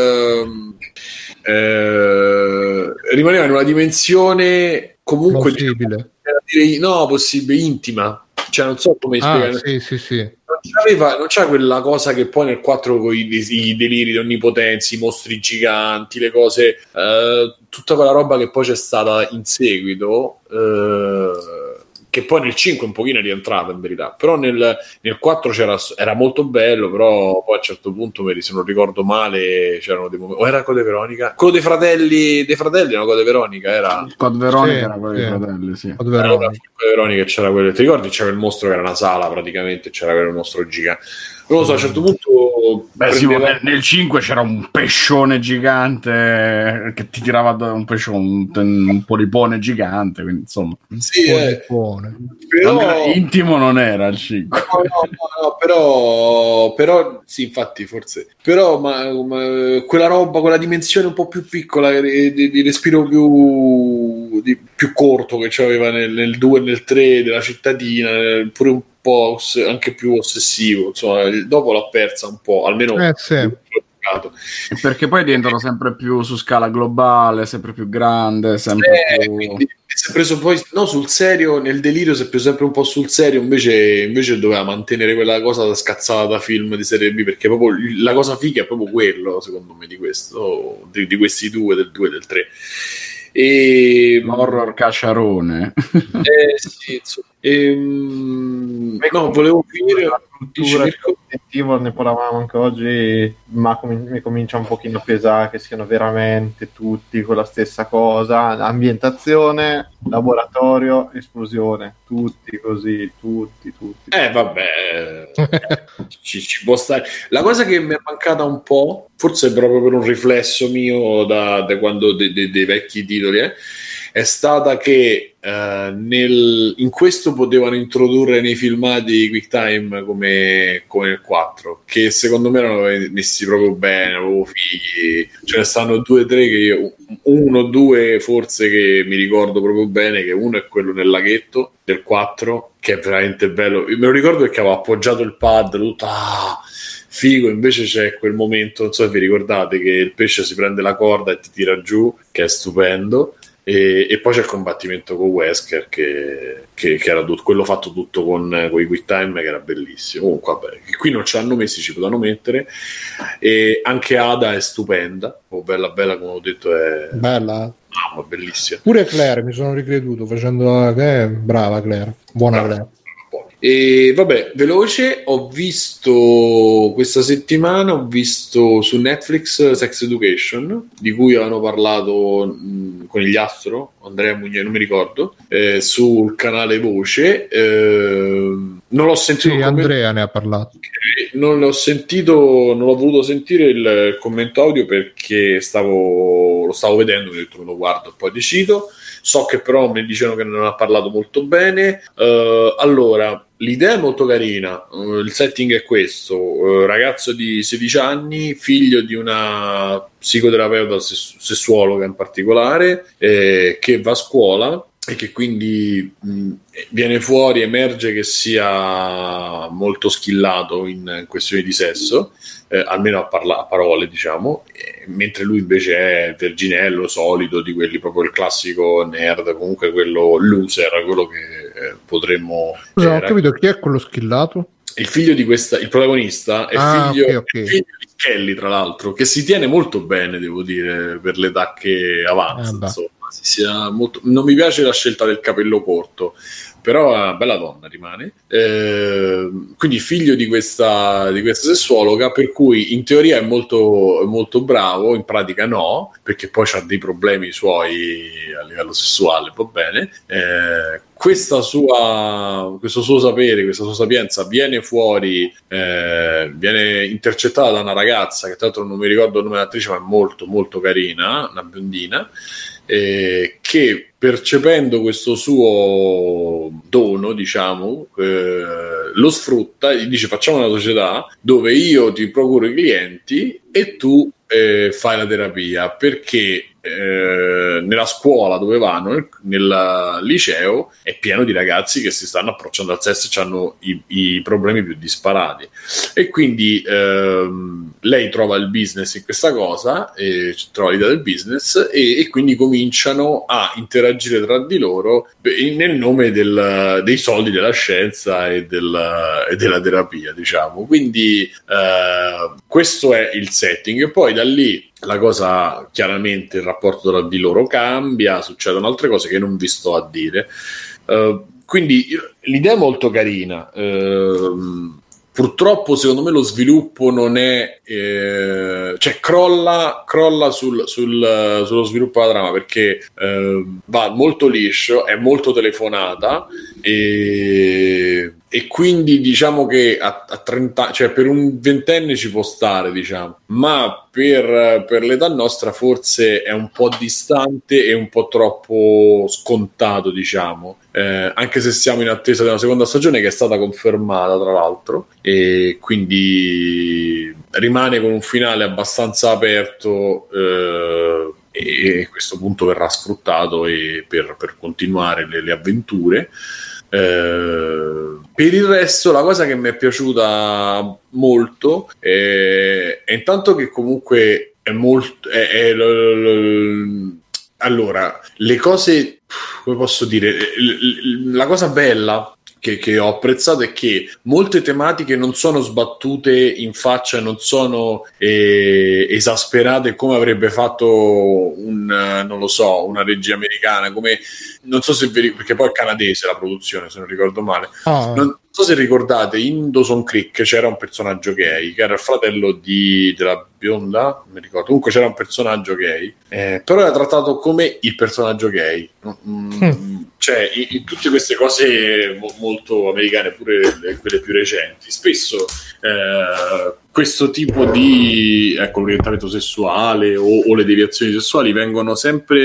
rimaneva in una dimensione comunque possibile, possibile, intima, cioè non so come spiegare. Sì. Non c'era quella cosa che poi nel 4 con i deliri di onnipotenza, i mostri giganti, le cose, tutta quella roba che poi c'è stata in seguito, che poi nel 5 un pochino è rientrata in verità, però nel 4 era molto bello, però poi a un certo punto, se non ricordo male, c'erano dei momenti, o era Code Veronica? Quello dei fratelli no, Code Veronica era Code Veronica, era quello dei fratelli, sì. Code Veronica c'era quello, ti ricordi? C'era il mostro che era una sala praticamente, c'era quel mostro gigante. Non lo so, a un certo punto nel 5 c'era un pescione gigante che ti tirava un pescione, un polipone gigante, quindi insomma però intimo non era il 5. No, però sì, infatti forse però ma quella roba, quella dimensione un po' più piccola di respiro più corto che c'aveva nel 2 e nel 3 della cittadina, pure un po' anche più ossessivo, insomma, dopo l'ho persa un po', almeno perché poi diventano sempre più su scala globale, sempre più grande, sempre più... si è preso poi sul serio, nel delirio si è preso sempre un po' sul serio, invece doveva mantenere quella cosa da scazzata da film di serie B, perché proprio la cosa figa è proprio quello, secondo me, di questo, di questi due, del 2 e del 3. Horror cacciarone. Sì, no, volevo finire la cultura ne parlavamo anche oggi, ma mi comincia un pochino a pesare che siano veramente tutti con la stessa cosa, ambientazione, laboratorio, esplosione, tutti così, tutti. Vabbè, ci può stare. La cosa che mi è mancata un po', forse proprio per un riflesso mio da quando dei vecchi titoli, è stata che in questo potevano introdurre nei filmati di QuickTime come nel 4, che secondo me erano messi proprio bene, proprio fighi. Ce ne stanno 2 o 3 che io, 1 o 2 forse che mi ricordo proprio bene, che uno è quello nel laghetto del 4, che è veramente bello. Io me lo ricordo perché avevo appoggiato il pad, tutto figo. Invece c'è quel momento, non so se vi ricordate, che il pesce si prende la corda e ti tira giù, che è stupendo. E poi c'è il combattimento con Wesker che era quello fatto tutto con i QuickTime, che era bellissimo. Comunque vabbè, qui non ce l'hanno messi, ci potevano mettere. E anche Ada è stupenda, bella come ho detto, è bella, ma bellissima. Pure Claire mi sono ricreduto facendo brava Claire, buona Claire. E vabbè, veloce, ho visto questa settimana, ho visto su Netflix Sex Education, di cui avevano parlato con gli Astro, Andrea Mugnai, non mi ricordo, sul canale Voce. Non l'ho sentito. Sì, Andrea ne ha parlato. Non l'ho sentito, non ho voluto sentire il commento audio perché lo stavo vedendo, mi ho detto me lo guardo e poi decido. So che però mi dicevano che non ha parlato molto bene. Allora, l'idea è molto carina, il setting è questo, ragazzo di 16 anni, figlio di una psicoterapeuta sessuologa in particolare, che va a scuola e che quindi viene fuori, emerge che sia molto schillato in questioni di sesso, almeno a parole, diciamo, mentre lui invece è verginello, solito, di quelli proprio il classico nerd, comunque quello loser, quello che potremmo... Scusa, ho capito, chi è quello schillato? Il figlio di il protagonista è figlio di Kelly, tra l'altro, che si tiene molto bene, devo dire, per l'età che avanza, insomma. Sia molto... Non mi piace la scelta del capello corto, però è una bella donna, rimane. Quindi figlio di questa sessuologa, per cui in teoria è molto, molto bravo, in pratica no, perché poi ha dei problemi suoi a livello sessuale, va bene. Questo suo sapere, questa sua sapienza viene fuori, viene intercettata da una ragazza che tra l'altro non mi ricordo il nome dell'attrice, ma è molto molto carina, una biondina, che percependo questo suo dono, diciamo, lo sfrutta e gli dice: facciamo una società dove io ti procuro i clienti e tu fai la terapia, perché nella scuola dove vanno, nel liceo, è pieno di ragazzi che si stanno approcciando al sesso e hanno i problemi più disparati, e quindi lei trova il business in questa cosa, trova l'idea del business e quindi cominciano a interagire tra di loro nel nome dei soldi della scienza e della terapia, diciamo. Quindi questo è il setting, e poi da lì la cosa, chiaramente il rapporto tra di loro cambia, succedono altre cose che non vi sto a dire. Quindi l'idea è molto carina. Purtroppo secondo me lo sviluppo non è cioè crolla sullo sviluppo della trama, perché va molto liscio, è molto telefonata, e quindi diciamo che a 30, cioè per un ventenne ci può stare, diciamo, ma per l'età nostra forse è un po' distante e un po' troppo scontato, diciamo, anche se siamo in attesa della seconda stagione, che è stata confermata tra l'altro, e quindi rimane con un finale abbastanza aperto, e a questo punto verrà sfruttato per continuare le avventure. Per il resto la cosa che mi è piaciuta molto è intanto che comunque è molto allora, le cose, come posso dire, la cosa bella che ho apprezzato è che molte tematiche non sono sbattute in faccia, non sono esasperate come avrebbe fatto non lo so, una regia americana, come, non so se perché poi è canadese la produzione, se non ricordo male. Non so se ricordate, in Dawson Creek c'era un personaggio gay che era il fratello della bionda, non mi ricordo, comunque c'era un personaggio gay, però era trattato come il personaggio gay. Cioè in tutte queste cose molto americane, pure quelle più recenti, spesso questo tipo di l'orientamento sessuale o le deviazioni sessuali vengono sempre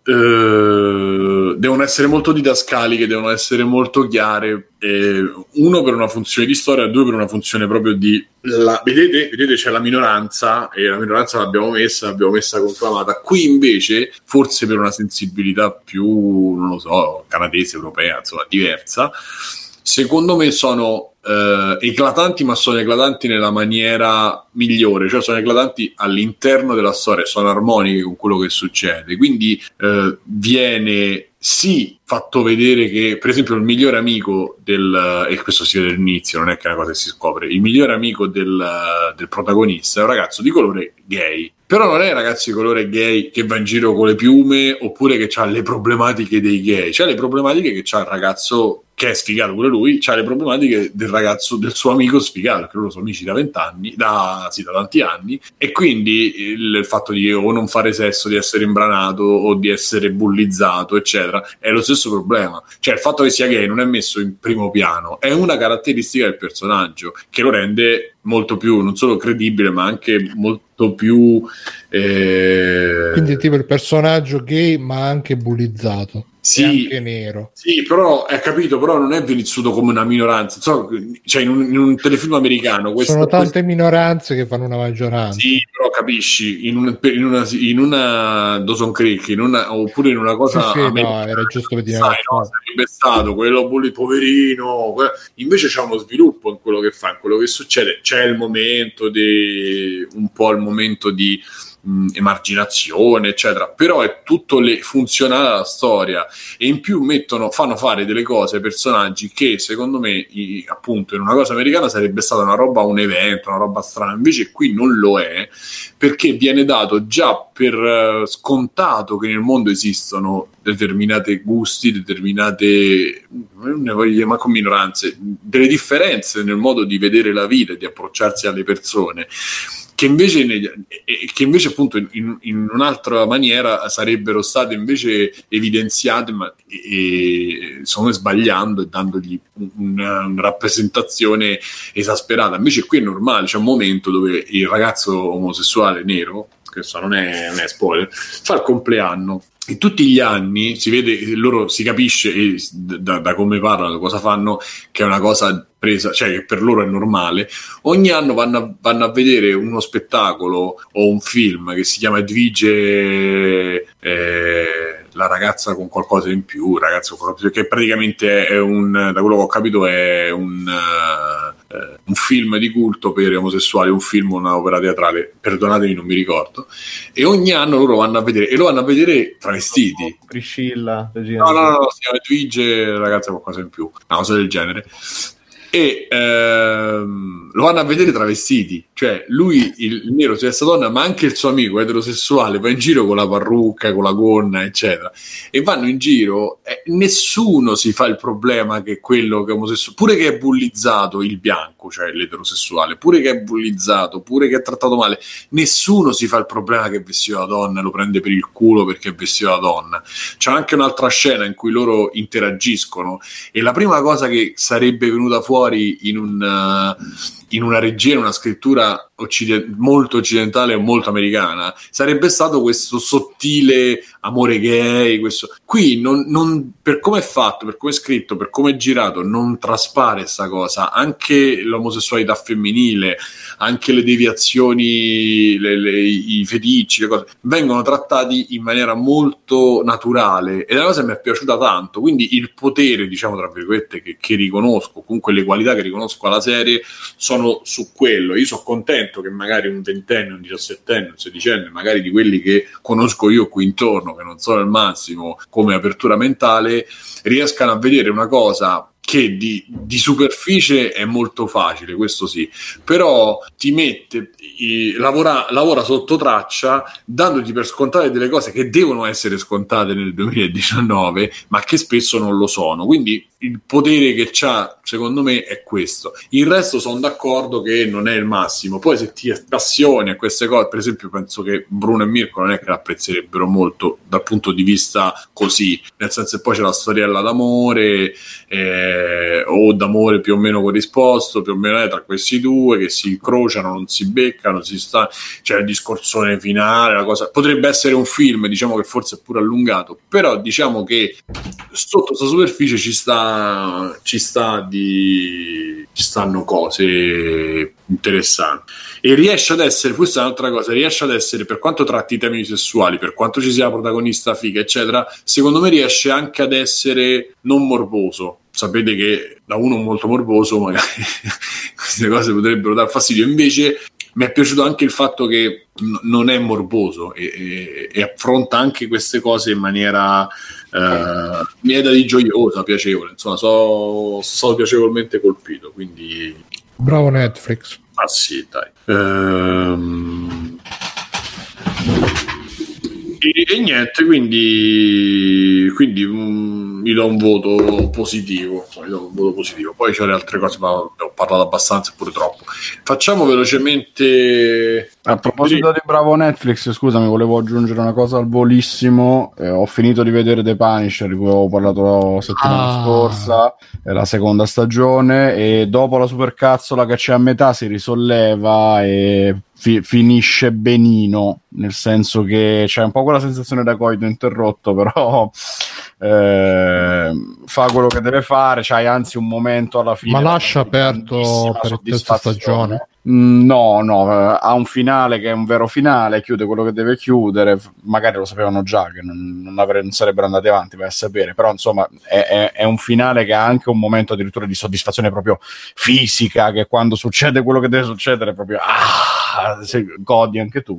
devono essere molto didascaliche, devono essere molto chiare, uno per una funzione di storia, due per una funzione proprio di vedete c'è la minoranza, e la minoranza l'abbiamo messa conclamata. Qui invece forse per una sensibilità più, non lo so, canadese, europea, insomma diversa, secondo me sono eclatanti, ma sono eclatanti nella maniera migliore, cioè sono eclatanti all'interno della storia, sono armoniche con quello che succede, quindi viene sì fatto vedere che, per esempio, il migliore amico e questo si vede all'inizio, non è che è una cosa che si scopre, il migliore amico del protagonista è un ragazzo di colore gay, però non è un ragazzo di colore gay che va in giro con le piume oppure che ha le problematiche dei gay, c'ha le problematiche che c'ha il ragazzo che è sfigato pure lui, c'ha le problematiche del ragazzo, del suo amico sfigato, perché loro sono amici da 20 anni, da tanti anni, e quindi il fatto di o non fare sesso, di essere imbranato o di essere bullizzato, eccetera, è lo stesso problema. Cioè il fatto che sia gay non è messo in primo piano, è una caratteristica del personaggio che lo rende molto più, non solo credibile, ma anche molto più quindi tipo il personaggio gay ma anche bullizzato. Sì, anche nero. Sì, però è capito, però non è vissuto come una minoranza. Cioè, in un telefilm americano sono tante minoranze che fanno una maggioranza. Sì, però capisci, in una Dawson Creek, oppure in una cosa sì, no, era giusto vedere. Sarebbe stato quello poverino. Invece c'è uno sviluppo in quello che fa, in quello che succede. C'è il momento di emarginazione, eccetera, però è tutto funzionale alla storia, e in più fanno fare delle cose ai personaggi che secondo me appunto in una cosa americana sarebbe stata una roba, un evento, una roba strana, invece qui non lo è, perché viene dato già per scontato che nel mondo esistono determinate gusti, determinate, non ne voglio dire, ma con minoranze, delle differenze nel modo di vedere la vita e di approcciarsi alle persone, che invece appunto in un'altra maniera sarebbero state invece evidenziate, ma secondo me sbagliando e dandogli una rappresentazione esasperata. Invece qui è normale, c'è un momento dove il ragazzo omosessuale nero, questo non è spoiler, fa il compleanno. E tutti gli anni si vede, loro si capisce da come parlano, cosa fanno, che è una cosa presa, cioè che per loro è normale. Ogni anno vanno a vedere uno spettacolo o un film che si chiama Edvige, la ragazza con qualcosa in più, che praticamente è da quello che ho capito è un film di culto per omosessuali, un film, un'opera teatrale, perdonatemi, non mi ricordo, e ogni anno loro vanno a vedere travestiti. Priscilla, no, si chiama Edvige, ragazza qualcosa in più, una cosa del genere, e lo vanno a vedere travestiti, cioè lui, il nero, questa donna, ma anche il suo amico eterosessuale va in giro con la parrucca, con la gonna, eccetera, e vanno in giro, nessuno si fa il problema che quello che è omosessuale, pure che è bullizzato, il bianco, cioè l'eterosessuale, pure che è bullizzato, pure che è trattato male, nessuno si fa il problema che è vestito da donna e lo prende per il culo perché è vestito da donna. C'è anche un'altra scena in cui loro interagiscono, e la prima cosa che sarebbe venuta fuori in una regia, in una scrittura molto occidentale e molto americana, sarebbe stato questo sottile amore gay. Qui non, per come è fatto, per come è scritto, per come è girato, non traspare questa cosa. Anche l'omosessualità femminile, anche le deviazioni, i feticci, le cose vengono trattati in maniera molto naturale, e la cosa mi è piaciuta tanto. Quindi il potere, diciamo tra virgolette, che riconosco, comunque le qualità che riconosco alla serie sono su quello. Io sono contento che magari un ventenne, un diciassettenne, un sedicenne, magari di quelli che conosco io qui intorno, che non sono al massimo come apertura mentale, riescano a vedere una cosa che di superficie è molto facile, questo sì, però ti mette, lavora sotto traccia, dandoti per scontate delle cose che devono essere scontate nel 2019, ma che spesso non lo sono. Quindi il potere che c'ha, secondo me, è questo. Il resto sono d'accordo che non è il massimo. Poi se ti appassioni a queste cose, per esempio penso che Bruno e Mirko non è che l'apprezzerebbero molto dal punto di vista così, nel senso che poi c'è la storiella d'amore, o d'amore più o meno corrisposto, più o meno tra questi due che si incrociano, non si beccano, c'è il discorsone finale, la cosa potrebbe essere un film, diciamo che forse è pure allungato, però diciamo che sotto questa superficie ci stanno cose interessanti, e riesce ad essere, questa è un'altra cosa, riesce ad essere, per quanto tratti temi sessuali, per quanto ci sia la protagonista figa eccetera, secondo me riesce anche ad essere non morboso. Sapete che da uno molto morboso magari queste cose potrebbero dar fastidio, invece mi è piaciuto anche il fatto che non è morboso e affronta anche queste cose in maniera mieta di gioiosa, piacevole, insomma sono piacevolmente colpito, quindi bravo Netflix. Ah sì, dai. E niente, quindi gli do un voto positivo. Poi c'è le altre cose, ma ho parlato abbastanza, pure troppo. Facciamo velocemente. A proposito di bravo Netflix, scusami, volevo aggiungere una cosa al volissimo. Ho finito di vedere The Punisher, di cui avevo parlato la settimana scorsa, è la seconda stagione, e dopo la supercazzola che c'è a metà si risolleva e finisce benino, nel senso che c'è un po' quella sensazione da coito interrotto, però fa quello che deve fare, c'hai anzi un momento alla fine. Ma lascia aperto per questa stagione? No, ha un finale che è un vero finale, chiude quello che deve chiudere, magari lo sapevano già che non sarebbero andati avanti, vai a sapere, però insomma è un finale che ha anche un momento addirittura di soddisfazione proprio fisica, che quando succede quello che deve succedere proprio godi anche tu,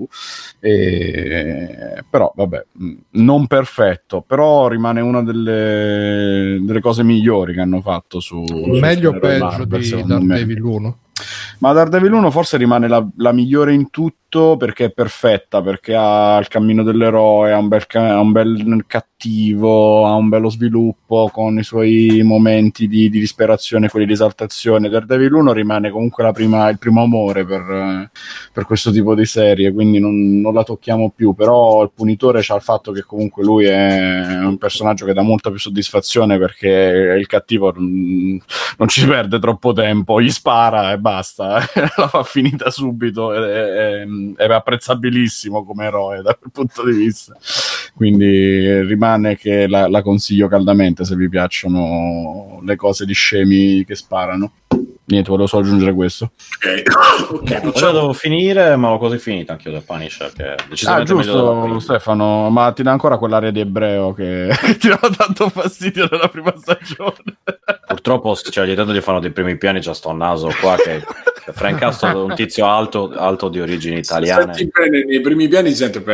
però vabbè, non perfetto, però rimane una delle cose migliori che hanno fatto meglio o peggio di Daredevil 1? Ma Daredevil 1 forse rimane la migliore in tutto, perché è perfetta, perché ha il cammino dell'eroe, ha un bel cattivo, ha un bello sviluppo con i suoi momenti di disperazione, quelli di esaltazione. Daredevil 1 rimane comunque il primo amore per questo tipo di serie, quindi non la tocchiamo più, però il punitore c'ha il fatto che comunque lui è un personaggio che dà molta più soddisfazione, perché il cattivo non ci perde troppo tempo, gli spara e basta, la fa finita subito, è apprezzabilissimo come eroe da quel punto di vista, quindi rimane che la consiglio caldamente se vi piacciono le cose di scemi che sparano. Niente, volevo solo aggiungere questo. Ok, devo finire, ma l'ho quasi finita anche io da Punisher, che è decisamente giusto, Stefano, ma ti dà ancora quell'area di ebreo che ti dava tanto fastidio nella prima stagione? Purtroppo, cioè, gli tanto gli fanno dei primi piani, c'ha sto naso qua che Frank Castle è un tizio alto di origini italiane. Senti bene, nei primi piani si sente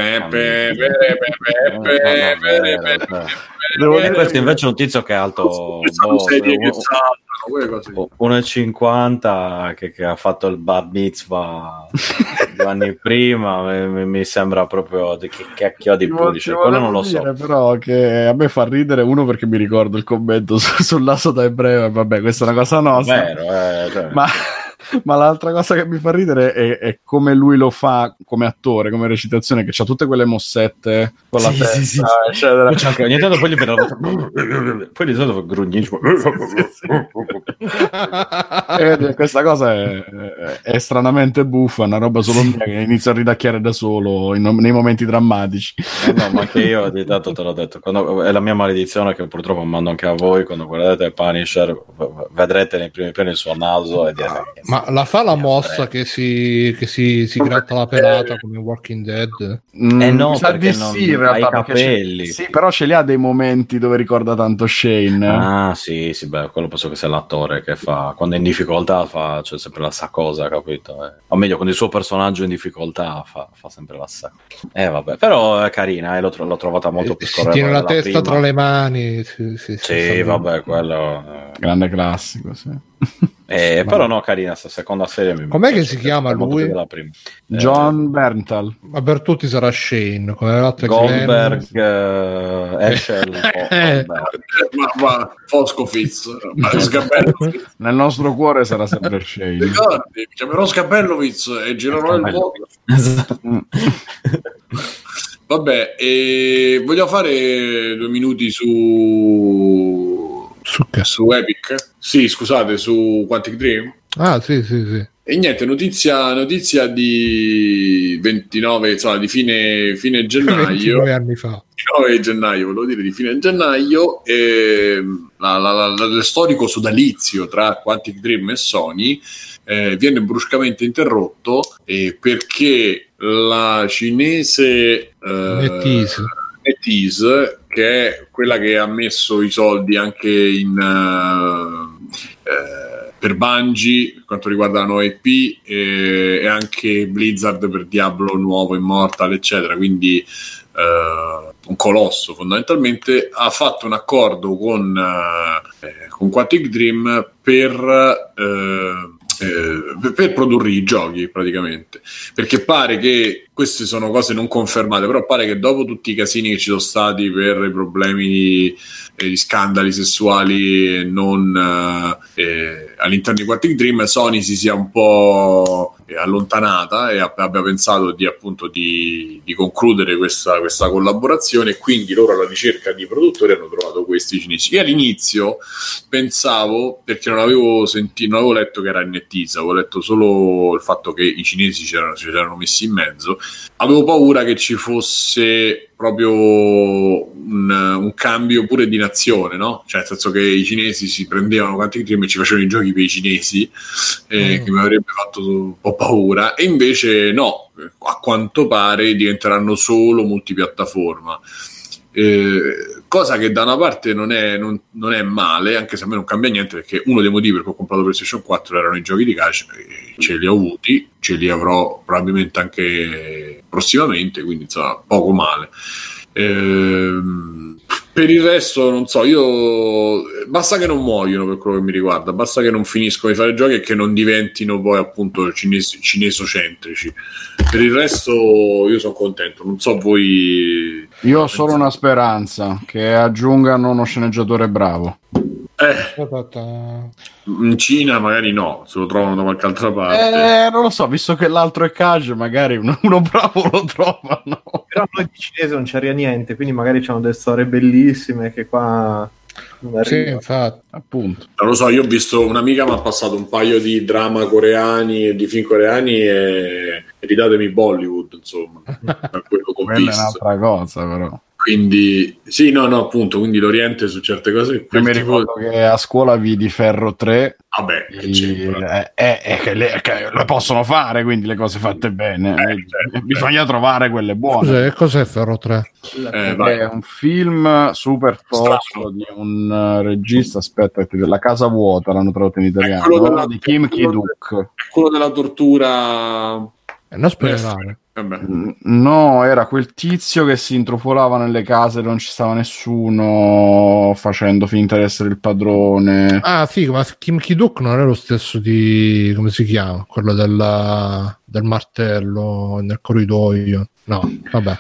questo invece è un tizio che è alto 1,50 che ha fatto il bar mitzvah 2 anni prima, mi sembra proprio che cacchio di Punisher, quello non lo so. Però che a me fa ridere, uno perché mi ricordo il commento sul naso da ebreo, e vabbè, questa è una cosa nostra. Vero, cioè. Ma l'altra cosa che mi fa ridere è come lui lo fa come attore, come recitazione, che c'ha tutte quelle mossette con la testa, eccetera. Anche, ogni tanto poi di solito grugnisce. Questa cosa è stranamente buffa, una roba solo mia, che inizio a ridacchiare da solo nei momenti drammatici. No, ma anche io di tanto te l'ho detto, è la mia maledizione, che purtroppo mando anche a voi, quando guardate Punisher vedrete nei primi piani il suo naso e direte, ma la fa la mossa che si gratta la pelata come Walking Dead? No, perché non in realtà, ha i capelli. Sì, però ce li ha dei momenti dove ricorda tanto Shane. Ah, sì, beh, quello penso che sia l'attore che fa, quando è in difficoltà c'è sempre la sa cosa, capito? O meglio, quando il suo personaggio è in difficoltà fa sempre la sa. Vabbè, però è carina, l'ho trovata molto più scorrevole. Tiene la testa prima tra le mani. Sì, vabbè, quello grande classico, sì. Però no, carina sta seconda serie. Com'è che si chiama lui? John Bernthal. Ma per tutti sarà Shane, come l'altro Goldberg, Eschel, Fosco Fitz, nel nostro cuore sarà sempre Shane. Ricordi, mi chiamerò Sgabellovitz e girerò il mondo. Vabbè, voglio fare 2 minuti su Su Epic? Sì, scusate, su Quantic Dream? Ah, sì. E niente, notizia di 29, insomma, di fine gennaio. 29 anni fa. 29 gennaio, volevo dire di fine gennaio, lo storico sodalizio tra Quantic Dream e Sony viene bruscamente interrotto perché la cinese NetEase, che è quella che ha messo i soldi anche per Bungie per quanto riguarda la nuova IP e anche Blizzard per Diablo nuovo, Immortal eccetera, quindi un colosso fondamentalmente, ha fatto un accordo con Quantic Dream per produrre i giochi praticamente, perché pare che queste sono cose non confermate, però pare che dopo tutti i casini che ci sono stati per i problemi di scandali sessuali all'interno di Quantic Dream, Sony si sia un po' allontanata e abbia pensato di concludere questa collaborazione, e quindi loro alla ricerca di produttori hanno trovato questi cinesi. Io all'inizio pensavo, perché non avevo letto che era NetEase, avevo letto solo il fatto che i cinesi ci erano messi in mezzo, avevo paura che ci fosse proprio un cambio pure di nazione, no? Cioè nel senso che i cinesi si prendevano Quantic Dream e ci facevano i giochi per i cinesi, che mi avrebbe fatto un po' paura, e invece no, a quanto pare diventeranno solo multipiattaforma, cosa che da una parte non è male, anche se a me non cambia niente, perché uno dei motivi per cui ho comprato PlayStation 4 erano i giochi di calcio, ce li ho avuti, ce li avrò probabilmente anche prossimamente, quindi insomma poco male. Per il resto non so, io basta che non muoiono, per quello che mi riguarda, basta che non finiscono di fare giochi e che non diventino poi appunto cinesocentrici. Per il resto io sono contento, non so voi. Io ho solo una speranza, che aggiungano uno sceneggiatore bravo. In Cina magari no, se lo trovano da qualche altra parte. Non lo so, visto che l'altro è Cage, magari uno bravo lo trovano. Però noi di cinese non c'era niente, quindi magari c'hanno delle storie bellissime che qua non arriva. Sì, infatti, appunto. Non lo so, io ho visto un'amica mi ha passato un paio di drama coreani e di film coreani e ridatemi Bollywood, insomma, per quello che ho Quella visto. è un'altra cosa, però. Quindi sì, no, appunto, quindi l'Oriente su certe cose. Io mi ricordo che a scuola vidi Ferro 3. Vabbè, che c'entra? Che le possono fare, quindi le cose fatte bene. Bisogna trovare quelle buone. Cos'è Ferro 3? È un film super tosto di un regista, aspetta, La casa vuota l'hanno tradotto in italiano, di Kim Ki-duk. È quello della tortura. Non spoilerare. No, era quel tizio che si intrufolava nelle case e non ci stava nessuno, facendo finta di essere il padrone. Ah sì, ma Kim Ki-duk non è lo stesso di, come si chiama? Quello del martello nel corridoio. No, vabbè.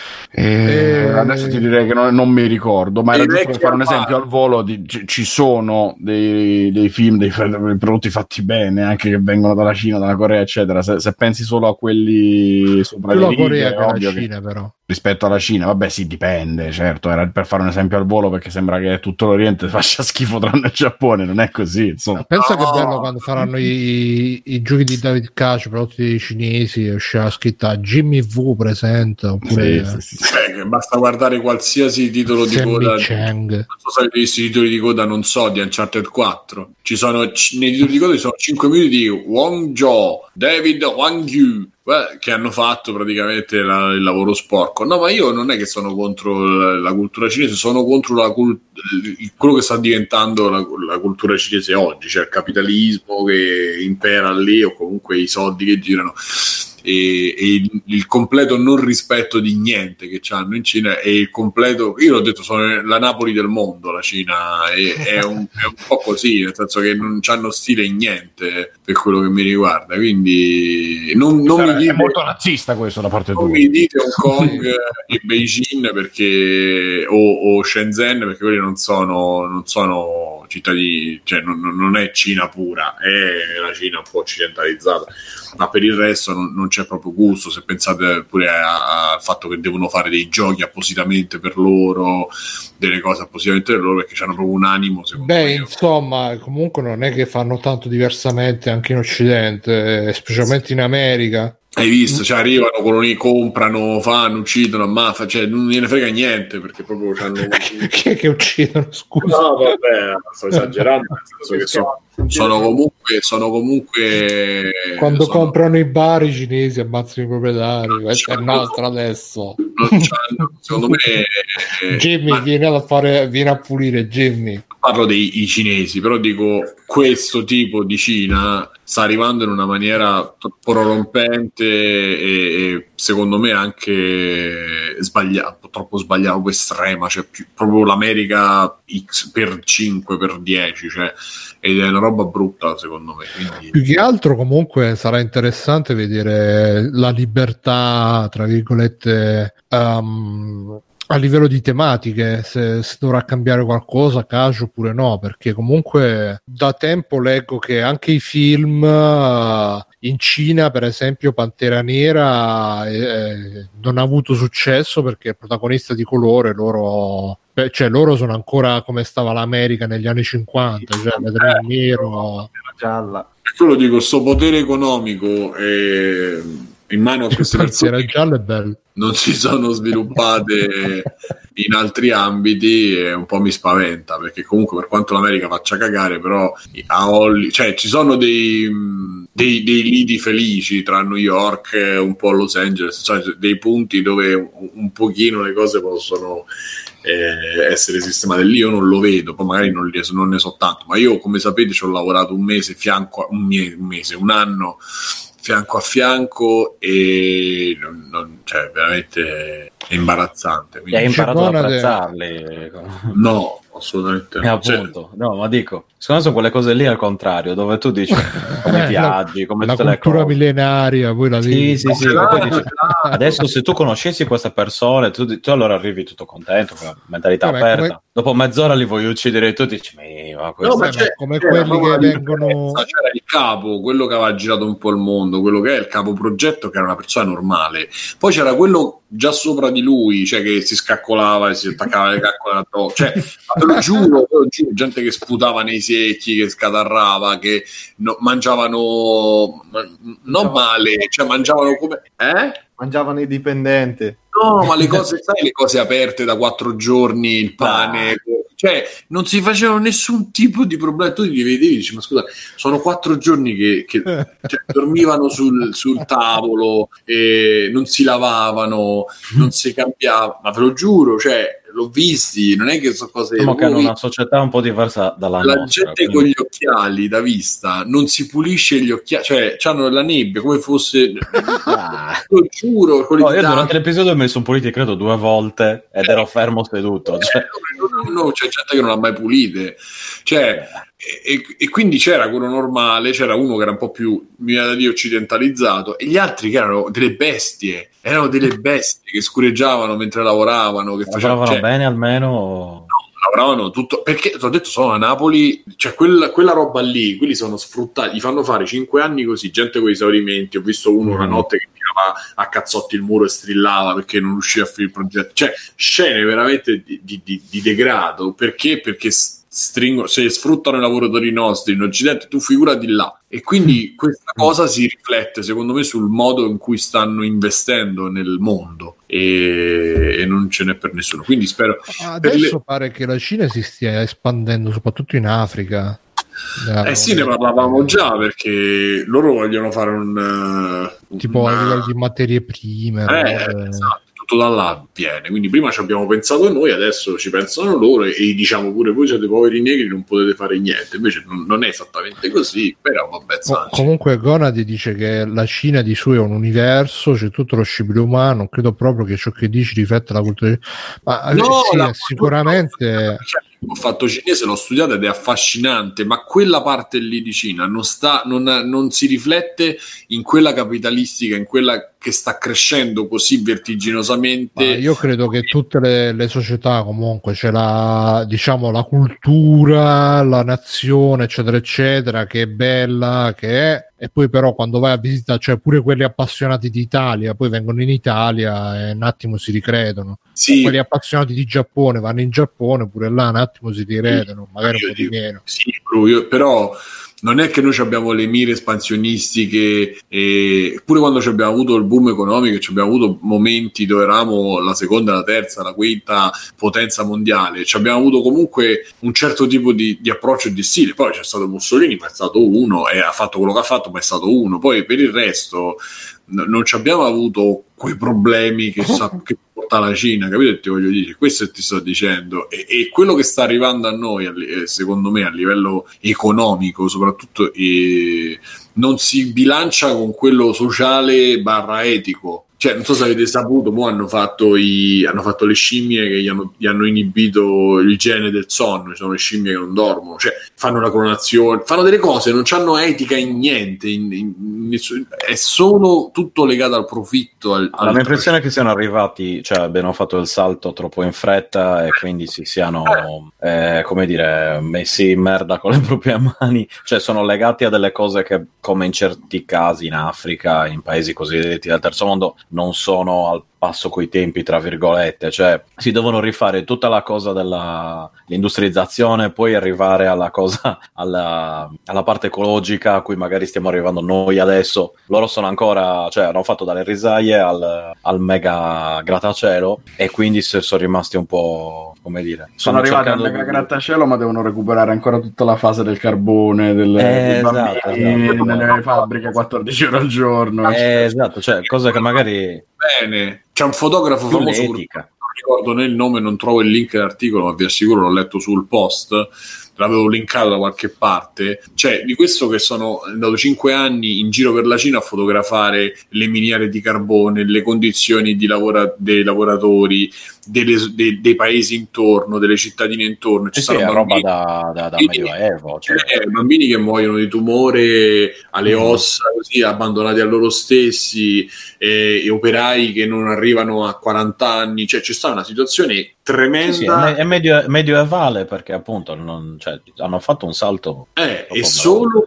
Adesso ti direi che non mi ricordo, ma era giusto per fare un esempio al volo. Ci sono dei film, dei prodotti fatti bene, anche che vengono dalla Cina, dalla Corea, eccetera. Se pensi solo a quelli sopra le righe, Corea, è ovvio la Cina, però. Rispetto alla Cina, vabbè, sì, dipende, certo. Era per fare un esempio al volo, perché sembra che tutto l'Oriente faccia schifo tranne il Giappone. Non è così, insomma. Pensa che bello quando faranno i giochi di David Cage prodotti dai cinesi, uscirà scritta Jimmy V presenta, oppure sì. Basta guardare qualsiasi titolo di coda. Chang. Non so se avete visto i titoli di coda, non so, di Uncharted 4. Ci sono nei titoli di coda ci sono 5 minuti di Wang Zhou, David Wang Yu, che hanno fatto praticamente il lavoro sporco. No, ma io non è che sono contro la cultura cinese, sono contro quello che sta diventando la cultura cinese oggi, cioè il capitalismo che impera lì, o comunque i soldi che girano. E il completo non rispetto di niente che c'hanno in Cina, e il completo, io l'ho detto, sono la Napoli del mondo, la Cina è un po' così, nel senso che non c'hanno stile in niente per quello che mi riguarda, quindi non mi dite, è molto razzista questo da parte tua. Non mi dite Hong Kong e Beijing perché o Shenzhen, perché quelli non sono cittadini, cioè non è Cina pura, è la Cina un po' occidentalizzata, ma per il resto non c'è proprio gusto. Se pensate pure al fatto che devono fare dei giochi appositamente per loro, delle cose appositamente per loro, perché hanno proprio un animo, secondo me. Insomma, comunque non è che fanno tanto diversamente anche in Occidente, specialmente in America. Hai visto? Cioè arrivano, comprano, fanno, uccidono, ammazzano, cioè non gliene frega niente, perché proprio c'hanno... Chi è che uccidono? Scusa. No, vabbè, sto esagerando, nel senso che sono comunque quando comprano i bar i cinesi ammazzano i proprietari. Questa è un'altra adesso. Secondo me Jimmy viene a pulire. Jimmy, parlo dei cinesi, però dico, questo tipo di Cina sta arrivando in una maniera prorompente e secondo me anche troppo sbagliato, estrema, cioè proprio l'America X per 5 per 10, cioè, ed è una roba brutta secondo me. Quindi... più che altro comunque sarà interessante vedere la libertà, tra virgolette, a livello di tematiche, se dovrà cambiare qualcosa, caso oppure no, perché comunque da tempo leggo che anche i film in Cina, per esempio Pantera Nera, non ha avuto successo perché il protagonista di colore, loro sono ancora come stava l'America negli anni 50, cioè vedere il nero, gialla. Quello dico, sto potere economico in mano a queste persone giallo è bello. Non si sono sviluppate in altri ambiti, e un po' mi spaventa, perché comunque per quanto l'America faccia cagare, però cioè ci sono dei lidi felici tra New York e un po' Los Angeles, cioè dei punti dove un pochino le cose possono essere sistemate. Lì io non lo vedo, poi magari non ne so tanto, ma io, come sapete, ci ho lavorato un anno fianco a fianco e cioè veramente è imbarazzante. Quindi... hai imparato ad apprezzarli? No, assolutamente no. Appunto, no, ma dico, secondo me sono quelle cose lì al contrario, dove tu dici come viaggi, come la tutte le cultura cose millenaria, poi la vedi. sì, poi dici, adesso se tu conoscessi queste persone, tu allora arrivi tutto contento, con la mentalità aperta. Dopo mezz'ora li vuoi uccidere e tu dici, ma questo come quelli che vengono... C'era il capo, quello che aveva girato un po' il mondo, quello che è il capo progetto, che era una persona normale, poi c'era quello già sopra di lui, cioè che si scaccolava e si attaccava le caccole addosso, cioè te lo giuro, gente che sputava nei secchi, che scatarrava, che mangiavano non male, cioè mangiavano come mangiavano i dipendenti. No, ma le cose aperte da 4 giorni, il pane, cioè non si facevano nessun tipo di problema. Tu li vedevi e dici, ma scusa, sono 4 giorni che cioè, dormivano sul tavolo, non si lavavano, non si cambiava, ma ve lo giuro, cioè l'ho visti, non è che so cose. Diciamo che hanno una società un po' diversa dalla nostra. La gente quindi... con gli occhiali da vista non si pulisce gli occhiali, cioè hanno la nebbia come fosse. Lo giuro. Io durante l'episodio ho messo un puliti credo 2 volte ed ero fermo seduto. Cioè. No, c'è gente che non ha mai pulite, cioè. E quindi c'era quello normale, c'era uno che era un po' più, mi viene da dire, occidentalizzato, e gli altri che erano delle bestie che scureggiavano mentre lavoravano, che facevano bene almeno. No, lavoravano tutto, perché ti ho detto, sono a Napoli, cioè quella roba lì, quelli sono sfruttati, gli fanno fare 5 anni così, gente con esaurimenti. Ho visto uno una notte che tirava a cazzotti il muro e strillava perché non riusciva a finire il progetto, cioè scene veramente di degrado, perché se sfruttano i lavoratori nostri in Occidente, tu figurati là. E quindi questa cosa si riflette secondo me sul modo in cui stanno investendo nel mondo, e non ce n'è per nessuno, quindi spero. Adesso pare che la Cina si stia espandendo soprattutto in Africa. Sì, ne parlavamo già, perché loro vogliono fare un tipo a livello di materie prime, esatto, tutto da là viene, quindi prima ci abbiamo pensato noi, adesso ci pensano loro e diciamo pure voi siete poveri negri, non potete fare niente. Invece non è esattamente così, però vabbè. Comunque Gonadi dice che la Cina di suo è un universo, c'è tutto lo scibile umano, non credo proprio che ciò che dici rifletta la cultura, ma sicuramente. Ho fatto cinese, l'ho studiato ed è affascinante, ma quella parte lì di Cina non si riflette in quella capitalistica, in quella che sta crescendo così vertiginosamente. Ma io credo che tutte le società comunque c'è la cultura, la nazione, eccetera eccetera, che è bella, che è, e poi però quando vai a visitare, cioè pure quelli appassionati di Italia poi vengono in Italia e un attimo si ricredono. Sì. Quelli appassionati di Giappone vanno in Giappone, pure là un attimo si ricredono, magari un po' di meno. Sì, però non è che noi abbiamo le mire espansionistiche, e pure quando abbiamo avuto il boom economico, abbiamo avuto momenti dove eravamo la seconda, la terza, la quinta potenza mondiale, abbiamo avuto comunque un certo tipo di approccio e di stile. Poi c'è stato Mussolini, ma è stato uno, e ha fatto quello che ha fatto, ma è stato uno. Poi per il resto non ci abbiamo avuto quei problemi che porta la Cina, capito? Ti voglio dire, questo ti sto dicendo, e quello che sta arrivando a noi, secondo me, a livello economico soprattutto, non si bilancia con quello sociale / etico. Cioè, non so se avete saputo, mo hanno fatto le scimmie che gli hanno inibito il gene del sonno. Ci sono le scimmie che non dormono, cioè fanno la clonazione, fanno delle cose, non hanno etica in niente, è solo tutto legato al profitto. La mia impressione è che siano arrivati, cioè abbiano fatto il salto troppo in fretta e quindi si siano, come dire, messi in merda con le proprie mani. Cioè sono legati a delle cose che, come in certi casi in Africa, in paesi cosiddetti del terzo mondo, non sono al passo coi tempi, tra virgolette, cioè si devono rifare tutta la cosa dell'industrializzazione, poi arrivare alla cosa, alla parte ecologica a cui magari stiamo arrivando noi adesso. Loro sono ancora, cioè hanno fatto dalle risaie al mega grattacielo, e quindi sono rimasti un po', come dire, sono arrivati al mega grattacielo, ma devono recuperare ancora tutta la fase del carbone, dei bambini nelle fabbriche 14 ore al giorno. Esatto, cioè cose che magari... Bene, c'è un fotografo famoso, non ricordo né il nome, non trovo il link dell'articolo, ma vi assicuro l'ho letto sul post, l'avevo linkato da qualche parte. Cioè, di questo che sono andato 5 anni in giro per la Cina a fotografare le miniere di carbone, le condizioni dei lavoratori, dei paesi intorno, delle cittadine intorno. Ci sì, è roba da medioevo, cioè. Bambini che muoiono di tumore alle ossa, così abbandonati a loro stessi, e operai che non arrivano a 40 anni. Cioè c'è stata una situazione tremenda. Sì, è medievale, perché appunto cioè, hanno fatto un salto, e solo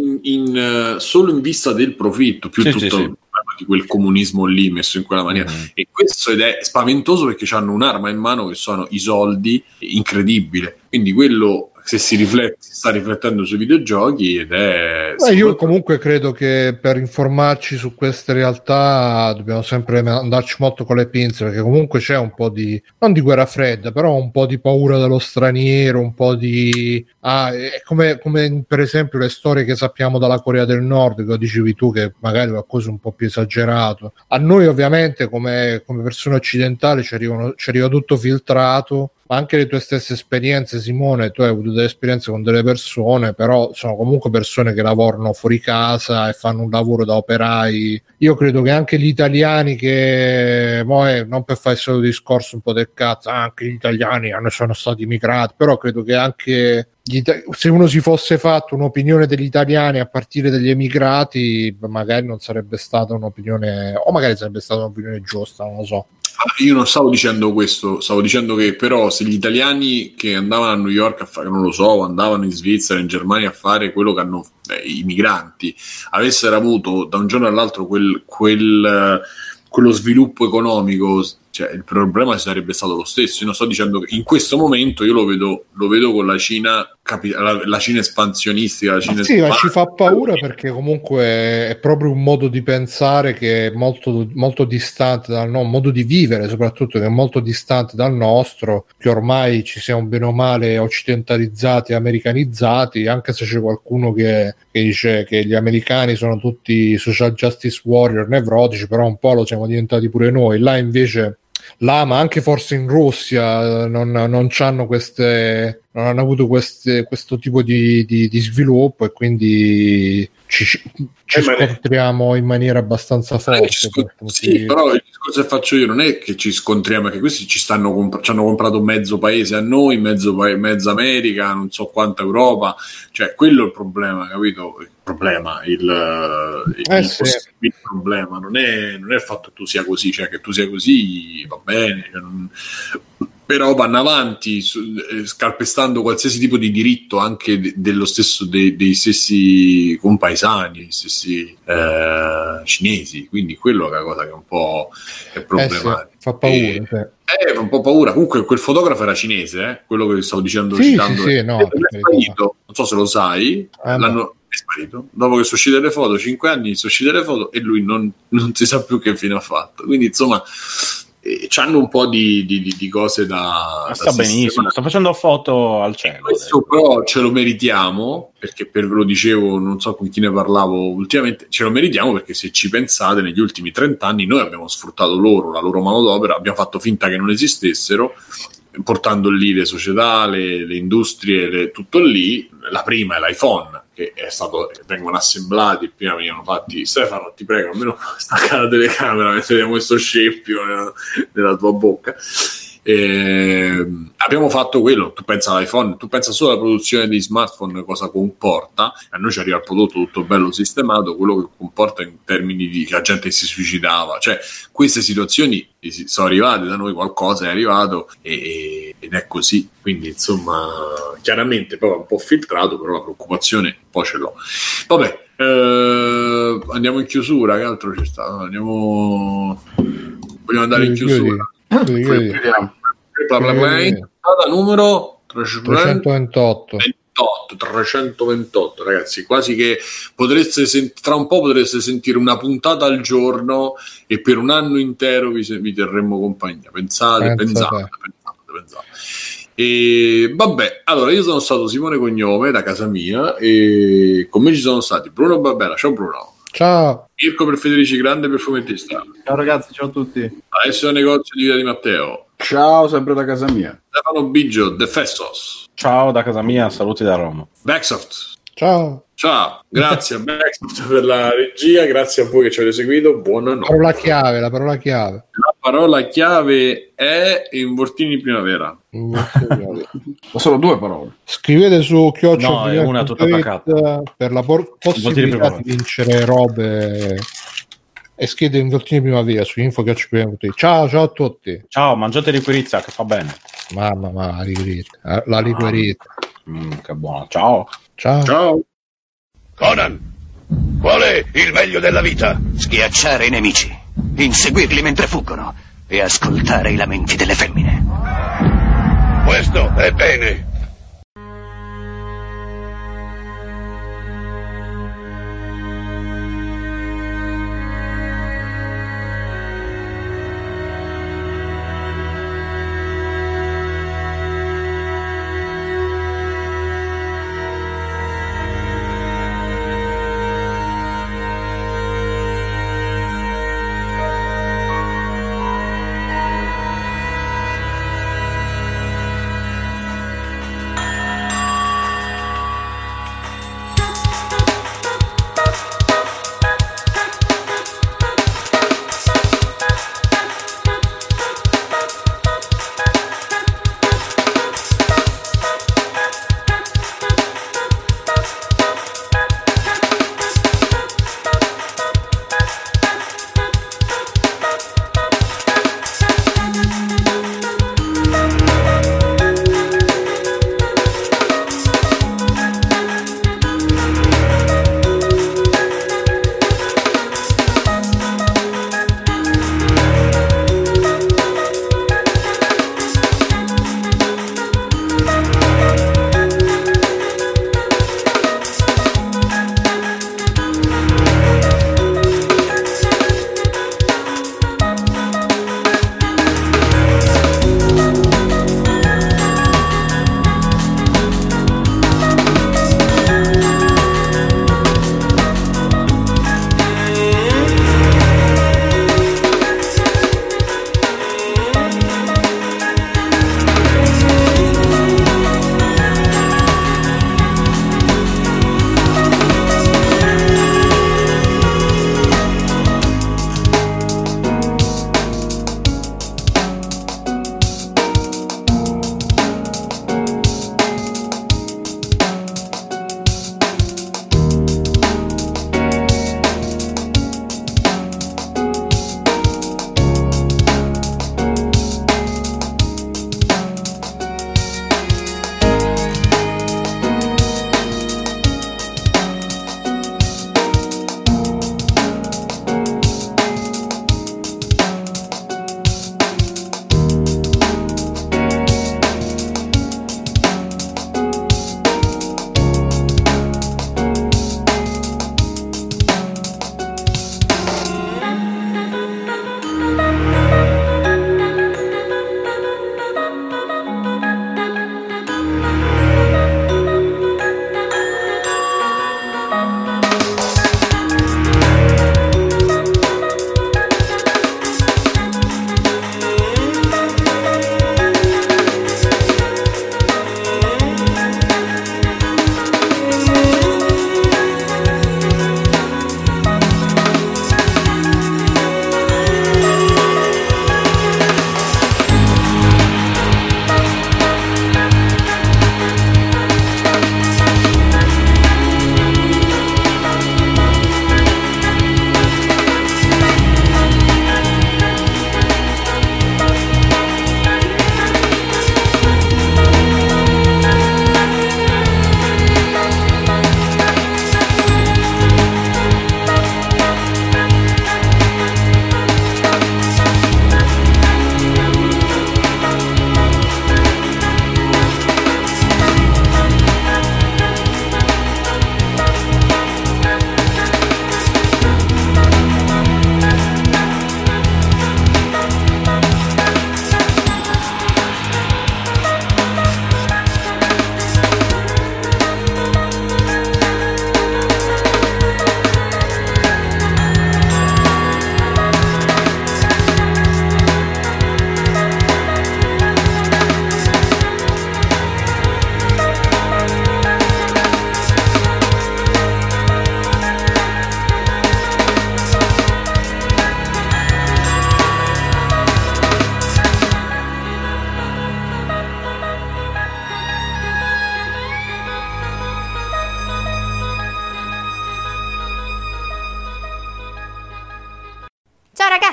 in vista del profitto, più di quel comunismo lì messo in quella maniera. E questo ed è spaventoso, perché hanno un'arma in mano che sono i soldi, incredibile. Quindi quello, se si sta riflettendo sui videogiochi, ed è... Io comunque credo che per informarci su queste realtà dobbiamo sempre andarci molto con le pinze, perché comunque c'è un po' di, non di guerra fredda, però un po' di paura dello straniero, un po' di... è come per esempio le storie che sappiamo dalla Corea del Nord, che dicevi tu, che magari è qualcosa un po' più esagerato. A noi ovviamente come persone occidentali ci arriva tutto filtrato, ma anche le tue stesse esperienze, Simone, tu hai avuto delle esperienze con delle persone, però sono comunque persone che lavorano fuori casa e fanno un lavoro da operai. Io credo che anche gli italiani che, non per fare il solito discorso un po' del cazzo, anche gli italiani sono stati immigrati, però credo che anche se uno si fosse fatto un'opinione degli italiani a partire dagli emigrati, magari non sarebbe stata un'opinione, o magari sarebbe stata un'opinione giusta, non lo so. Io non stavo dicendo questo, stavo dicendo che però se gli italiani che andavano a New York a fare, non lo so, andavano in Svizzera, in Germania a fare quello che hanno i migranti, avessero avuto da un giorno all'altro quello sviluppo economico, cioè il problema sarebbe stato lo stesso. Io non sto dicendo che in questo momento io lo vedo con la Cina, la Cina espansionistica, la Cina ma ci fa paura, perché comunque è proprio un modo di pensare che è molto, molto distante dal nostro modo di vivere, soprattutto, che è molto distante dal nostro, che ormai ci siamo bene o male occidentalizzati, americanizzati, anche se c'è qualcuno che dice che gli americani sono tutti social justice warrior nevrotici, però un po' lo siamo diventati pure noi. Là invece, ma anche forse in Russia non c'hanno non hanno avuto questo tipo di sviluppo, e quindi ci scontriamo in maniera abbastanza forte. Sì, però il discorso che faccio io non è che ci scontriamo, è che questi ci hanno comprato mezzo paese a noi, mezza America, non so quanta Europa, cioè quello è il problema, capito? Il problema non è il fatto che tu sia così, cioè che tu sia così va bene, però vanno avanti scalpestando qualsiasi tipo di diritto, anche dello stesso dei stessi compaesani, gli stessi cinesi, quindi quello è la cosa che un po' è problematica. Fa paura. Fa un po' paura. Comunque quel fotografo era cinese, quello che stavo dicendo, citando. Sì, no, è sparito, non so se lo sai, è sparito. Dopo che sono uscite le foto, 5 anni sono uscite le foto e lui non si sa più che fine ha fatto. Quindi insomma c'hanno un po' di cose da sta benissimo, sta facendo foto al cielo. Questo però ce lo meritiamo, perché lo dicevo, non so con chi ne parlavo ultimamente, ce lo meritiamo perché se ci pensate negli ultimi 30 anni noi abbiamo sfruttato la loro manodopera, abbiamo fatto finta che non esistessero, portando lì le società, le industrie, tutto lì. La prima è l'iPhone, che vengono assemblati, prima venivano fatti. Stefano, ti prego, almeno stacca la telecamera mentre vediamo questo scempio nella tua bocca. Abbiamo fatto quello. Tu pensa all'iPhone, tu pensa solo alla produzione di smartphone, cosa comporta. A noi ci arriva il prodotto tutto bello sistemato, quello che comporta in termini di che la gente si suicidava, cioè queste situazioni sono arrivate da noi, qualcosa è arrivato ed è così. Quindi insomma, chiaramente poi è un po' filtrato, però la preoccupazione un po' ce l'ho. Vabbè, andiamo in chiusura, che altro c'è stato? Vogliamo andare in chiusura? Numero 328, 328, ragazzi, quasi che tra un po' potreste sentire una puntata al giorno e per un anno intero vi terremmo compagnia. Pensate. E vabbè, allora io sono stato Simone Cognome da casa mia e con me ci sono stati Bruno Barbera. Ciao Bruno. Ciao. Mirko per Federici, grande perfumettista. Ciao ragazzi, ciao a tutti. Alessio Negozio di Via di Matteo. Ciao, sempre da casa mia. Stefano Biggio, The Festos. Ciao da casa mia, saluti da Roma. Backsoft. Ciao, grazie a Backsoft per la regia, grazie a voi che ci avete seguito, buonanotte. La parola chiave. La parola chiave è Involtini Primavera. Ho solo 2 parole. Scrivete su No, è una tutta attaccata. per la possibilità di vincere robe, e scrivete Involtini Primavera su info@primavera.it. Ciao a tutti. Ciao, mangiate liquirizia che fa bene. Mamma, la liquerita. Che buono. Ciao. Conan, qual è il meglio della vita? Schiacciare i nemici, inseguirli mentre fuggono e ascoltare i lamenti delle femmine. Questo è bene.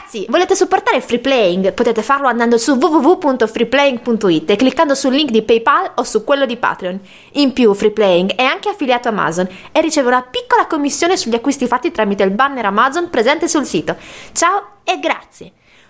Ragazzi, volete supportare Free Playing? Potete farlo andando su www.freeplaying.it e cliccando sul link di PayPal o su quello di Patreon. In più, Free Playing è anche affiliato a Amazon e riceve una piccola commissione sugli acquisti fatti tramite il banner Amazon presente sul sito. Ciao e grazie!